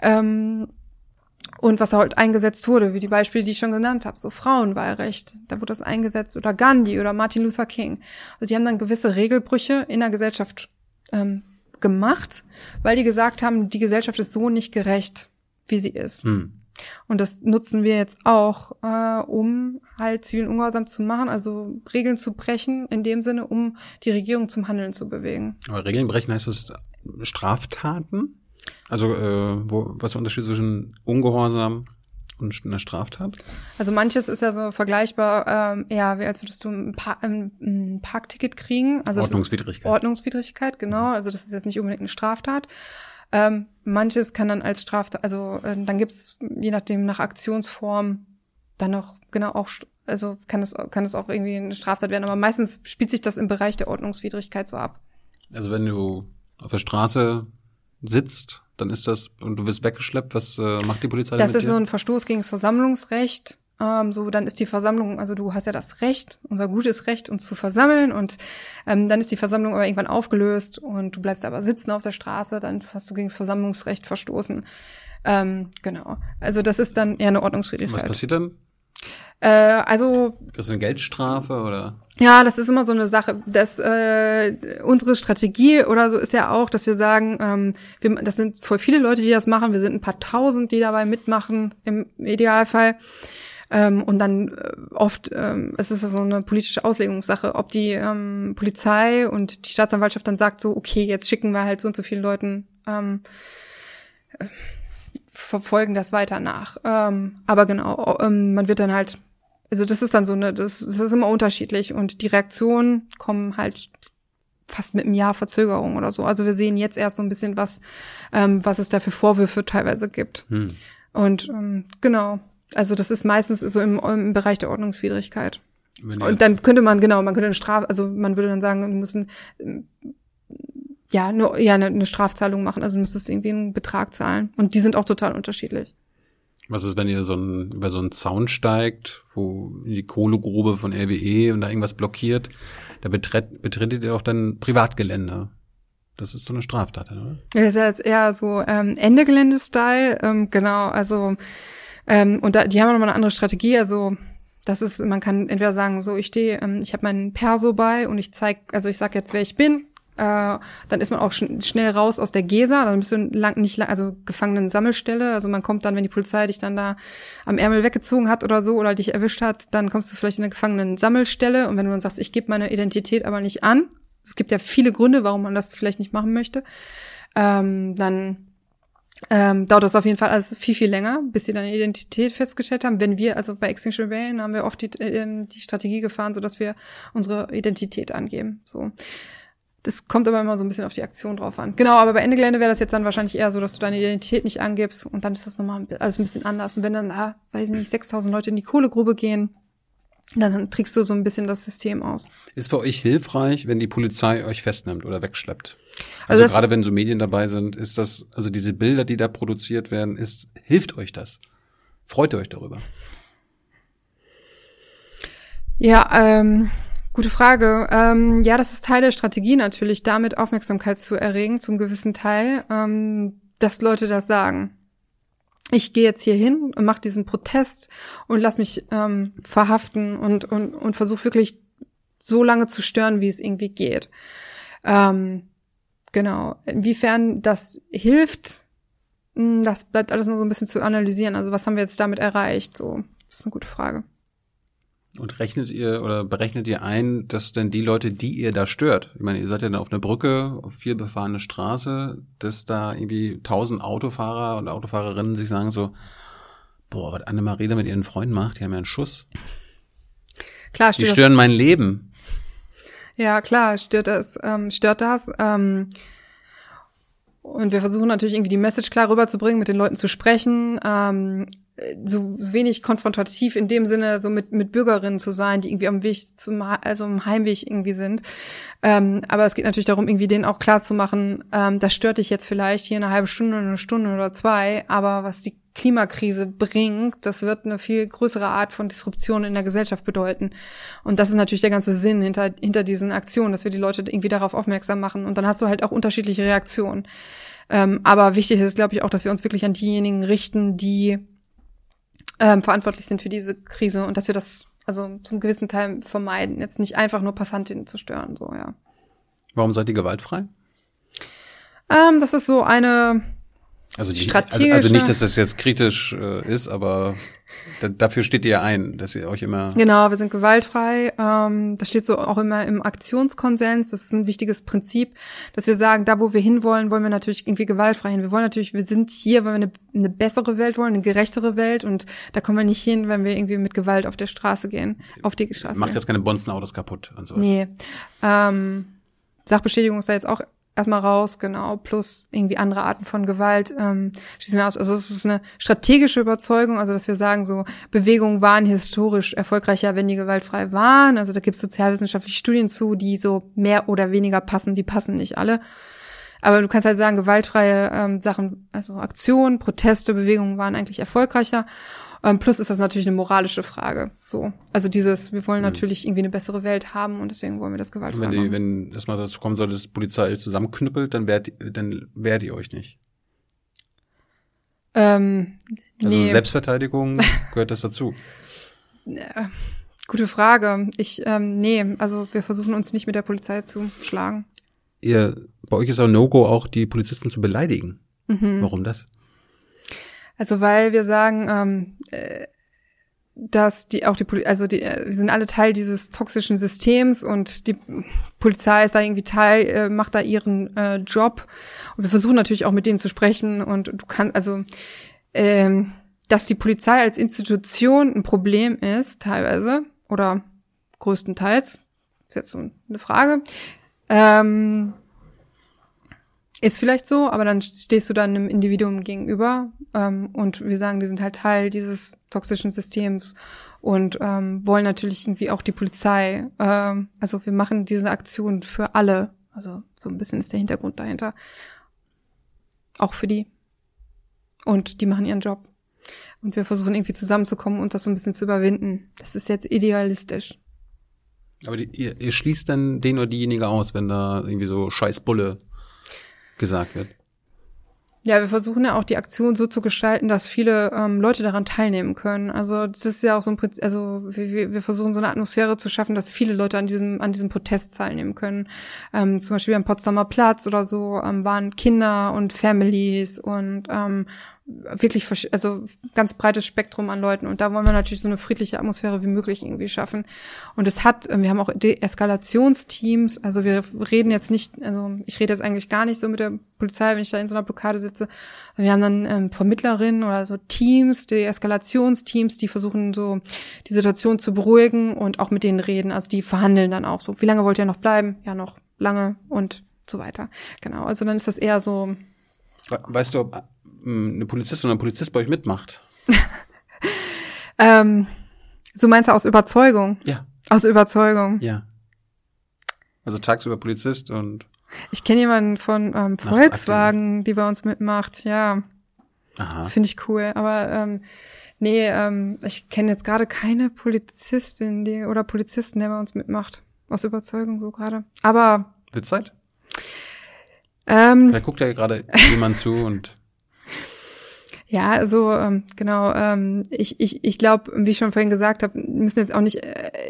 Und was halt eingesetzt wurde, wie die Beispiele, die ich schon genannt habe, so Frauenwahlrecht, da wurde das eingesetzt, oder Gandhi oder Martin Luther King. Also die haben dann gewisse Regelbrüche in der Gesellschaft gemacht, weil die gesagt haben, die Gesellschaft ist so nicht gerecht, wie sie ist. Und das nutzen wir jetzt auch, um halt zivilen Ungehorsam zu machen, also Regeln zu brechen, in dem Sinne, um die Regierung zum Handeln zu bewegen. Aber Regeln brechen heißt das Straftaten? Also was ist der Unterschied zwischen Ungehorsam und einer Straftat? Also manches ist ja so vergleichbar, wie als würdest du ein Parkticket kriegen. Also Ordnungswidrigkeit, genau. Also das ist jetzt nicht unbedingt eine Straftat. Manches kann dann als Straftat, dann gibt's je nachdem nach Aktionsform dann noch kann es auch irgendwie eine Straftat werden. Aber meistens spielt sich das im Bereich der Ordnungswidrigkeit so ab. Also wenn du auf der Straße sitzt, dann ist das, und du wirst weggeschleppt, was macht die Polizei damit? Das ist so ein Verstoß gegen das Versammlungsrecht. Dann ist die Versammlung, also du hast ja das Recht, unser gutes Recht, uns zu versammeln, und dann ist die Versammlung aber irgendwann aufgelöst und du bleibst aber sitzen auf der Straße, dann hast du gegen das Versammlungsrecht verstoßen. Genau. Also das ist dann eher eine Ordnungswidrigkeit. Was passiert dann? Kriegst du eine Geldstrafe oder? Ja, das ist immer so eine Sache. Unsere Strategie oder so ist ja auch, dass wir sagen, das sind voll viele Leute, die das machen. Wir sind ein paar Tausend, die dabei mitmachen im Idealfall. Und dann oft es ist so eine politische Auslegungssache, ob die Polizei und die Staatsanwaltschaft dann sagt so, okay, jetzt schicken wir halt so und so viele Leuten verfolgen das weiter nach. Aber genau, man wird dann halt, also das ist dann so das ist immer unterschiedlich, und die Reaktionen kommen halt fast mit einem Jahr Verzögerung oder so. Also wir sehen jetzt erst so ein bisschen, was es da für Vorwürfe teilweise gibt. Und genau, also das ist meistens so im Bereich der Ordnungswidrigkeit. Und dann könnte man eine Strafe, also man würde dann sagen, wir müssen eine Strafzahlung machen, also du müsstest irgendwie einen Betrag zahlen. Und die sind auch total unterschiedlich. Was ist, wenn ihr über so einen Zaun steigt, wo in die Kohlegrube von RWE und da irgendwas blockiert, da betretet ihr auch dann Privatgelände? Das ist so eine Straftat, oder? Ja, das ist ja jetzt eher so Ende Gelände-Style, genau, also und die haben nochmal eine andere Strategie, also das ist, man kann entweder sagen, so ich habe meinen Perso bei und ich sag jetzt, wer ich bin, Dann ist man auch schnell raus aus der Gesa, dann bist du also Gefangenen-Sammelstelle. Also man kommt dann, wenn die Polizei dich dann da am Ärmel weggezogen hat oder so oder dich erwischt hat, dann kommst du vielleicht in eine Gefangenen-Sammelstelle. Und wenn du dann sagst, ich gebe meine Identität aber nicht an, es gibt ja viele Gründe, warum man das vielleicht nicht machen möchte, dann dauert das auf jeden Fall alles viel, viel länger, bis sie deine Identität festgestellt haben. Wenn wir, also bei Extinction Rebellion haben wir oft die Strategie gefahren, sodass wir unsere Identität angeben. So. Das kommt aber immer so ein bisschen auf die Aktion drauf an. Genau, aber bei Ende Gelände wäre das jetzt dann wahrscheinlich eher so, dass du deine Identität nicht angibst und dann ist das nochmal alles ein bisschen anders. Und wenn dann, weiß ich nicht, 6.000 Leute in die Kohlegrube gehen, dann trickst du so ein bisschen das System aus. Ist für euch hilfreich, wenn die Polizei euch festnimmt oder wegschleppt? Also gerade wenn so Medien dabei sind, ist das, also diese Bilder, die da produziert werden, hilft euch das? Freut ihr euch darüber? Ja, gute Frage. Ja, das ist Teil der Strategie natürlich, damit Aufmerksamkeit zu erregen, zum gewissen Teil, dass Leute das sagen. Ich gehe jetzt hier hin und mache diesen Protest und lass mich verhaften und versuche wirklich so lange zu stören, wie es irgendwie geht. Genau. Inwiefern das hilft, das bleibt alles noch so ein bisschen zu analysieren. Also was haben wir jetzt damit erreicht? So, das ist eine gute Frage. Und berechnet ihr ein, dass denn die Leute, die ihr da stört, ich meine, ihr seid ja dann auf einer Brücke, auf viel befahrene Straße, dass da irgendwie 1000 Autofahrer und Autofahrerinnen sich sagen so, boah, was Annemarie da mit ihren Freunden macht, die haben ja einen Schuss. Klar, die stören mein Leben. Ja, klar, stört das. Und wir versuchen natürlich irgendwie die Message klar rüberzubringen, mit den Leuten zu sprechen, so wenig konfrontativ in dem Sinne, so mit Bürgerinnen zu sein, die irgendwie am Weg also am Heimweg irgendwie sind. Aber es geht natürlich darum, irgendwie denen auch klar zu machen, das stört dich jetzt vielleicht hier eine halbe Stunde, eine Stunde oder zwei, aber was die Klimakrise bringt, das wird eine viel größere Art von Disruption in der Gesellschaft bedeuten. Und das ist natürlich der ganze Sinn hinter diesen Aktionen, dass wir die Leute irgendwie darauf aufmerksam machen. Und dann hast du halt auch unterschiedliche Reaktionen. Aber wichtig ist, glaube ich, auch, dass wir uns wirklich an diejenigen richten, die verantwortlich sind für diese Krise und dass wir das also zum gewissen Teil vermeiden, jetzt nicht einfach nur Passantinnen zu stören, so, ja. Warum seid ihr gewaltfrei? Das ist so eine strategische... Also nicht, dass das jetzt kritisch ist, aber dafür steht ihr ja ein, dass ihr euch immer... Genau, wir sind gewaltfrei. Das steht so auch immer im Aktionskonsens. Das ist ein wichtiges Prinzip, dass wir sagen, da wo wir hinwollen, wollen wir natürlich irgendwie gewaltfrei hin. Wir sind hier, weil wir eine bessere Welt wollen, eine gerechtere Welt und da kommen wir nicht hin, wenn wir irgendwie mit Gewalt auf die Straße gehen. Macht jetzt keine Bonzenautos kaputt und sowas. Nee. Sachbeschädigung ist da jetzt auch erstmal raus, genau, plus irgendwie andere Arten von Gewalt schließen wir aus. Also es ist eine strategische Überzeugung, also dass wir sagen, so Bewegungen waren historisch erfolgreicher, wenn die gewaltfrei waren. Also da gibt es sozialwissenschaftliche Studien zu, die so mehr oder weniger passen, die passen nicht alle. Aber du kannst halt sagen, gewaltfreie Sachen, also Aktionen, Proteste, Bewegungen waren eigentlich erfolgreicher. Plus ist das natürlich eine moralische Frage. So, also wir wollen natürlich irgendwie eine bessere Welt haben und deswegen wollen wir das gewaltfrei machen. Wenn es mal dazu kommen sollte, dass die Polizei euch zusammenknüppelt, dann wehrt ihr euch nicht. Nee. Selbstverteidigung, gehört das dazu? Gute Frage. Nee, also wir versuchen uns nicht mit der Polizei zu schlagen. Bei euch ist auch No-Go, auch die Polizisten zu beleidigen. Mhm. Warum das? Also weil wir sagen, dass wir sind alle Teil dieses toxischen Systems und die Polizei ist da irgendwie macht da ihren Job und wir versuchen natürlich auch mit denen zu sprechen und du kannst dass die Polizei als Institution ein Problem ist teilweise oder größtenteils, ist jetzt so eine Frage. Ist vielleicht so, aber dann stehst du dann einem Individuum gegenüber und wir sagen, die sind halt Teil dieses toxischen Systems und wollen natürlich irgendwie auch die Polizei, also wir machen diese Aktion für alle, also so ein bisschen ist der Hintergrund dahinter, auch für die und die machen ihren Job und wir versuchen irgendwie zusammenzukommen und das so ein bisschen zu überwinden. Das ist jetzt idealistisch. Aber ihr schließt dann den oder diejenige aus, wenn da irgendwie so scheiß Bulle gesagt wird? Ja, wir versuchen ja auch die Aktion so zu gestalten, dass viele Leute daran teilnehmen können. Also das ist ja auch so ein Prinzip, also wir versuchen so eine Atmosphäre zu schaffen, dass viele Leute an diesem Protest teilnehmen können. Zum Beispiel am Potsdamer Platz oder so waren Kinder und Families und wirklich also ganz breites Spektrum an Leuten. Und da wollen wir natürlich so eine friedliche Atmosphäre wie möglich irgendwie schaffen. Und wir haben auch Deeskalationsteams. Also wir reden jetzt nicht, also ich rede jetzt eigentlich gar nicht so mit der Polizei, wenn ich da in so einer Blockade sitze. Wir haben dann Vermittlerinnen oder so Teams, Deeskalationsteams, die versuchen so die Situation zu beruhigen und auch mit denen reden. Also die verhandeln dann auch so. Wie lange wollt ihr noch bleiben? Ja, noch lange und so weiter. Genau, also dann ist das eher so. Weißt du, ob eine Polizistin oder ein Polizist bei euch mitmacht? So meinst du aus Überzeugung? Ja. Aus Überzeugung? Ja. Also tagsüber Polizist und ich kenne jemanden von Volkswagen, die bei uns mitmacht, ja. Aha. Das finde ich cool. Aber ich kenne jetzt gerade keine Polizistin oder Polizisten, der bei uns mitmacht. Aus Überzeugung so gerade. Aber wird Zeit? Vielleicht guckt ja gerade jemand zu und ja, also genau. Ich glaube, wie ich schon vorhin gesagt habe, müssen jetzt auch nicht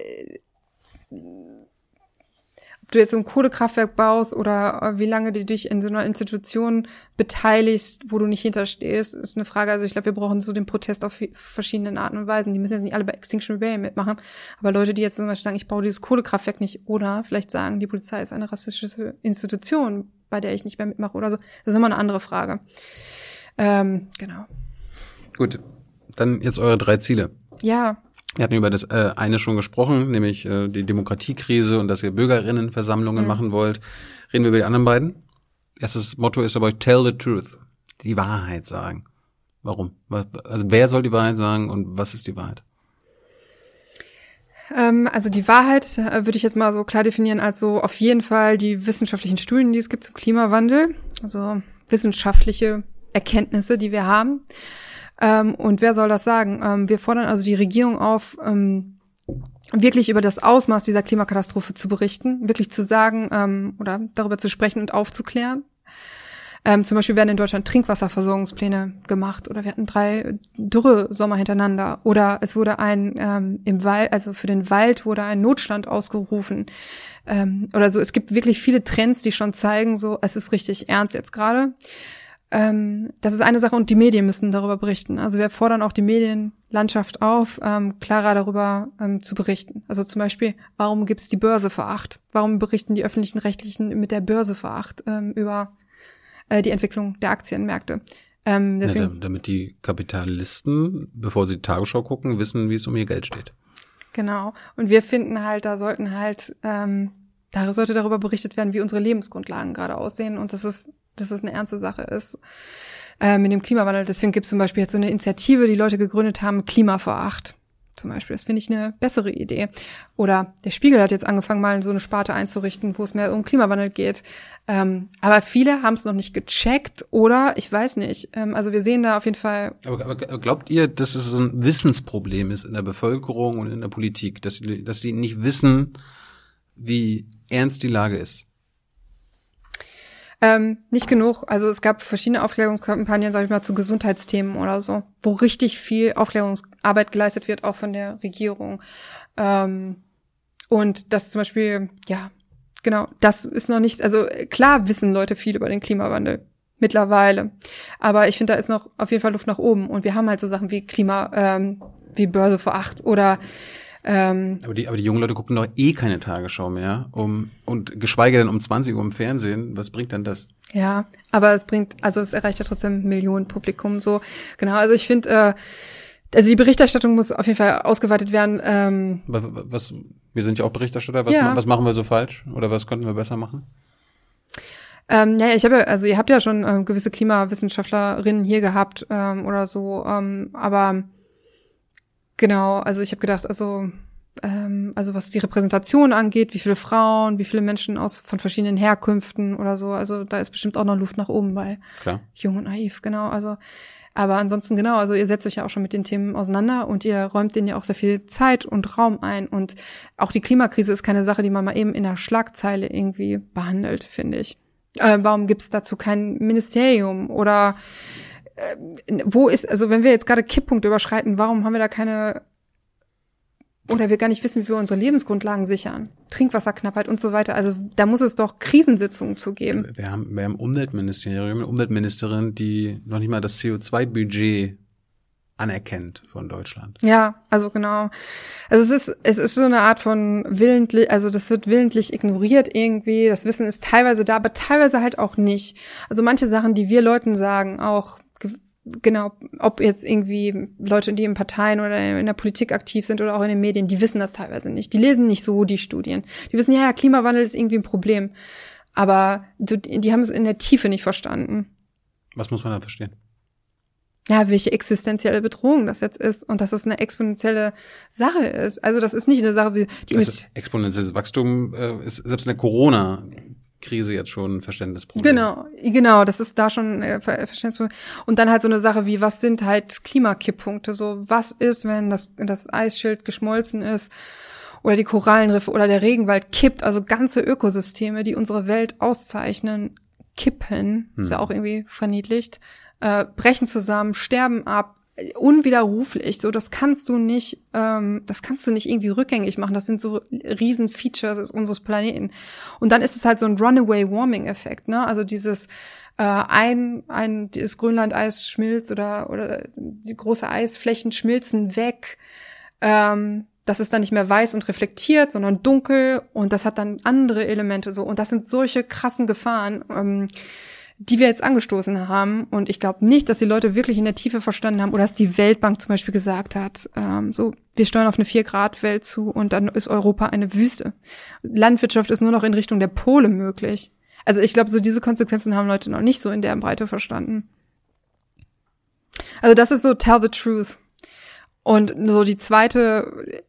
ob du jetzt so ein Kohlekraftwerk baust oder wie lange du dich in so einer Institution beteiligst, wo du nicht hinterstehst, ist eine Frage. Also ich glaube, wir brauchen so den Protest auf verschiedenen Arten und Weisen. Die müssen jetzt nicht alle bei Extinction Rebellion mitmachen. Aber Leute, die jetzt zum Beispiel sagen, ich baue dieses Kohlekraftwerk nicht oder vielleicht sagen, die Polizei ist eine rassistische Institution, bei der ich nicht mehr mitmache oder so. Das ist immer eine andere Frage. Genau. Gut, dann jetzt eure 3 Ziele. Ja. Wir hatten über das eine schon gesprochen, nämlich die Demokratiekrise und dass ihr Bürgerinnenversammlungen machen wollt. Reden wir über die anderen beiden. Erstes Motto ist aber Tell the Truth. Die Wahrheit sagen. Warum? Also wer soll die Wahrheit sagen und was ist die Wahrheit? Also die Wahrheit würde ich jetzt mal so klar definieren als so auf jeden Fall die wissenschaftlichen Studien, die es gibt zum Klimawandel. Also wissenschaftliche Erkenntnisse, die wir haben. Und wer soll das sagen? Wir fordern also die Regierung auf, wirklich über das Ausmaß dieser Klimakatastrophe zu berichten, wirklich zu sagen oder darüber zu sprechen und aufzuklären. Zum Beispiel werden in Deutschland Trinkwasserversorgungspläne gemacht oder wir hatten 3 Dürresommer hintereinander oder es wurde im Wald, also für den Wald wurde ein Notstand ausgerufen oder so. Es gibt wirklich viele Trends, die schon zeigen, so es ist richtig ernst jetzt gerade. Das ist eine Sache und die Medien müssen darüber berichten. Also wir fordern auch die Medienlandschaft auf, klarer darüber zu berichten. Also zum Beispiel, warum gibt's die Börse vor 8? Warum berichten die öffentlichen Rechtlichen mit der Börse vor 8 über die Entwicklung der Aktienmärkte? Deswegen, ja, damit die Kapitalisten, bevor sie die Tagesschau gucken, wissen, wie es um ihr Geld steht. Genau. Und wir finden halt, da sollte darüber berichtet werden, wie unsere Lebensgrundlagen gerade aussehen und dass es eine ernste Sache ist mit dem Klimawandel. Deswegen gibt es zum Beispiel jetzt so eine Initiative, die Leute gegründet haben, Klima vor 8 zum Beispiel. Das finde ich eine bessere Idee. Oder der Spiegel hat jetzt angefangen, mal so eine Sparte einzurichten, wo es mehr um Klimawandel geht. Aber viele haben es noch nicht gecheckt oder ich weiß nicht. Also wir sehen da auf jeden Fall. Aber glaubt ihr, dass es ein Wissensproblem ist in der Bevölkerung und in der Politik, dass die nicht wissen, wie ernst die Lage ist? Nicht genug. Also es gab verschiedene Aufklärungskampagnen, sag ich mal, zu Gesundheitsthemen oder so, wo richtig viel Aufklärungsarbeit geleistet wird, auch von der Regierung. Und das zum Beispiel, ja, genau, das ist noch nicht, also klar wissen Leute viel über den Klimawandel mittlerweile. Aber ich finde, da ist noch auf jeden Fall Luft nach oben. Und wir haben halt so Sachen wie wie Börse vor 8 oder Aber die jungen Leute gucken doch keine Tagesschau mehr, und geschweige denn um 20 Uhr im Fernsehen. Was bringt denn das? Ja, aber es erreicht ja trotzdem Millionen Publikum, so. Genau, also ich finde, also die Berichterstattung muss auf jeden Fall ausgeweitet werden. Wir sind ja auch Berichterstatter, was machen wir so falsch? Oder was könnten wir besser machen? Ja, ihr habt ja schon gewisse Klimawissenschaftlerinnen hier gehabt, oder so, aber genau, also ich habe gedacht, also was die Repräsentation angeht, wie viele Frauen, wie viele Menschen von verschiedenen Herkünften oder so, also da ist bestimmt auch noch Luft nach oben bei Klar. Jung und Naiv, genau, also aber ansonsten genau, also ihr setzt euch ja auch schon mit den Themen auseinander und ihr räumt denen ja auch sehr viel Zeit und Raum ein und auch die Klimakrise ist keine Sache, die man mal eben in der Schlagzeile irgendwie behandelt, finde ich. Warum gibt es dazu kein Ministerium? Oder also wenn wir jetzt gerade Kipppunkte überschreiten, warum haben wir da keine, oder wir gar nicht wissen, wie wir unsere Lebensgrundlagen sichern? Trinkwasserknappheit und so weiter. Also da muss es doch Krisensitzungen zu geben. Wir haben Umweltministerium, eine Umweltministerin, die noch nicht mal das CO2-Budget anerkennt von Deutschland. Ja, also genau. Also es ist so eine Art von willentlich, also das wird willentlich ignoriert irgendwie. Das Wissen ist teilweise da, aber teilweise halt auch nicht. Also manche Sachen, die wir Leuten sagen, auch genau, ob jetzt irgendwie Leute, die in Parteien oder in der Politik aktiv sind oder auch in den Medien, die wissen das teilweise nicht. Die lesen nicht so die Studien. Die wissen, ja, Klimawandel ist irgendwie ein Problem. Aber die haben es in der Tiefe nicht verstanden. Was muss man da verstehen? Ja, welche existenzielle Bedrohung das jetzt ist und dass es eine exponentielle Sache ist. Also das ist nicht eine Sache wie die exponentielles Wachstum ist selbst in der Corona-Krise jetzt schon ein Verständnisproblem. Genau, das ist da schon Verständnisproblem. Und dann halt so eine Sache wie, was sind halt Klimakipppunkte? So, was ist, wenn das Eisschild geschmolzen ist oder die Korallenriffe oder der Regenwald kippt? Also ganze Ökosysteme, die unsere Welt auszeichnen, kippen. Ist ja auch irgendwie verniedlicht. Brechen zusammen, sterben ab, unwiderruflich. So, das kannst du nicht irgendwie rückgängig machen. Das sind so riesen Features unseres Planeten. Und dann ist es halt so ein Runaway-Warming-Effekt, ne? Also dieses das Grönland-Eis schmilzt oder die große Eisflächen schmilzen weg. Das ist dann nicht mehr weiß und reflektiert, sondern dunkel. Und das hat dann andere Elemente so. Und das sind solche krassen Gefahren, die wir jetzt angestoßen haben. Und ich glaube nicht, dass die Leute wirklich in der Tiefe verstanden haben oder dass die Weltbank zum Beispiel gesagt hat, wir steuern auf eine 4-Grad-Welt zu und dann ist Europa eine Wüste. Landwirtschaft ist nur noch in Richtung der Pole möglich. Also ich glaube, so diese Konsequenzen haben Leute noch nicht so in der Breite verstanden. Also das ist so Tell the Truth. Und so die zweite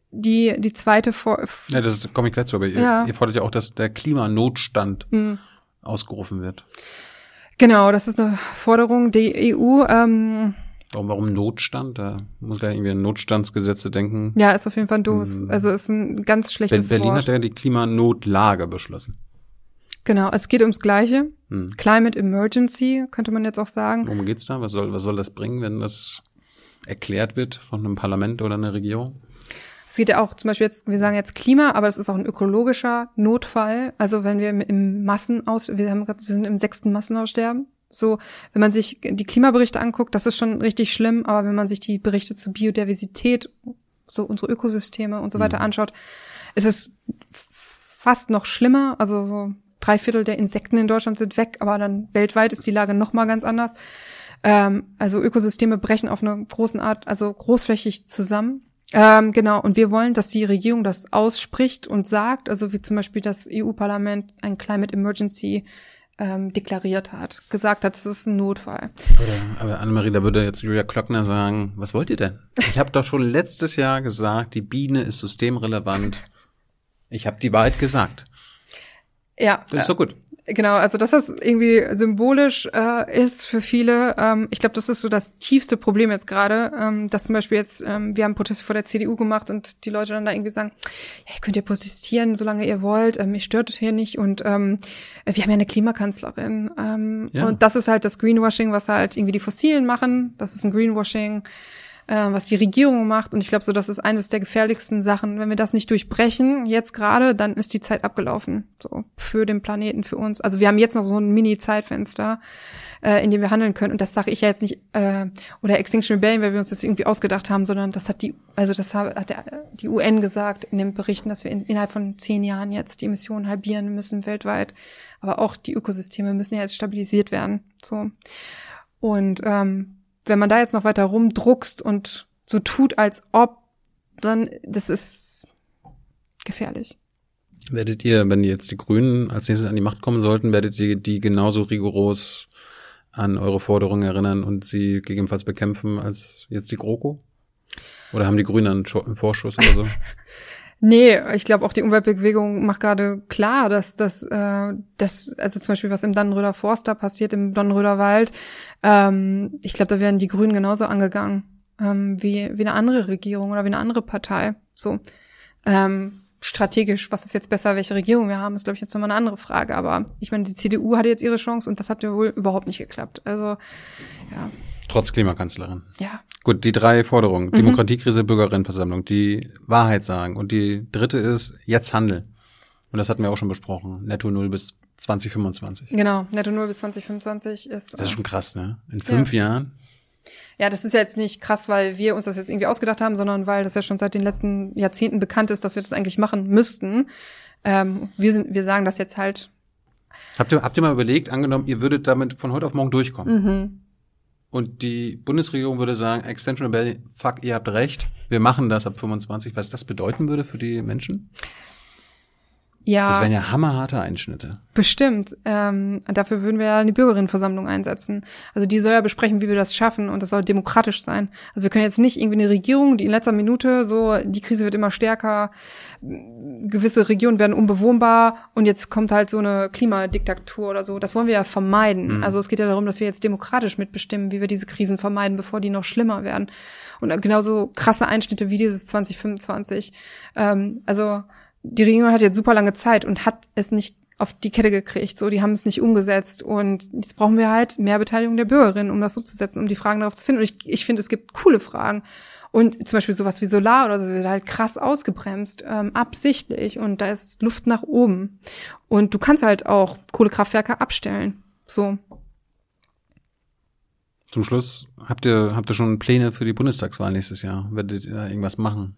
Ja, das komme ich gleich zu, aber ihr fordert ja auch, dass der Klimanotstand ausgerufen wird. Genau, das ist eine Forderung der EU. Warum Notstand? Da muss ja irgendwie an Notstandsgesetze denken. Ja, ist auf jeden Fall doof. Also ist ein ganz schlechtes Berlin Wort. Hat ja die Klimanotlage beschlossen. Genau, es geht ums Gleiche. Climate Emergency, könnte man jetzt auch sagen. Worum geht's da? Was soll das bringen, wenn das erklärt wird von einem Parlament oder einer Regierung? Es geht ja auch zum Beispiel jetzt, wir sagen jetzt Klima, aber es ist auch ein ökologischer Notfall. Also wenn wir wir sind im 6. Massenaussterben. So, wenn man sich die Klimaberichte anguckt, das ist schon richtig schlimm, aber wenn man sich die Berichte zu Biodiversität, so unsere Ökosysteme und so weiter anschaut, ist es fast noch schlimmer. Also so 3/4 der Insekten in Deutschland sind weg, aber dann weltweit ist die Lage noch mal ganz anders. Also Ökosysteme brechen auf eine großen Art, also großflächig zusammen. Genau, und wir wollen, dass die Regierung das ausspricht und sagt, also wie zum Beispiel das EU-Parlament ein Climate Emergency deklariert hat, gesagt hat, es ist ein Notfall. Aber Annemarie, da würde jetzt Julia Klöckner sagen, was wollt ihr denn? Ich habe doch schon letztes Jahr gesagt, die Biene ist systemrelevant. Ich habe die Wahrheit gesagt. Ja. Das ist doch gut. Genau, also dass das irgendwie symbolisch ist für viele. Ich glaube, das ist so das tiefste Problem jetzt gerade, dass zum Beispiel jetzt, wir haben Proteste vor der CDU gemacht und die Leute dann da irgendwie sagen, ja, ihr könnt ja protestieren, solange ihr wollt, mich stört es hier nicht und wir haben ja eine Klimakanzlerin. Ja. Und das ist halt das Greenwashing, was halt irgendwie die Fossilen machen. Das ist ein Greenwashing, was die Regierung macht. Und ich glaube so, das ist eines der gefährlichsten Sachen. Wenn wir das nicht durchbrechen, jetzt gerade, dann ist die Zeit abgelaufen. So, für den Planeten, für uns. Also wir haben jetzt noch so ein Mini-Zeitfenster, in dem wir handeln können. Und das sage ich ja jetzt nicht, oder Extinction Rebellion, weil wir uns das irgendwie ausgedacht haben, sondern das hat die UN gesagt in den Berichten, dass wir innerhalb von 10 Jahren jetzt die Emissionen halbieren müssen weltweit. Aber auch die Ökosysteme müssen ja jetzt stabilisiert werden. So. Und wenn man da jetzt noch weiter rumdruckst und so tut, als ob, dann, das ist gefährlich. Werdet ihr, wenn jetzt die Grünen als nächstes an die Macht kommen sollten, werdet ihr die genauso rigoros an eure Forderungen erinnern und sie gegebenenfalls bekämpfen als jetzt die GroKo? Oder haben die Grünen einen Vorschuss oder so? Nee, ich glaube auch die Umweltbewegung macht gerade klar, dass also zum Beispiel was im Dannenröder Forst da passiert, im Dannenröder Wald, ich glaube, da werden die Grünen genauso angegangen, wie eine andere Regierung oder wie eine andere Partei. So, strategisch, was ist jetzt besser, welche Regierung wir haben, ist, glaube ich, jetzt nochmal eine andere Frage. Aber ich meine, die CDU hatte jetzt ihre Chance und das hat ja wohl überhaupt nicht geklappt. Also, ja. Trotz Klimakanzlerin. Ja. Gut, die 3 Forderungen. Demokratiekrise, Bürgerinnenversammlung, die Wahrheit sagen. Und die 3. ist, jetzt handeln. Und das hatten wir auch schon besprochen. Netto 0 bis 2025. Genau, Netto 0 bis 2025 ist. Das ist schon krass, ne? In 5 Jahren. Ja, das ist ja jetzt nicht krass, weil wir uns das jetzt irgendwie ausgedacht haben, sondern weil das ja schon seit den letzten Jahrzehnten bekannt ist, dass wir das eigentlich machen müssten. Wir sagen das jetzt halt. Habt ihr mal überlegt, angenommen, ihr würdet damit von heute auf morgen durchkommen? Und die Bundesregierung würde sagen, Extinction Rebellion, fuck, ihr habt recht, wir machen das ab 25, was das bedeuten würde für die Menschen? Ja. Das wären ja hammerharte Einschnitte. Bestimmt. Dafür würden wir ja eine Bürgerinnenversammlung einsetzen. Also die soll ja besprechen, wie wir das schaffen und das soll demokratisch sein. Also wir können jetzt nicht irgendwie eine Regierung, die in letzter Minute so, die Krise wird immer stärker, gewisse Regionen werden unbewohnbar und jetzt kommt halt so eine Klimadiktatur oder so. Das wollen wir ja vermeiden. Also es geht ja darum, dass wir jetzt demokratisch mitbestimmen, wie wir diese Krisen vermeiden, bevor die noch schlimmer werden. Und genauso krasse Einschnitte wie dieses 2025. Also die Regierung hat jetzt super lange Zeit und hat es nicht auf die Kette gekriegt. So, die haben es nicht umgesetzt. Und jetzt brauchen wir halt mehr Beteiligung der Bürgerinnen, um das umzusetzen, um die Fragen darauf zu finden. Und ich finde, es gibt coole Fragen. Und zum Beispiel sowas wie Solar oder so wird halt krass ausgebremst, absichtlich. Und da ist Luft nach oben. Und du kannst halt auch Kohlekraftwerke abstellen. So. Zum Schluss, habt ihr schon Pläne für die Bundestagswahl nächstes Jahr? Werdet ihr irgendwas machen?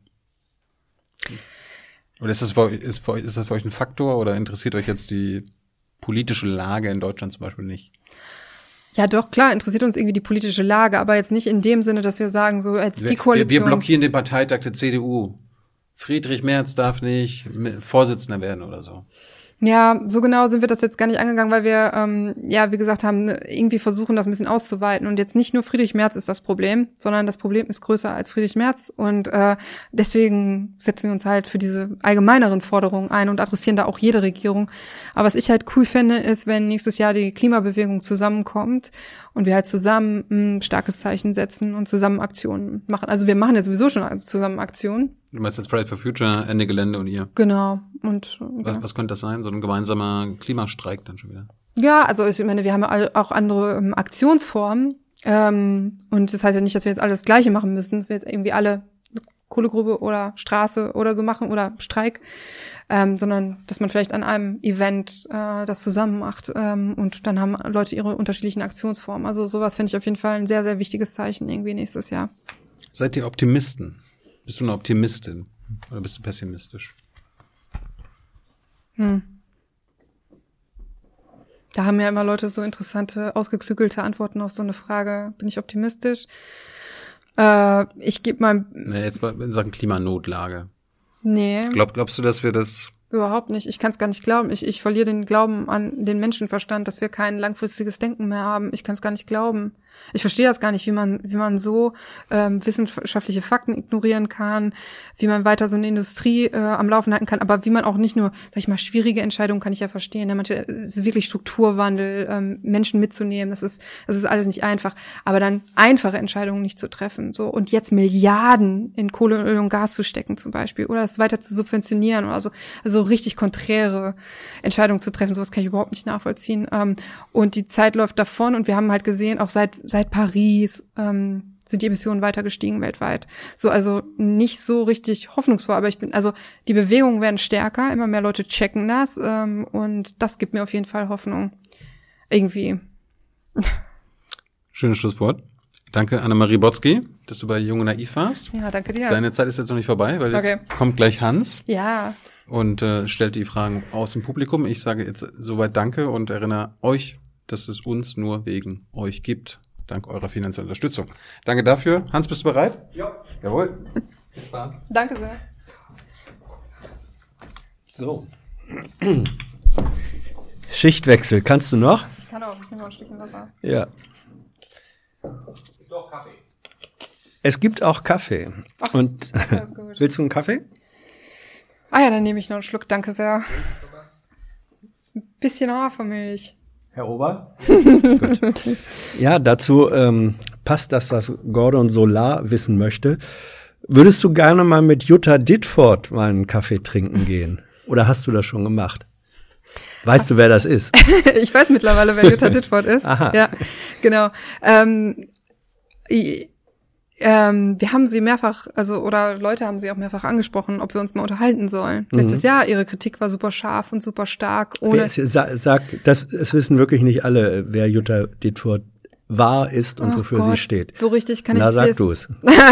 Oder ist das für euch ein Faktor oder interessiert euch jetzt die politische Lage in Deutschland zum Beispiel nicht? Ja, doch, klar, interessiert uns irgendwie die politische Lage, aber jetzt nicht in dem Sinne, dass wir sagen, so als die Koalition. Wir blockieren den Parteitag der CDU. Friedrich Merz darf nicht Vorsitzender werden oder so. Ja, so genau sind wir das jetzt gar nicht angegangen, weil wir, wie gesagt haben, irgendwie versuchen, das ein bisschen auszuweiten. Und jetzt nicht nur Friedrich Merz ist das Problem, sondern das Problem ist größer als Friedrich Merz. Und deswegen setzen wir uns halt für diese allgemeineren Forderungen ein und adressieren da auch jede Regierung. Aber was ich halt cool fände, ist, wenn nächstes Jahr die Klimabewegung zusammenkommt und wir halt zusammen ein starkes Zeichen setzen und zusammen Aktionen machen. Also wir machen ja sowieso schon zusammen Aktionen. Du meinst jetzt Fridays for Future, Ende Gelände und ihr? Genau. Und was könnte das sein? So ein gemeinsamer Klimastreik dann schon wieder? Ja, also ich meine, wir haben ja auch andere Aktionsformen. Und das heißt ja nicht, dass wir jetzt alles das Gleiche machen müssen, dass wir jetzt irgendwie alle Kohlegrube oder Straße oder so machen oder Streik, sondern dass man vielleicht an einem Event das zusammen macht und dann haben Leute ihre unterschiedlichen Aktionsformen. Also sowas finde ich auf jeden Fall ein sehr, sehr wichtiges Zeichen irgendwie nächstes Jahr. Seid ihr Optimisten? Bist du eine Optimistin oder bist du pessimistisch? Da haben ja immer Leute so interessante, ausgeklügelte Antworten auf so eine Frage. Bin ich optimistisch? Ich gebe mal... Jetzt mal in Sachen Klimanotlage. Nee. Glaubst du, dass wir das... Überhaupt nicht. Ich kann es gar nicht glauben. Ich verliere den Glauben an den Menschenverstand, dass wir kein langfristiges Denken mehr haben. Ich kann es gar nicht glauben. Ich verstehe das gar nicht, wie man so wissenschaftliche Fakten ignorieren kann, wie man weiter so eine Industrie am Laufen halten kann, aber wie man auch nicht nur, sag ich mal, schwierige Entscheidungen kann ich ja verstehen. Ja, manche ist wirklich Strukturwandel, Menschen mitzunehmen, das ist alles nicht einfach. Aber dann einfache Entscheidungen nicht zu treffen, so und jetzt Milliarden in Kohle, Öl und Gas zu stecken zum Beispiel oder es weiter zu subventionieren oder so, also richtig konträre Entscheidungen zu treffen, sowas kann ich überhaupt nicht nachvollziehen. Und die Zeit läuft davon und wir haben halt gesehen, auch seit Paris sind die Emissionen weiter gestiegen weltweit. So, also nicht so richtig hoffnungsvoll, aber die Bewegungen werden stärker, immer mehr Leute checken das und das gibt mir auf jeden Fall Hoffnung. Irgendwie. Schönes Schlusswort. Danke, Annemarie Botzky, dass du bei Jung und Naiv warst. Ja, danke dir. Deine Zeit ist jetzt noch nicht vorbei, weil jetzt kommt gleich Hans. Ja. Und stellt die Fragen aus dem Publikum. Ich sage jetzt soweit Danke und erinnere euch, dass es uns nur wegen euch gibt. Dank eurer finanziellen Unterstützung. Danke dafür. Hans, bist du bereit? Ja. Jawohl. Viel Spaß. Danke sehr. So. Schichtwechsel, kannst du noch? Ich kann auch, ich nehme noch ein Stückchen Wasser. Ja. Es gibt auch Kaffee. Es gibt auch Kaffee. Ach, und das ist gut. Willst du einen Kaffee? Ah ja, dann nehme ich noch einen Schluck, danke sehr. Ein bisschen Hafermilch. Herr Ober? Gut. Ja, dazu passt das, was Gordon Solar wissen möchte. Würdest du gerne mal mit Jutta Ditford mal einen Kaffee trinken gehen? Oder hast du das schon gemacht? Weißt du, wer das ist? Ich weiß mittlerweile, wer Jutta Ditford ist. Aha. Ja, genau. Wir haben sie mehrfach, oder Leute haben sie auch mehrfach angesprochen, ob wir uns mal unterhalten sollen. Letztes Jahr, ihre Kritik war super scharf und super stark. Sag, es wissen wirklich nicht alle, wer Jutta Ditford war, ist und wofür sie steht. So richtig kann ich Na, sag du es.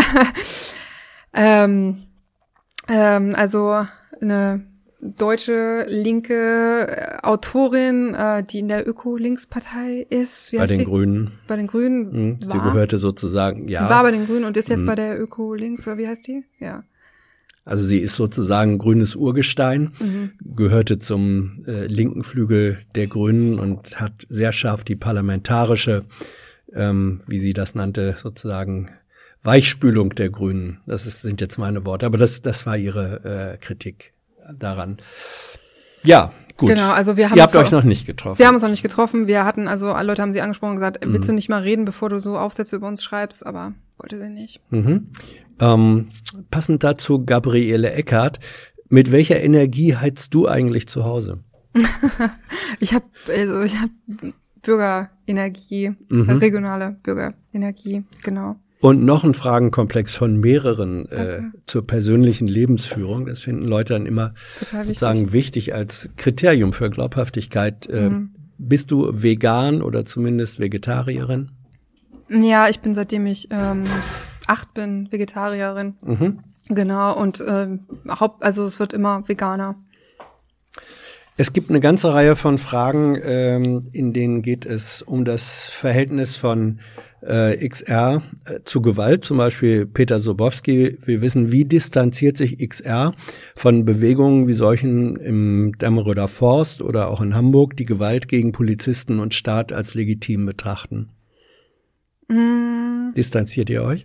Also eine deutsche linke Autorin, die in der Öko-Links-Partei ist. Bei den Grünen. Bei den Grünen. Sie gehörte sozusagen, ja. Sie war bei den Grünen und ist jetzt bei der Öko-Links, oder wie heißt die? Ja. Also sie ist sozusagen grünes Urgestein, gehörte zum linken Flügel der Grünen und hat sehr scharf die parlamentarische, wie sie das nannte, sozusagen Weichspülung der Grünen. Sind jetzt meine Worte, aber das war ihre Kritik daran. Ja, gut. Genau, also Ihr habt euch noch nicht getroffen. Wir haben uns noch nicht getroffen. Wir hatten, alle Leute haben sie angesprochen und gesagt, willst du nicht mal reden, bevor du so Aufsätze über uns schreibst? Aber wollte sie nicht. Passend dazu Gabriele Eckert. Mit welcher Energie heizt du eigentlich zu Hause? Ich habe Bürgerenergie, regionale Bürgerenergie, genau. Und noch ein Fragenkomplex von mehreren zur persönlichen Lebensführung. Das finden Leute dann immer total sozusagen wichtig als Kriterium für Glaubhaftigkeit. Bist du vegan oder zumindest Vegetarierin? Ja, ich bin seitdem ich 8 bin Vegetarierin. Genau, und es wird immer veganer. Es gibt eine ganze Reihe von Fragen, in denen geht es um das Verhältnis von XR zu Gewalt. Zum Beispiel Peter Sobowski will wissen, wie distanziert sich XR von Bewegungen wie solchen im Dämmeröder Forst oder auch in Hamburg, die Gewalt gegen Polizisten und Staat als legitim betrachten. Distanziert ihr euch?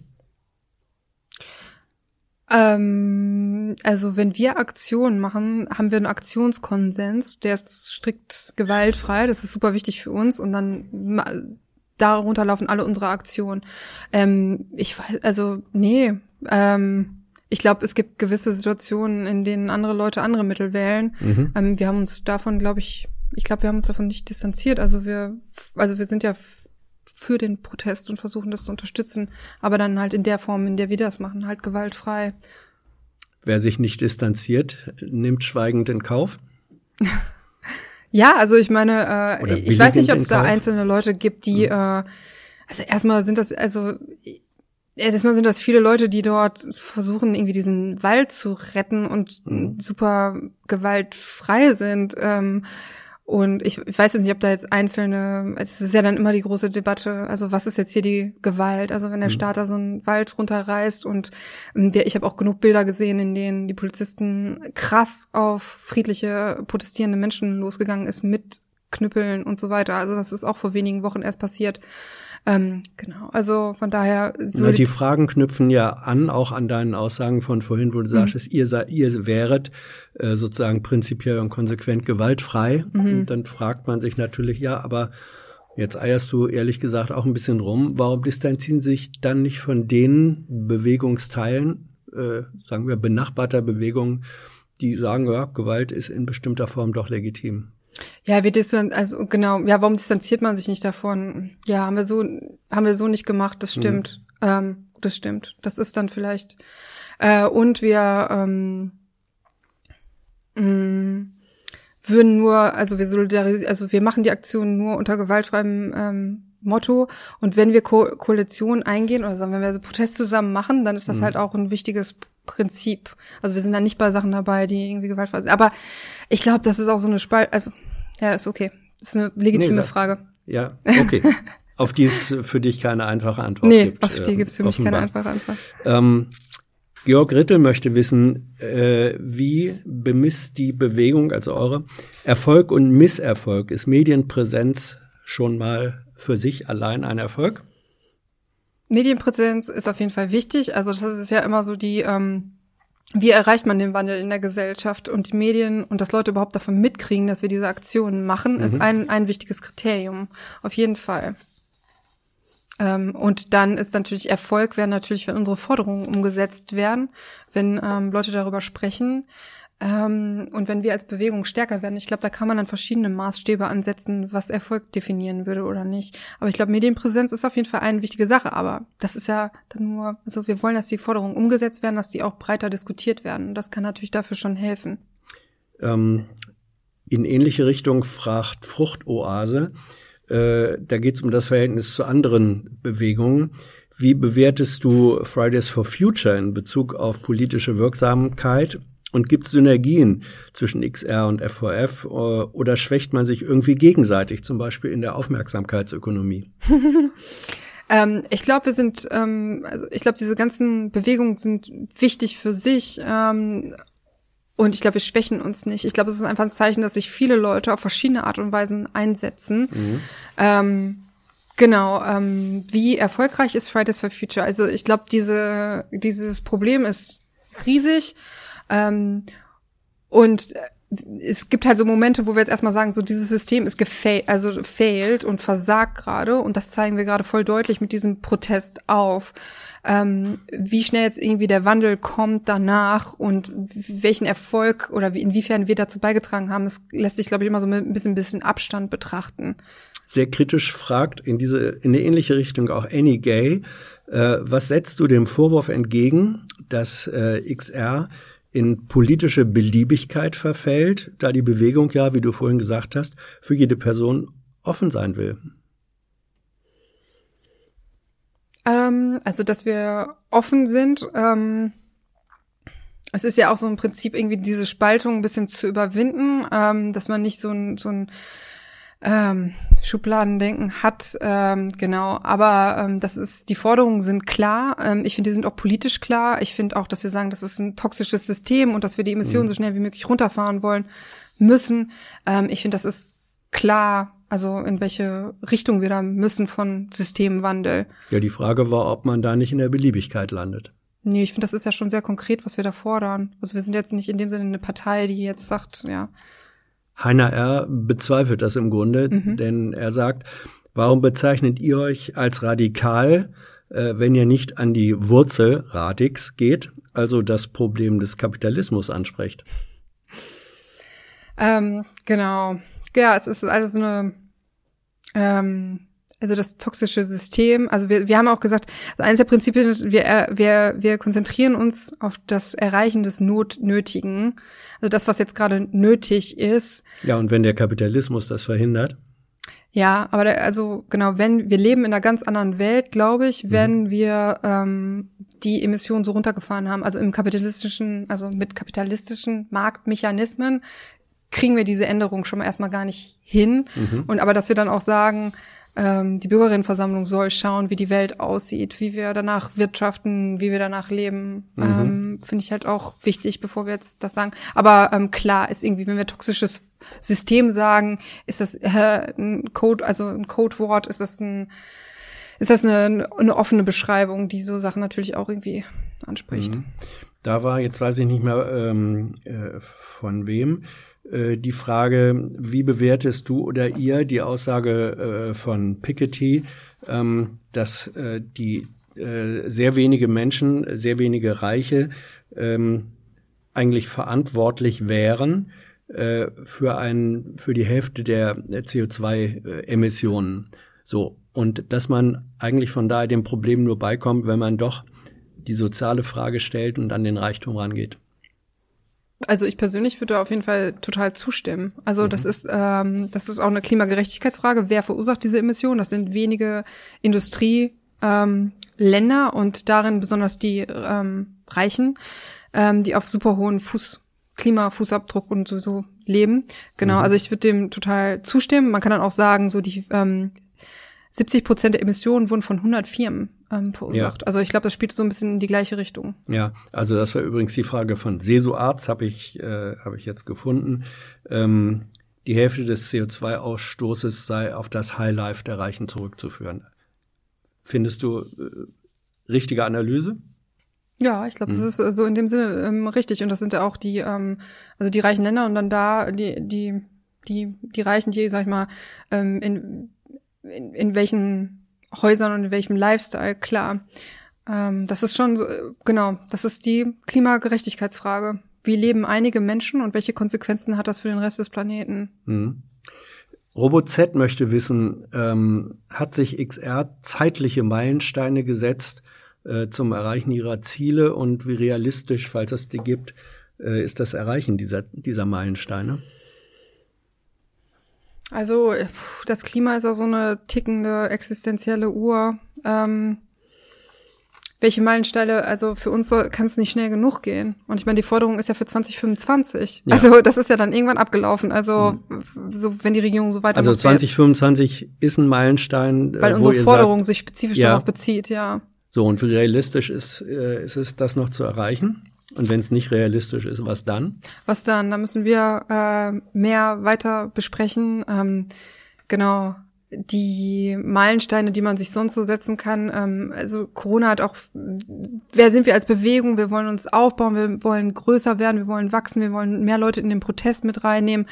Also wenn wir Aktionen machen, haben wir einen Aktionskonsens, der ist strikt gewaltfrei, das ist super wichtig für uns und dann darunter laufen alle unsere Aktionen. Ich glaube, es gibt gewisse Situationen, in denen andere Leute andere Mittel wählen. Wir haben uns davon, wir haben uns davon nicht distanziert. Also wir sind ja für den Protest und versuchen das zu unterstützen, aber dann halt in der Form, in der wir das machen, halt gewaltfrei. Wer sich nicht distanziert, nimmt schweigend in Kauf? Ja, also ich meine, ich weiß nicht, ob es da einzelne Leute gibt, die, erstmal sind das viele Leute, die dort versuchen, irgendwie diesen Wald zu retten und super gewaltfrei sind. Und ich weiß jetzt nicht, ob da jetzt einzelne, es ist ja dann immer die große Debatte, also was ist jetzt hier die Gewalt? Also wenn der Staat da so einen Wald runterreißt und ich habe auch genug Bilder gesehen, in denen die Polizisten krass auf friedliche, protestierende Menschen losgegangen ist mit Knüppeln und so weiter. Also das ist auch vor wenigen Wochen erst passiert. Genau, also von daher. Die Fragen knüpfen ja an, auch an deinen Aussagen von vorhin, wo du sagtest, ihr wäret sozusagen prinzipiell und konsequent gewaltfrei. Und dann fragt man sich natürlich, ja, aber jetzt eierst du ehrlich gesagt auch ein bisschen rum. Warum distanzieren sich dann nicht von den Bewegungsteilen, sagen wir benachbarter Bewegungen, die sagen, ja, Gewalt ist in bestimmter Form doch legitim? Ja, warum distanziert man sich nicht davon? Ja, haben wir so nicht gemacht, das stimmt. Das stimmt. Das ist dann vielleicht. Und wir wir machen die Aktion nur unter gewaltfreiem Motto. Und wenn wir Koalition eingehen oder sagen wir, wenn wir so Protest zusammen machen, dann ist das halt auch ein wichtiges Prinzip. Also wir sind dann nicht bei Sachen dabei, die irgendwie gewaltfrei sind. Aber ich glaube, das ist auch so eine ist okay. Das ist eine legitime Frage. Ja, okay. Auf die es für dich keine einfache Antwort gibt. Nee, auf die gibt es für mich keine einfache Antwort. Georg Rittel möchte wissen, wie bemisst die Bewegung, also eure, Erfolg und Misserfolg? Ist Medienpräsenz schon mal für sich allein ein Erfolg? Medienpräsenz ist auf jeden Fall wichtig. Also das ist ja immer so wie erreicht man den Wandel in der Gesellschaft und die Medien und dass Leute überhaupt davon mitkriegen, dass wir diese Aktionen machen, ist ein wichtiges Kriterium. Auf jeden Fall. Und dann ist natürlich Erfolg, wäre natürlich, wenn unsere Forderungen umgesetzt werden, wenn Leute darüber sprechen. Und wenn wir als Bewegung stärker werden, ich glaube, da kann man dann verschiedene Maßstäbe ansetzen, was Erfolg definieren würde oder nicht. Aber ich glaube, Medienpräsenz ist auf jeden Fall eine wichtige Sache. Aber das ist ja dann nur, also wir wollen, dass die Forderungen umgesetzt werden, dass die auch breiter diskutiert werden. Und das kann natürlich dafür schon helfen. In ähnliche Richtung fragt Fruchtoase. Da geht es um das Verhältnis zu anderen Bewegungen. Wie bewertest du Fridays for Future in Bezug auf politische Wirksamkeit? Und gibt es Synergien zwischen XR und FVF oder schwächt man sich irgendwie gegenseitig, zum Beispiel in der Aufmerksamkeitsökonomie? Ich glaube, ich glaube, diese ganzen Bewegungen sind wichtig für sich. Und ich glaube, wir schwächen uns nicht. Ich glaube, es ist einfach ein Zeichen, dass sich viele Leute auf verschiedene Art und Weisen einsetzen. Wie erfolgreich ist Fridays for Future? Also ich glaube, dieses Problem ist riesig. Und es gibt halt so Momente, wo wir jetzt erstmal sagen, so dieses System ist failed und versagt gerade. Und das zeigen wir gerade voll deutlich mit diesem Protest auf. Wie schnell jetzt irgendwie der Wandel kommt danach und welchen Erfolg oder inwiefern wir dazu beigetragen haben, das lässt sich, glaube ich, immer so mit ein bisschen Abstand betrachten. Sehr kritisch fragt in eine ähnliche Richtung auch Annie Gay. Was setzt du dem Vorwurf entgegen, dass XR in politische Beliebigkeit verfällt, da die Bewegung ja, wie du vorhin gesagt hast, für jede Person offen sein will? Also, dass wir offen sind. Es ist ja auch so im Prinzip irgendwie diese Spaltung ein bisschen zu überwinden, dass man nicht so ein Schubladendenken hat, genau. Aber die Forderungen sind klar. Ich finde, die sind auch politisch klar. Ich finde auch, dass wir sagen, das ist ein toxisches System und dass wir die Emissionen so schnell wie möglich runterfahren müssen. Ich finde, das ist klar, also in welche Richtung wir da müssen von Systemwandel. Ja, die Frage war, ob man da nicht in der Beliebigkeit landet. Nee, ich finde, das ist ja schon sehr konkret, was wir da fordern. Also wir sind jetzt nicht in dem Sinne eine Partei, die jetzt sagt, ja. Heiner R. bezweifelt das im Grunde, denn er sagt, warum bezeichnet ihr euch als radikal, wenn ihr nicht an die Wurzel Radix geht, also das Problem des Kapitalismus ansprecht? Genau. Ja, es ist also also das toxische System. Also wir haben auch gesagt, eines der Prinzipien ist, wir konzentrieren uns auf das Erreichen des Nötigen. Also das, was jetzt gerade nötig ist. Ja, und wenn der Kapitalismus das verhindert? Ja, aber wenn wir leben in einer ganz anderen Welt, glaube ich, wenn wir die Emissionen so runtergefahren haben. Also mit kapitalistischen Marktmechanismen kriegen wir diese Änderung schon mal erstmal gar nicht hin. Und aber dass wir dann auch sagen, die Bürgerinnenversammlung soll schauen, wie die Welt aussieht, wie wir danach wirtschaften, wie wir danach leben, finde ich halt auch wichtig, bevor wir jetzt das sagen. Aber klar ist irgendwie, wenn wir toxisches System sagen, ist das ein Codewort, ist das eine offene Beschreibung, die so Sachen natürlich auch irgendwie anspricht. Da war, jetzt weiß ich nicht mehr von wem, die Frage, wie bewertest du oder ihr die Aussage von Piketty, dass die sehr wenige Menschen, sehr wenige Reiche eigentlich verantwortlich wären für die Hälfte der CO2-Emissionen. So, und dass man eigentlich von daher dem Problem nur beikommt, wenn man doch die soziale Frage stellt und an den Reichtum rangeht. Also ich persönlich würde auf jeden Fall total zustimmen. Also das ist auch eine Klimagerechtigkeitsfrage. Wer verursacht diese Emissionen? Das sind wenige Industrieländer und darin besonders die Reichen, die auf super hohen Klimafußabdruck und so leben. Genau, also ich würde dem total zustimmen. Man kann dann auch sagen, so die 70% der Emissionen wurden von 100 Firmen verursacht. Ja. Also ich glaube, das spielt so ein bisschen in die gleiche Richtung. Ja, also das war übrigens die Frage von Sesoarz, habe ich jetzt gefunden. Die Hälfte des CO2-Ausstoßes sei auf das Highlife der Reichen zurückzuführen. Findest du richtige Analyse? Ja, ich glaube, das ist so in dem Sinne richtig. Und das sind ja auch die reichen Länder und dann da die Reichen, die, sag ich mal, in welchen Häusern und in welchem Lifestyle, klar. Das ist schon so, genau, das ist die Klimagerechtigkeitsfrage. Wie leben einige Menschen und welche Konsequenzen hat das für den Rest des Planeten? Mhm. RoboZ möchte wissen, hat sich XR zeitliche Meilensteine gesetzt zum Erreichen ihrer Ziele und wie realistisch, falls es die gibt, ist das Erreichen dieser Meilensteine? Also das Klima ist ja so eine tickende, existenzielle Uhr. Welche Meilensteine, also für uns kann es nicht schnell genug gehen. Und ich meine, die Forderung ist ja für 2025. Ja. Also das ist ja dann irgendwann abgelaufen. Also so, wenn die Regierung so weitermacht. Also 2025 ist ein Meilenstein, weil unsere Forderung sich spezifisch darauf bezieht, ja. So, und wie realistisch ist es, das noch zu erreichen? Und wenn es nicht realistisch ist, was dann? Was dann? Da müssen wir mehr weiter besprechen. Genau. Die Meilensteine, die man sich sonst so setzen kann. Also Corona hat auch, wer sind wir als Bewegung? Wir wollen uns aufbauen, wir wollen größer werden, wir wollen wachsen, wir wollen mehr Leute in den Protest mit reinnehmen.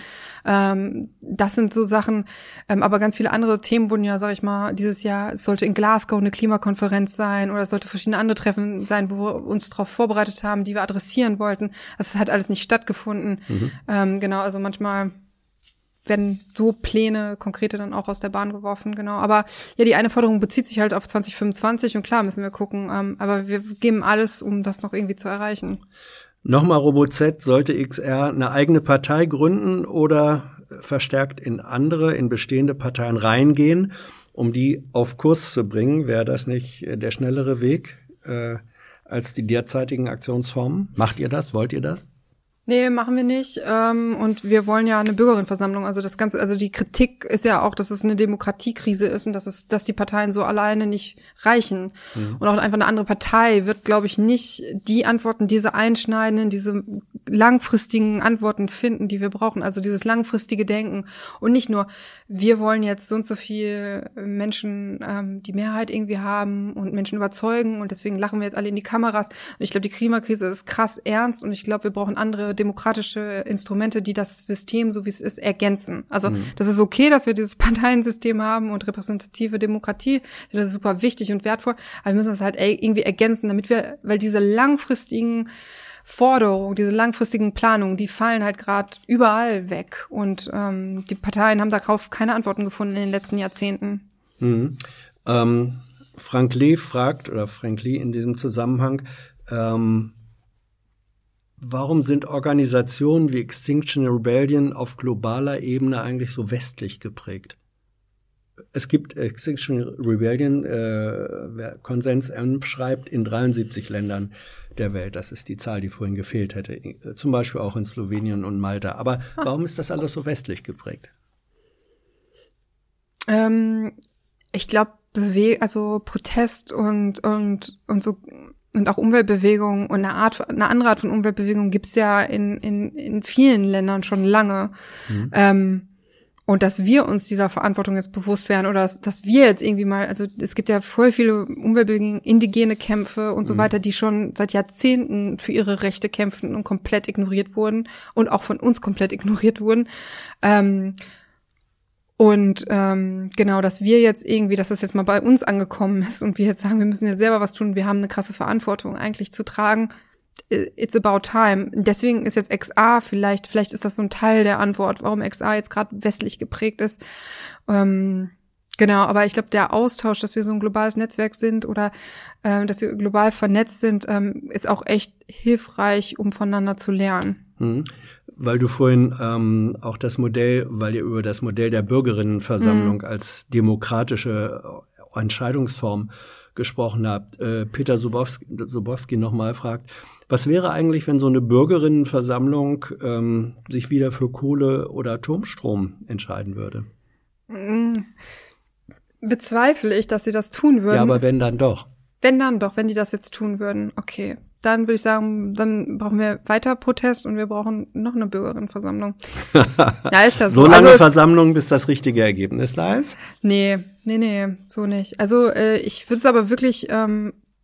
Das sind so Sachen. Aber ganz viele andere Themen wurden ja, sag ich mal, dieses Jahr, es sollte in Glasgow eine Klimakonferenz sein oder es sollte verschiedene andere Treffen sein, wo wir uns darauf vorbereitet haben, die wir adressieren wollten. Das hat alles nicht stattgefunden. Genau, also manchmal werden so Pläne, konkrete dann auch aus der Bahn geworfen, genau. Aber ja, die eine Forderung bezieht sich halt auf 2025 und klar müssen wir gucken, aber wir geben alles, um das noch irgendwie zu erreichen. Nochmal RoboZ, sollte XR eine eigene Partei gründen oder verstärkt in bestehende Parteien reingehen, um die auf Kurs zu bringen? Wäre das nicht der schnellere Weg als die derzeitigen Aktionsformen? Macht ihr das? Wollt ihr das? Nee, machen wir nicht. Und wir wollen ja eine Bürgerinnenversammlung. Also das Ganze, also die Kritik ist ja auch, dass es eine Demokratiekrise ist und dass die Parteien so alleine nicht reichen. Und auch einfach eine andere Partei wird, glaube ich, nicht die Antworten, diese einschneidenden, diese langfristigen Antworten finden, die wir brauchen. Also dieses langfristige Denken. Und nicht nur, wir wollen jetzt so und so viel Menschen die Mehrheit irgendwie haben und Menschen überzeugen und deswegen lachen wir jetzt alle in die Kameras. Und ich glaube, die Klimakrise ist krass ernst und ich glaube, wir brauchen andere demokratische Instrumente, die das System, so wie es ist, ergänzen. Also das ist okay, dass wir dieses Parteiensystem haben und repräsentative Demokratie, das ist super wichtig und wertvoll, aber wir müssen das halt irgendwie ergänzen, weil diese langfristigen Forderungen, diese langfristigen Planungen, die fallen halt gerade überall weg und die Parteien haben darauf keine Antworten gefunden in den letzten Jahrzehnten. Frank Lee fragt, oder Frank Lee in diesem Zusammenhang, warum sind Organisationen wie Extinction Rebellion auf globaler Ebene eigentlich so westlich geprägt? Es gibt Extinction Rebellion, wer Konsens M schreibt, in 73 Ländern der Welt. Das ist die Zahl, die vorhin gefehlt hätte. Zum Beispiel auch in Slowenien und Malta. Aber warum ist das alles so westlich geprägt? Ich glaube, also Protest und so und auch Umweltbewegung und eine andere Art von Umweltbewegung gibt's ja in vielen Ländern schon lange. Und dass wir uns dieser Verantwortung jetzt bewusst werden oder dass wir jetzt irgendwie mal, also es gibt ja voll viele Umweltbewegungen, indigene Kämpfe und so weiter, die schon seit Jahrzehnten für ihre Rechte kämpfen und komplett ignoriert wurden und auch von uns komplett ignoriert wurden. Genau, dass wir jetzt irgendwie, dass das jetzt mal bei uns angekommen ist und wir jetzt sagen, wir müssen jetzt selber was tun, wir haben eine krasse Verantwortung eigentlich zu tragen. It's about time. Deswegen ist jetzt XR vielleicht ist das so ein Teil der Antwort, warum XR jetzt gerade westlich geprägt ist. Genau, aber ich glaube, der Austausch, dass wir so ein globales Netzwerk sind oder dass wir global vernetzt sind, ist auch echt hilfreich, um voneinander zu lernen. Weil du vorhin auch weil ihr über das Modell der Bürgerinnenversammlung als demokratische Entscheidungsform gesprochen habt. Peter Subowski nochmal fragt, was wäre eigentlich, wenn so eine Bürgerinnenversammlung sich wieder für Kohle oder Atomstrom entscheiden würde? Bezweifle ich, dass sie das tun würden. Ja, aber wenn dann doch. Wenn die das jetzt tun würden, okay. Dann würde ich sagen, dann brauchen wir weiter Protest und wir brauchen noch eine Bürgerinnenversammlung. Ja, ist ja so. So lange Versammlung, bis das richtige Ergebnis da ist? Nee, so nicht. Also ich würde es aber wirklich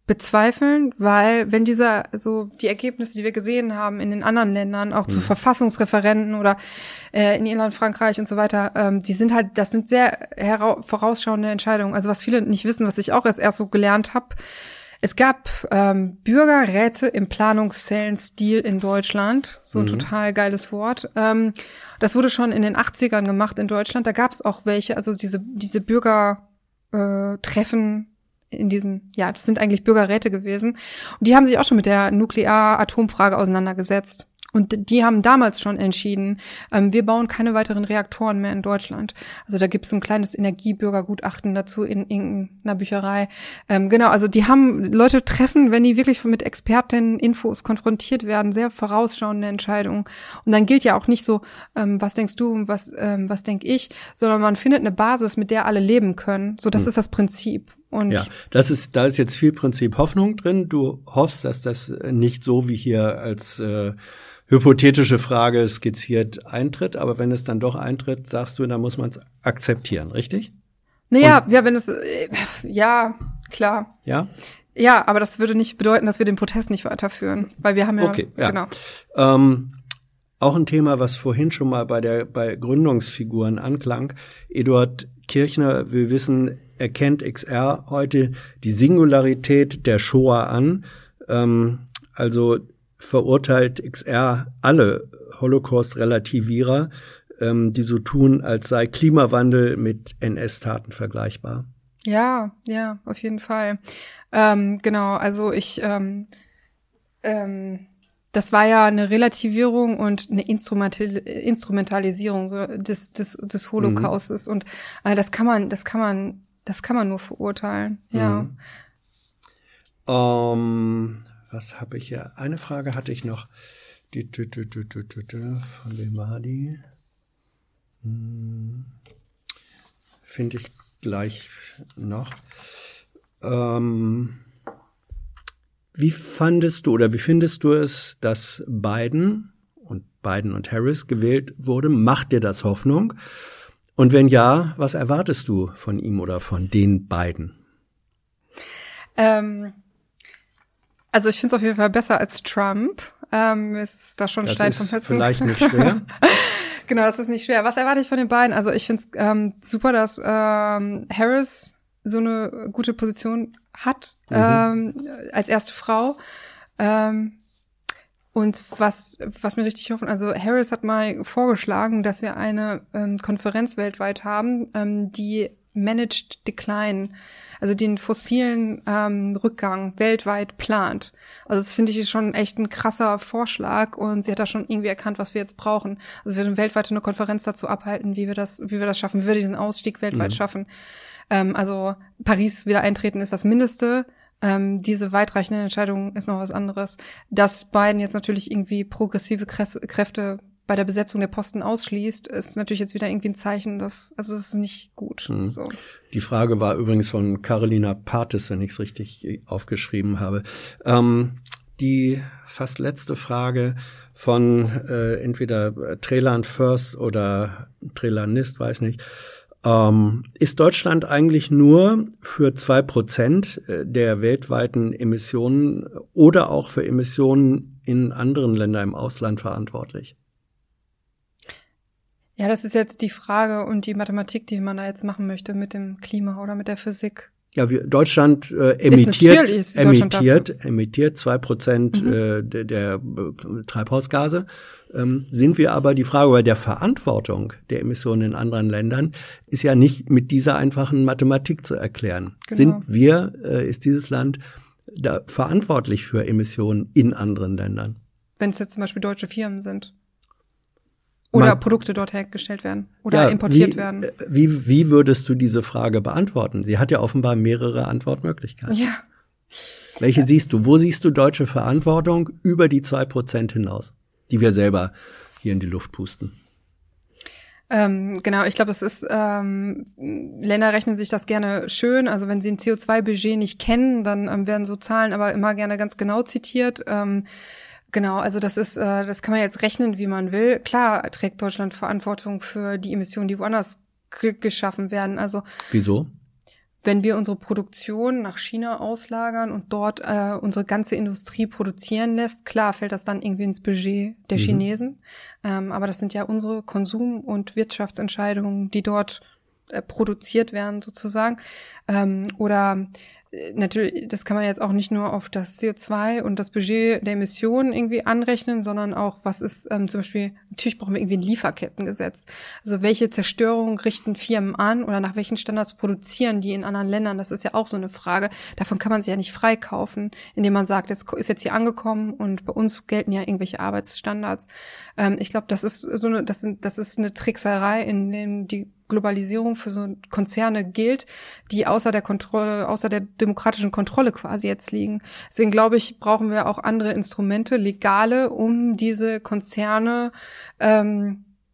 bezweifeln, weil wenn die Ergebnisse, die wir gesehen haben in den anderen Ländern, auch zu Verfassungsreferenden oder in Irland, Frankreich und so weiter, das sind sehr vorausschauende Entscheidungen. Also was viele nicht wissen, was ich auch erst so gelernt habe, es gab Bürgerräte im Planungszellenstil in Deutschland, so ein total geiles Wort. Das wurde schon in den 80ern gemacht in Deutschland. Da gab es auch welche, also diese Bürgertreffen das sind eigentlich Bürgerräte gewesen. Und die haben sich auch schon mit der Nuklear-Atomfrage auseinandergesetzt. Und die haben damals schon entschieden, wir bauen keine weiteren Reaktoren mehr in Deutschland. Also da gibt es so ein kleines Energiebürgergutachten dazu in irgendeiner Bücherei. Also die haben Leute treffen, wenn die wirklich mit Expertinnen-Infos konfrontiert werden, sehr vorausschauende Entscheidungen. Und dann gilt ja auch nicht so, was denkst du und was denk ich, sondern man findet eine Basis, mit der alle leben können. So, das ist das Prinzip. Und ja, da ist jetzt viel Prinzip Hoffnung drin. Du hoffst, dass das nicht so wie hier als hypothetische Frage skizziert eintritt, aber wenn es dann doch eintritt, sagst du, dann muss man es akzeptieren, richtig? Naja, ja, klar. Ja? Ja, aber das würde nicht bedeuten, dass wir den Protest nicht weiterführen, weil wir haben genau. Auch ein Thema, was vorhin schon mal bei Gründungsfiguren anklang. Eduard Kirchner will wissen, erkennt XR heute die Singularität der Shoah an? Also verurteilt XR alle Holocaust-Relativierer, die so tun, als sei Klimawandel mit NS-Taten vergleichbar? Ja, auf jeden Fall. Also das war ja eine Relativierung und eine Instrumentalisierung des Holocaustes und das kann man nur verurteilen. Ja. Was habe ich hier? Eine Frage hatte ich noch. Von wem war die? Finde ich gleich noch. Wie findest du es, dass Biden und Harris gewählt wurde? Macht dir das Hoffnung? Und wenn ja, was erwartest du von ihm oder von den beiden? Also ich finde es auf jeden Fall besser als Trump. Ist da schon Stein vom Herzen. Vielleicht nicht schwer. Genau, das ist nicht schwer. Was erwarte ich von den beiden? Also ich finde es super, dass Harris so eine gute Position hat als erste Frau. Und was mir richtig hoffen, also Harris hat mal vorgeschlagen, dass wir eine Konferenz weltweit haben, die Managed Decline, also den fossilen Rückgang weltweit plant. Also das finde ich schon echt ein krasser Vorschlag und sie hat da schon irgendwie erkannt, was wir jetzt brauchen. Also wir werden weltweit eine Konferenz dazu abhalten, wie wir das schaffen, wie wir diesen Ausstieg weltweit schaffen. Also Paris wieder eintreten ist das Mindeste. Diese weitreichenden Entscheidungen ist noch was anderes. Dass Biden jetzt natürlich irgendwie progressive Kräfte bei der Besetzung der Posten ausschließt, ist natürlich jetzt wieder irgendwie ein Zeichen, das ist nicht gut. So. Die Frage war übrigens von Carolina Partis, wenn ich es richtig aufgeschrieben habe. Die fast letzte Frage von entweder Trelan First oder Trelanist, weiß nicht. Ist Deutschland eigentlich nur für 2% der weltweiten Emissionen oder auch für Emissionen in anderen Ländern im Ausland verantwortlich? Ja, das ist jetzt die Frage und die Mathematik, die man da jetzt machen möchte mit dem Klima oder mit der Physik. Ja, Deutschland emittiert 2% der Treibhausgase. Sind wir aber, die Frage bei der Verantwortung der Emissionen in anderen Ländern ist ja nicht mit dieser einfachen Mathematik zu erklären. Genau. Ist dieses Land da verantwortlich für Emissionen in anderen Ländern? Wenn es jetzt zum Beispiel deutsche Firmen sind. Oder Produkte dort hergestellt werden oder importiert werden. Wie würdest du diese Frage beantworten? Sie hat ja offenbar mehrere Antwortmöglichkeiten. Ja. Welche siehst du? Wo siehst du deutsche Verantwortung über die 2% hinaus, die wir selber hier in die Luft pusten? Genau, ich glaube, es ist, Länder rechnen sich das gerne schön. Also wenn sie ein CO2-Budget nicht kennen, dann werden so Zahlen aber immer gerne ganz genau zitiert. Genau, also das kann man jetzt rechnen, wie man will. Klar trägt Deutschland Verantwortung für die Emissionen, die woanders geschaffen werden. Also wieso? wenn wir unsere Produktion nach China auslagern und dort unsere ganze Industrie produzieren lässt, klar fällt das dann irgendwie ins Budget der Chinesen. Aber das sind ja unsere Konsum- und Wirtschaftsentscheidungen, die dort produziert werden sozusagen. Oder natürlich, das kann man jetzt auch nicht nur auf das CO2 und das Budget der Emissionen irgendwie anrechnen, sondern auch, was ist zum Beispiel, natürlich brauchen wir irgendwie ein Lieferkettengesetz. Also welche Zerstörung richten Firmen an oder nach welchen Standards produzieren die in anderen Ländern? Das ist ja auch so eine Frage. Davon kann man sich ja nicht freikaufen, indem man sagt, jetzt ist jetzt hier angekommen und bei uns gelten ja irgendwelche Arbeitsstandards. Ich glaube, das ist das ist eine Trickserei, in dem die Globalisierung für so Konzerne gilt, die außer der demokratischen Kontrolle quasi jetzt liegen. Deswegen glaube ich, brauchen wir auch andere Instrumente, legale, um diese Konzerne zur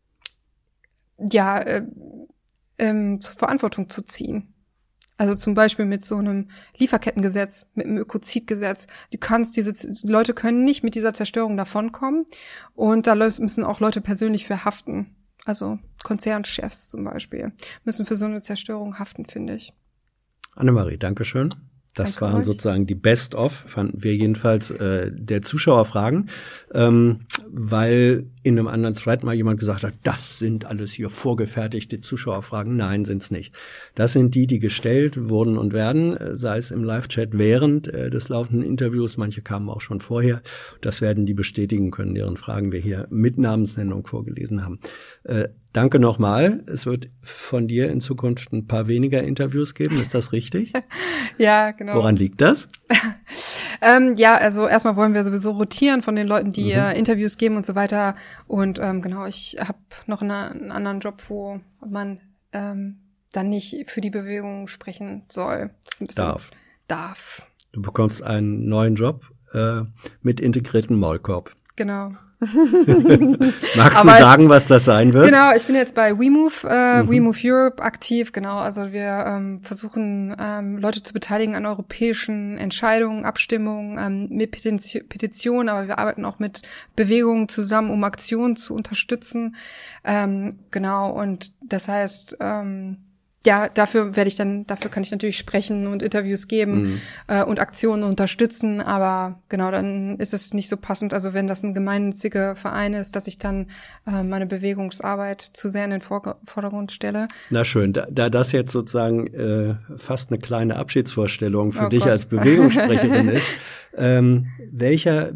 Verantwortung zu ziehen. Also zum Beispiel mit so einem Lieferkettengesetz, mit einem Ökozidgesetz. Die Leute können nicht mit dieser Zerstörung davonkommen und da müssen auch Leute persönlich für haften. Also Konzernchefs zum Beispiel müssen für so eine Zerstörung haften, finde ich. Annemarie, Dankeschön. Das waren sozusagen die Best-of, fanden wir jedenfalls, der Zuschauerfragen, weil in einem anderen Thread mal jemand gesagt hat, das sind alles hier vorgefertigte Zuschauerfragen. Nein, sind's nicht. Das sind die gestellt wurden und werden, sei es im Live-Chat während des laufenden Interviews, manche kamen auch schon vorher. Das werden die bestätigen können, deren Fragen wir hier mit Namensnennung vorgelesen haben. Danke nochmal. Es wird von dir in Zukunft ein paar weniger Interviews geben. Ist das richtig? Ja, genau. Woran liegt das? Ja, also erstmal wollen wir sowieso rotieren von den Leuten, die Interviews geben und so weiter. Und genau, ich habe noch einen anderen Job, wo man dann nicht für die Bewegung sprechen soll. Darf. Du bekommst einen neuen Job mit integrierten Maulkorb. Genau. Magst du sagen, was das sein wird? Genau, ich bin jetzt bei WeMove, WeMove Europe aktiv, genau. Also wir versuchen, Leute zu beteiligen an europäischen Entscheidungen, Abstimmungen, mit Petitionen, aber wir arbeiten auch mit Bewegungen zusammen, um Aktionen zu unterstützen. Genau, und das heißt, ja, dafür kann ich natürlich sprechen und Interviews geben und Aktionen unterstützen, aber genau, dann ist es nicht so passend, also wenn das ein gemeinnütziger Verein ist, dass ich dann meine Bewegungsarbeit zu sehr in den Vordergrund stelle. Na schön, da das jetzt sozusagen fast eine kleine Abschiedsvorstellung für dich als Bewegungssprecherin ist, welche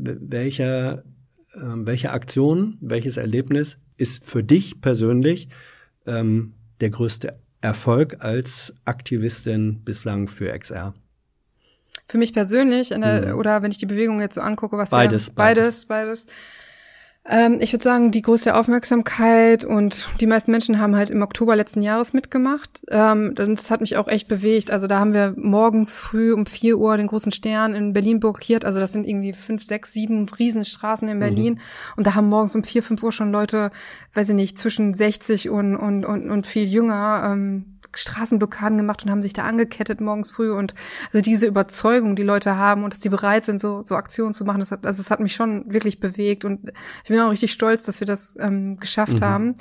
Aktion, welches Erlebnis ist für dich persönlich der größte Erfolg als Aktivistin bislang für XR? Für mich persönlich, oder wenn ich die Bewegung jetzt so angucke, was beides. Ich würde sagen, die größte Aufmerksamkeit und die meisten Menschen haben halt im Oktober letzten Jahres mitgemacht. Das hat mich auch echt bewegt. Also da haben wir morgens früh um 4 Uhr den großen Stern in Berlin blockiert. Also das sind irgendwie 5, 6, 7 Riesenstraßen in Berlin. Und da haben morgens um 4, 5 Uhr schon Leute, weiß ich nicht, zwischen 60 und viel jünger, Straßenblockaden gemacht und haben sich da angekettet morgens früh und also diese Überzeugung, die Leute haben und dass sie bereit sind, so Aktionen zu machen, das hat mich schon wirklich bewegt und ich bin auch richtig stolz, dass wir das geschafft haben.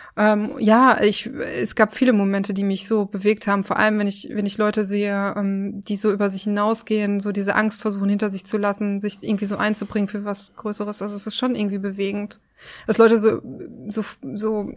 Es gab viele Momente, die mich so bewegt haben, vor allem wenn ich Leute sehe, die so über sich hinausgehen, so diese Angst versuchen hinter sich zu lassen, sich irgendwie so einzubringen für was Größeres, also es ist schon irgendwie bewegend, dass Leute so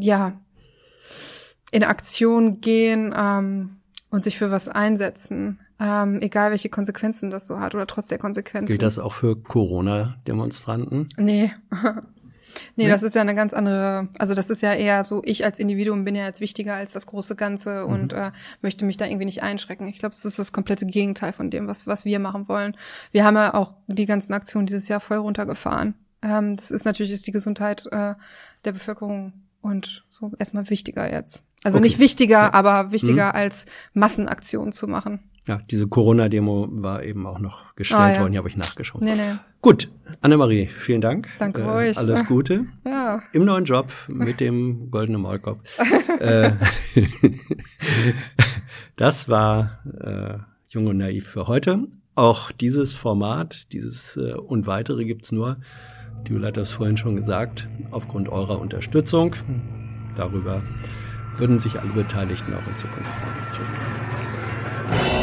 in Aktion gehen und sich für was einsetzen, egal welche Konsequenzen das so hat oder trotz der Konsequenzen. Gilt das auch für Corona-Demonstranten? Nee. Nee, das ist ja eine ganz andere, also das ist ja eher so, ich als Individuum bin ja jetzt wichtiger als das große Ganze und möchte mich da irgendwie nicht einschrecken. Ich glaube, das ist das komplette Gegenteil von dem, was wir machen wollen. Wir haben ja auch die ganzen Aktionen dieses Jahr voll runtergefahren. Das ist die Gesundheit der Bevölkerung und so erstmal wichtiger jetzt. Also nicht wichtiger, aber wichtiger als Massenaktionen zu machen. Ja, diese Corona-Demo war eben auch noch gestellt worden, hier habe ich nachgeschaut. Nee. Gut, Annemarie, vielen Dank. Danke euch. Alles Gute. Ja. Im neuen Job mit dem goldenen Maulkorb. Das war Jung und Naiv für heute. Auch dieses Format, und weitere gibt's nur, Jule hat das vorhin schon gesagt, aufgrund eurer Unterstützung. Darüber würden sich alle Beteiligten auch in Zukunft freuen. Tschüss.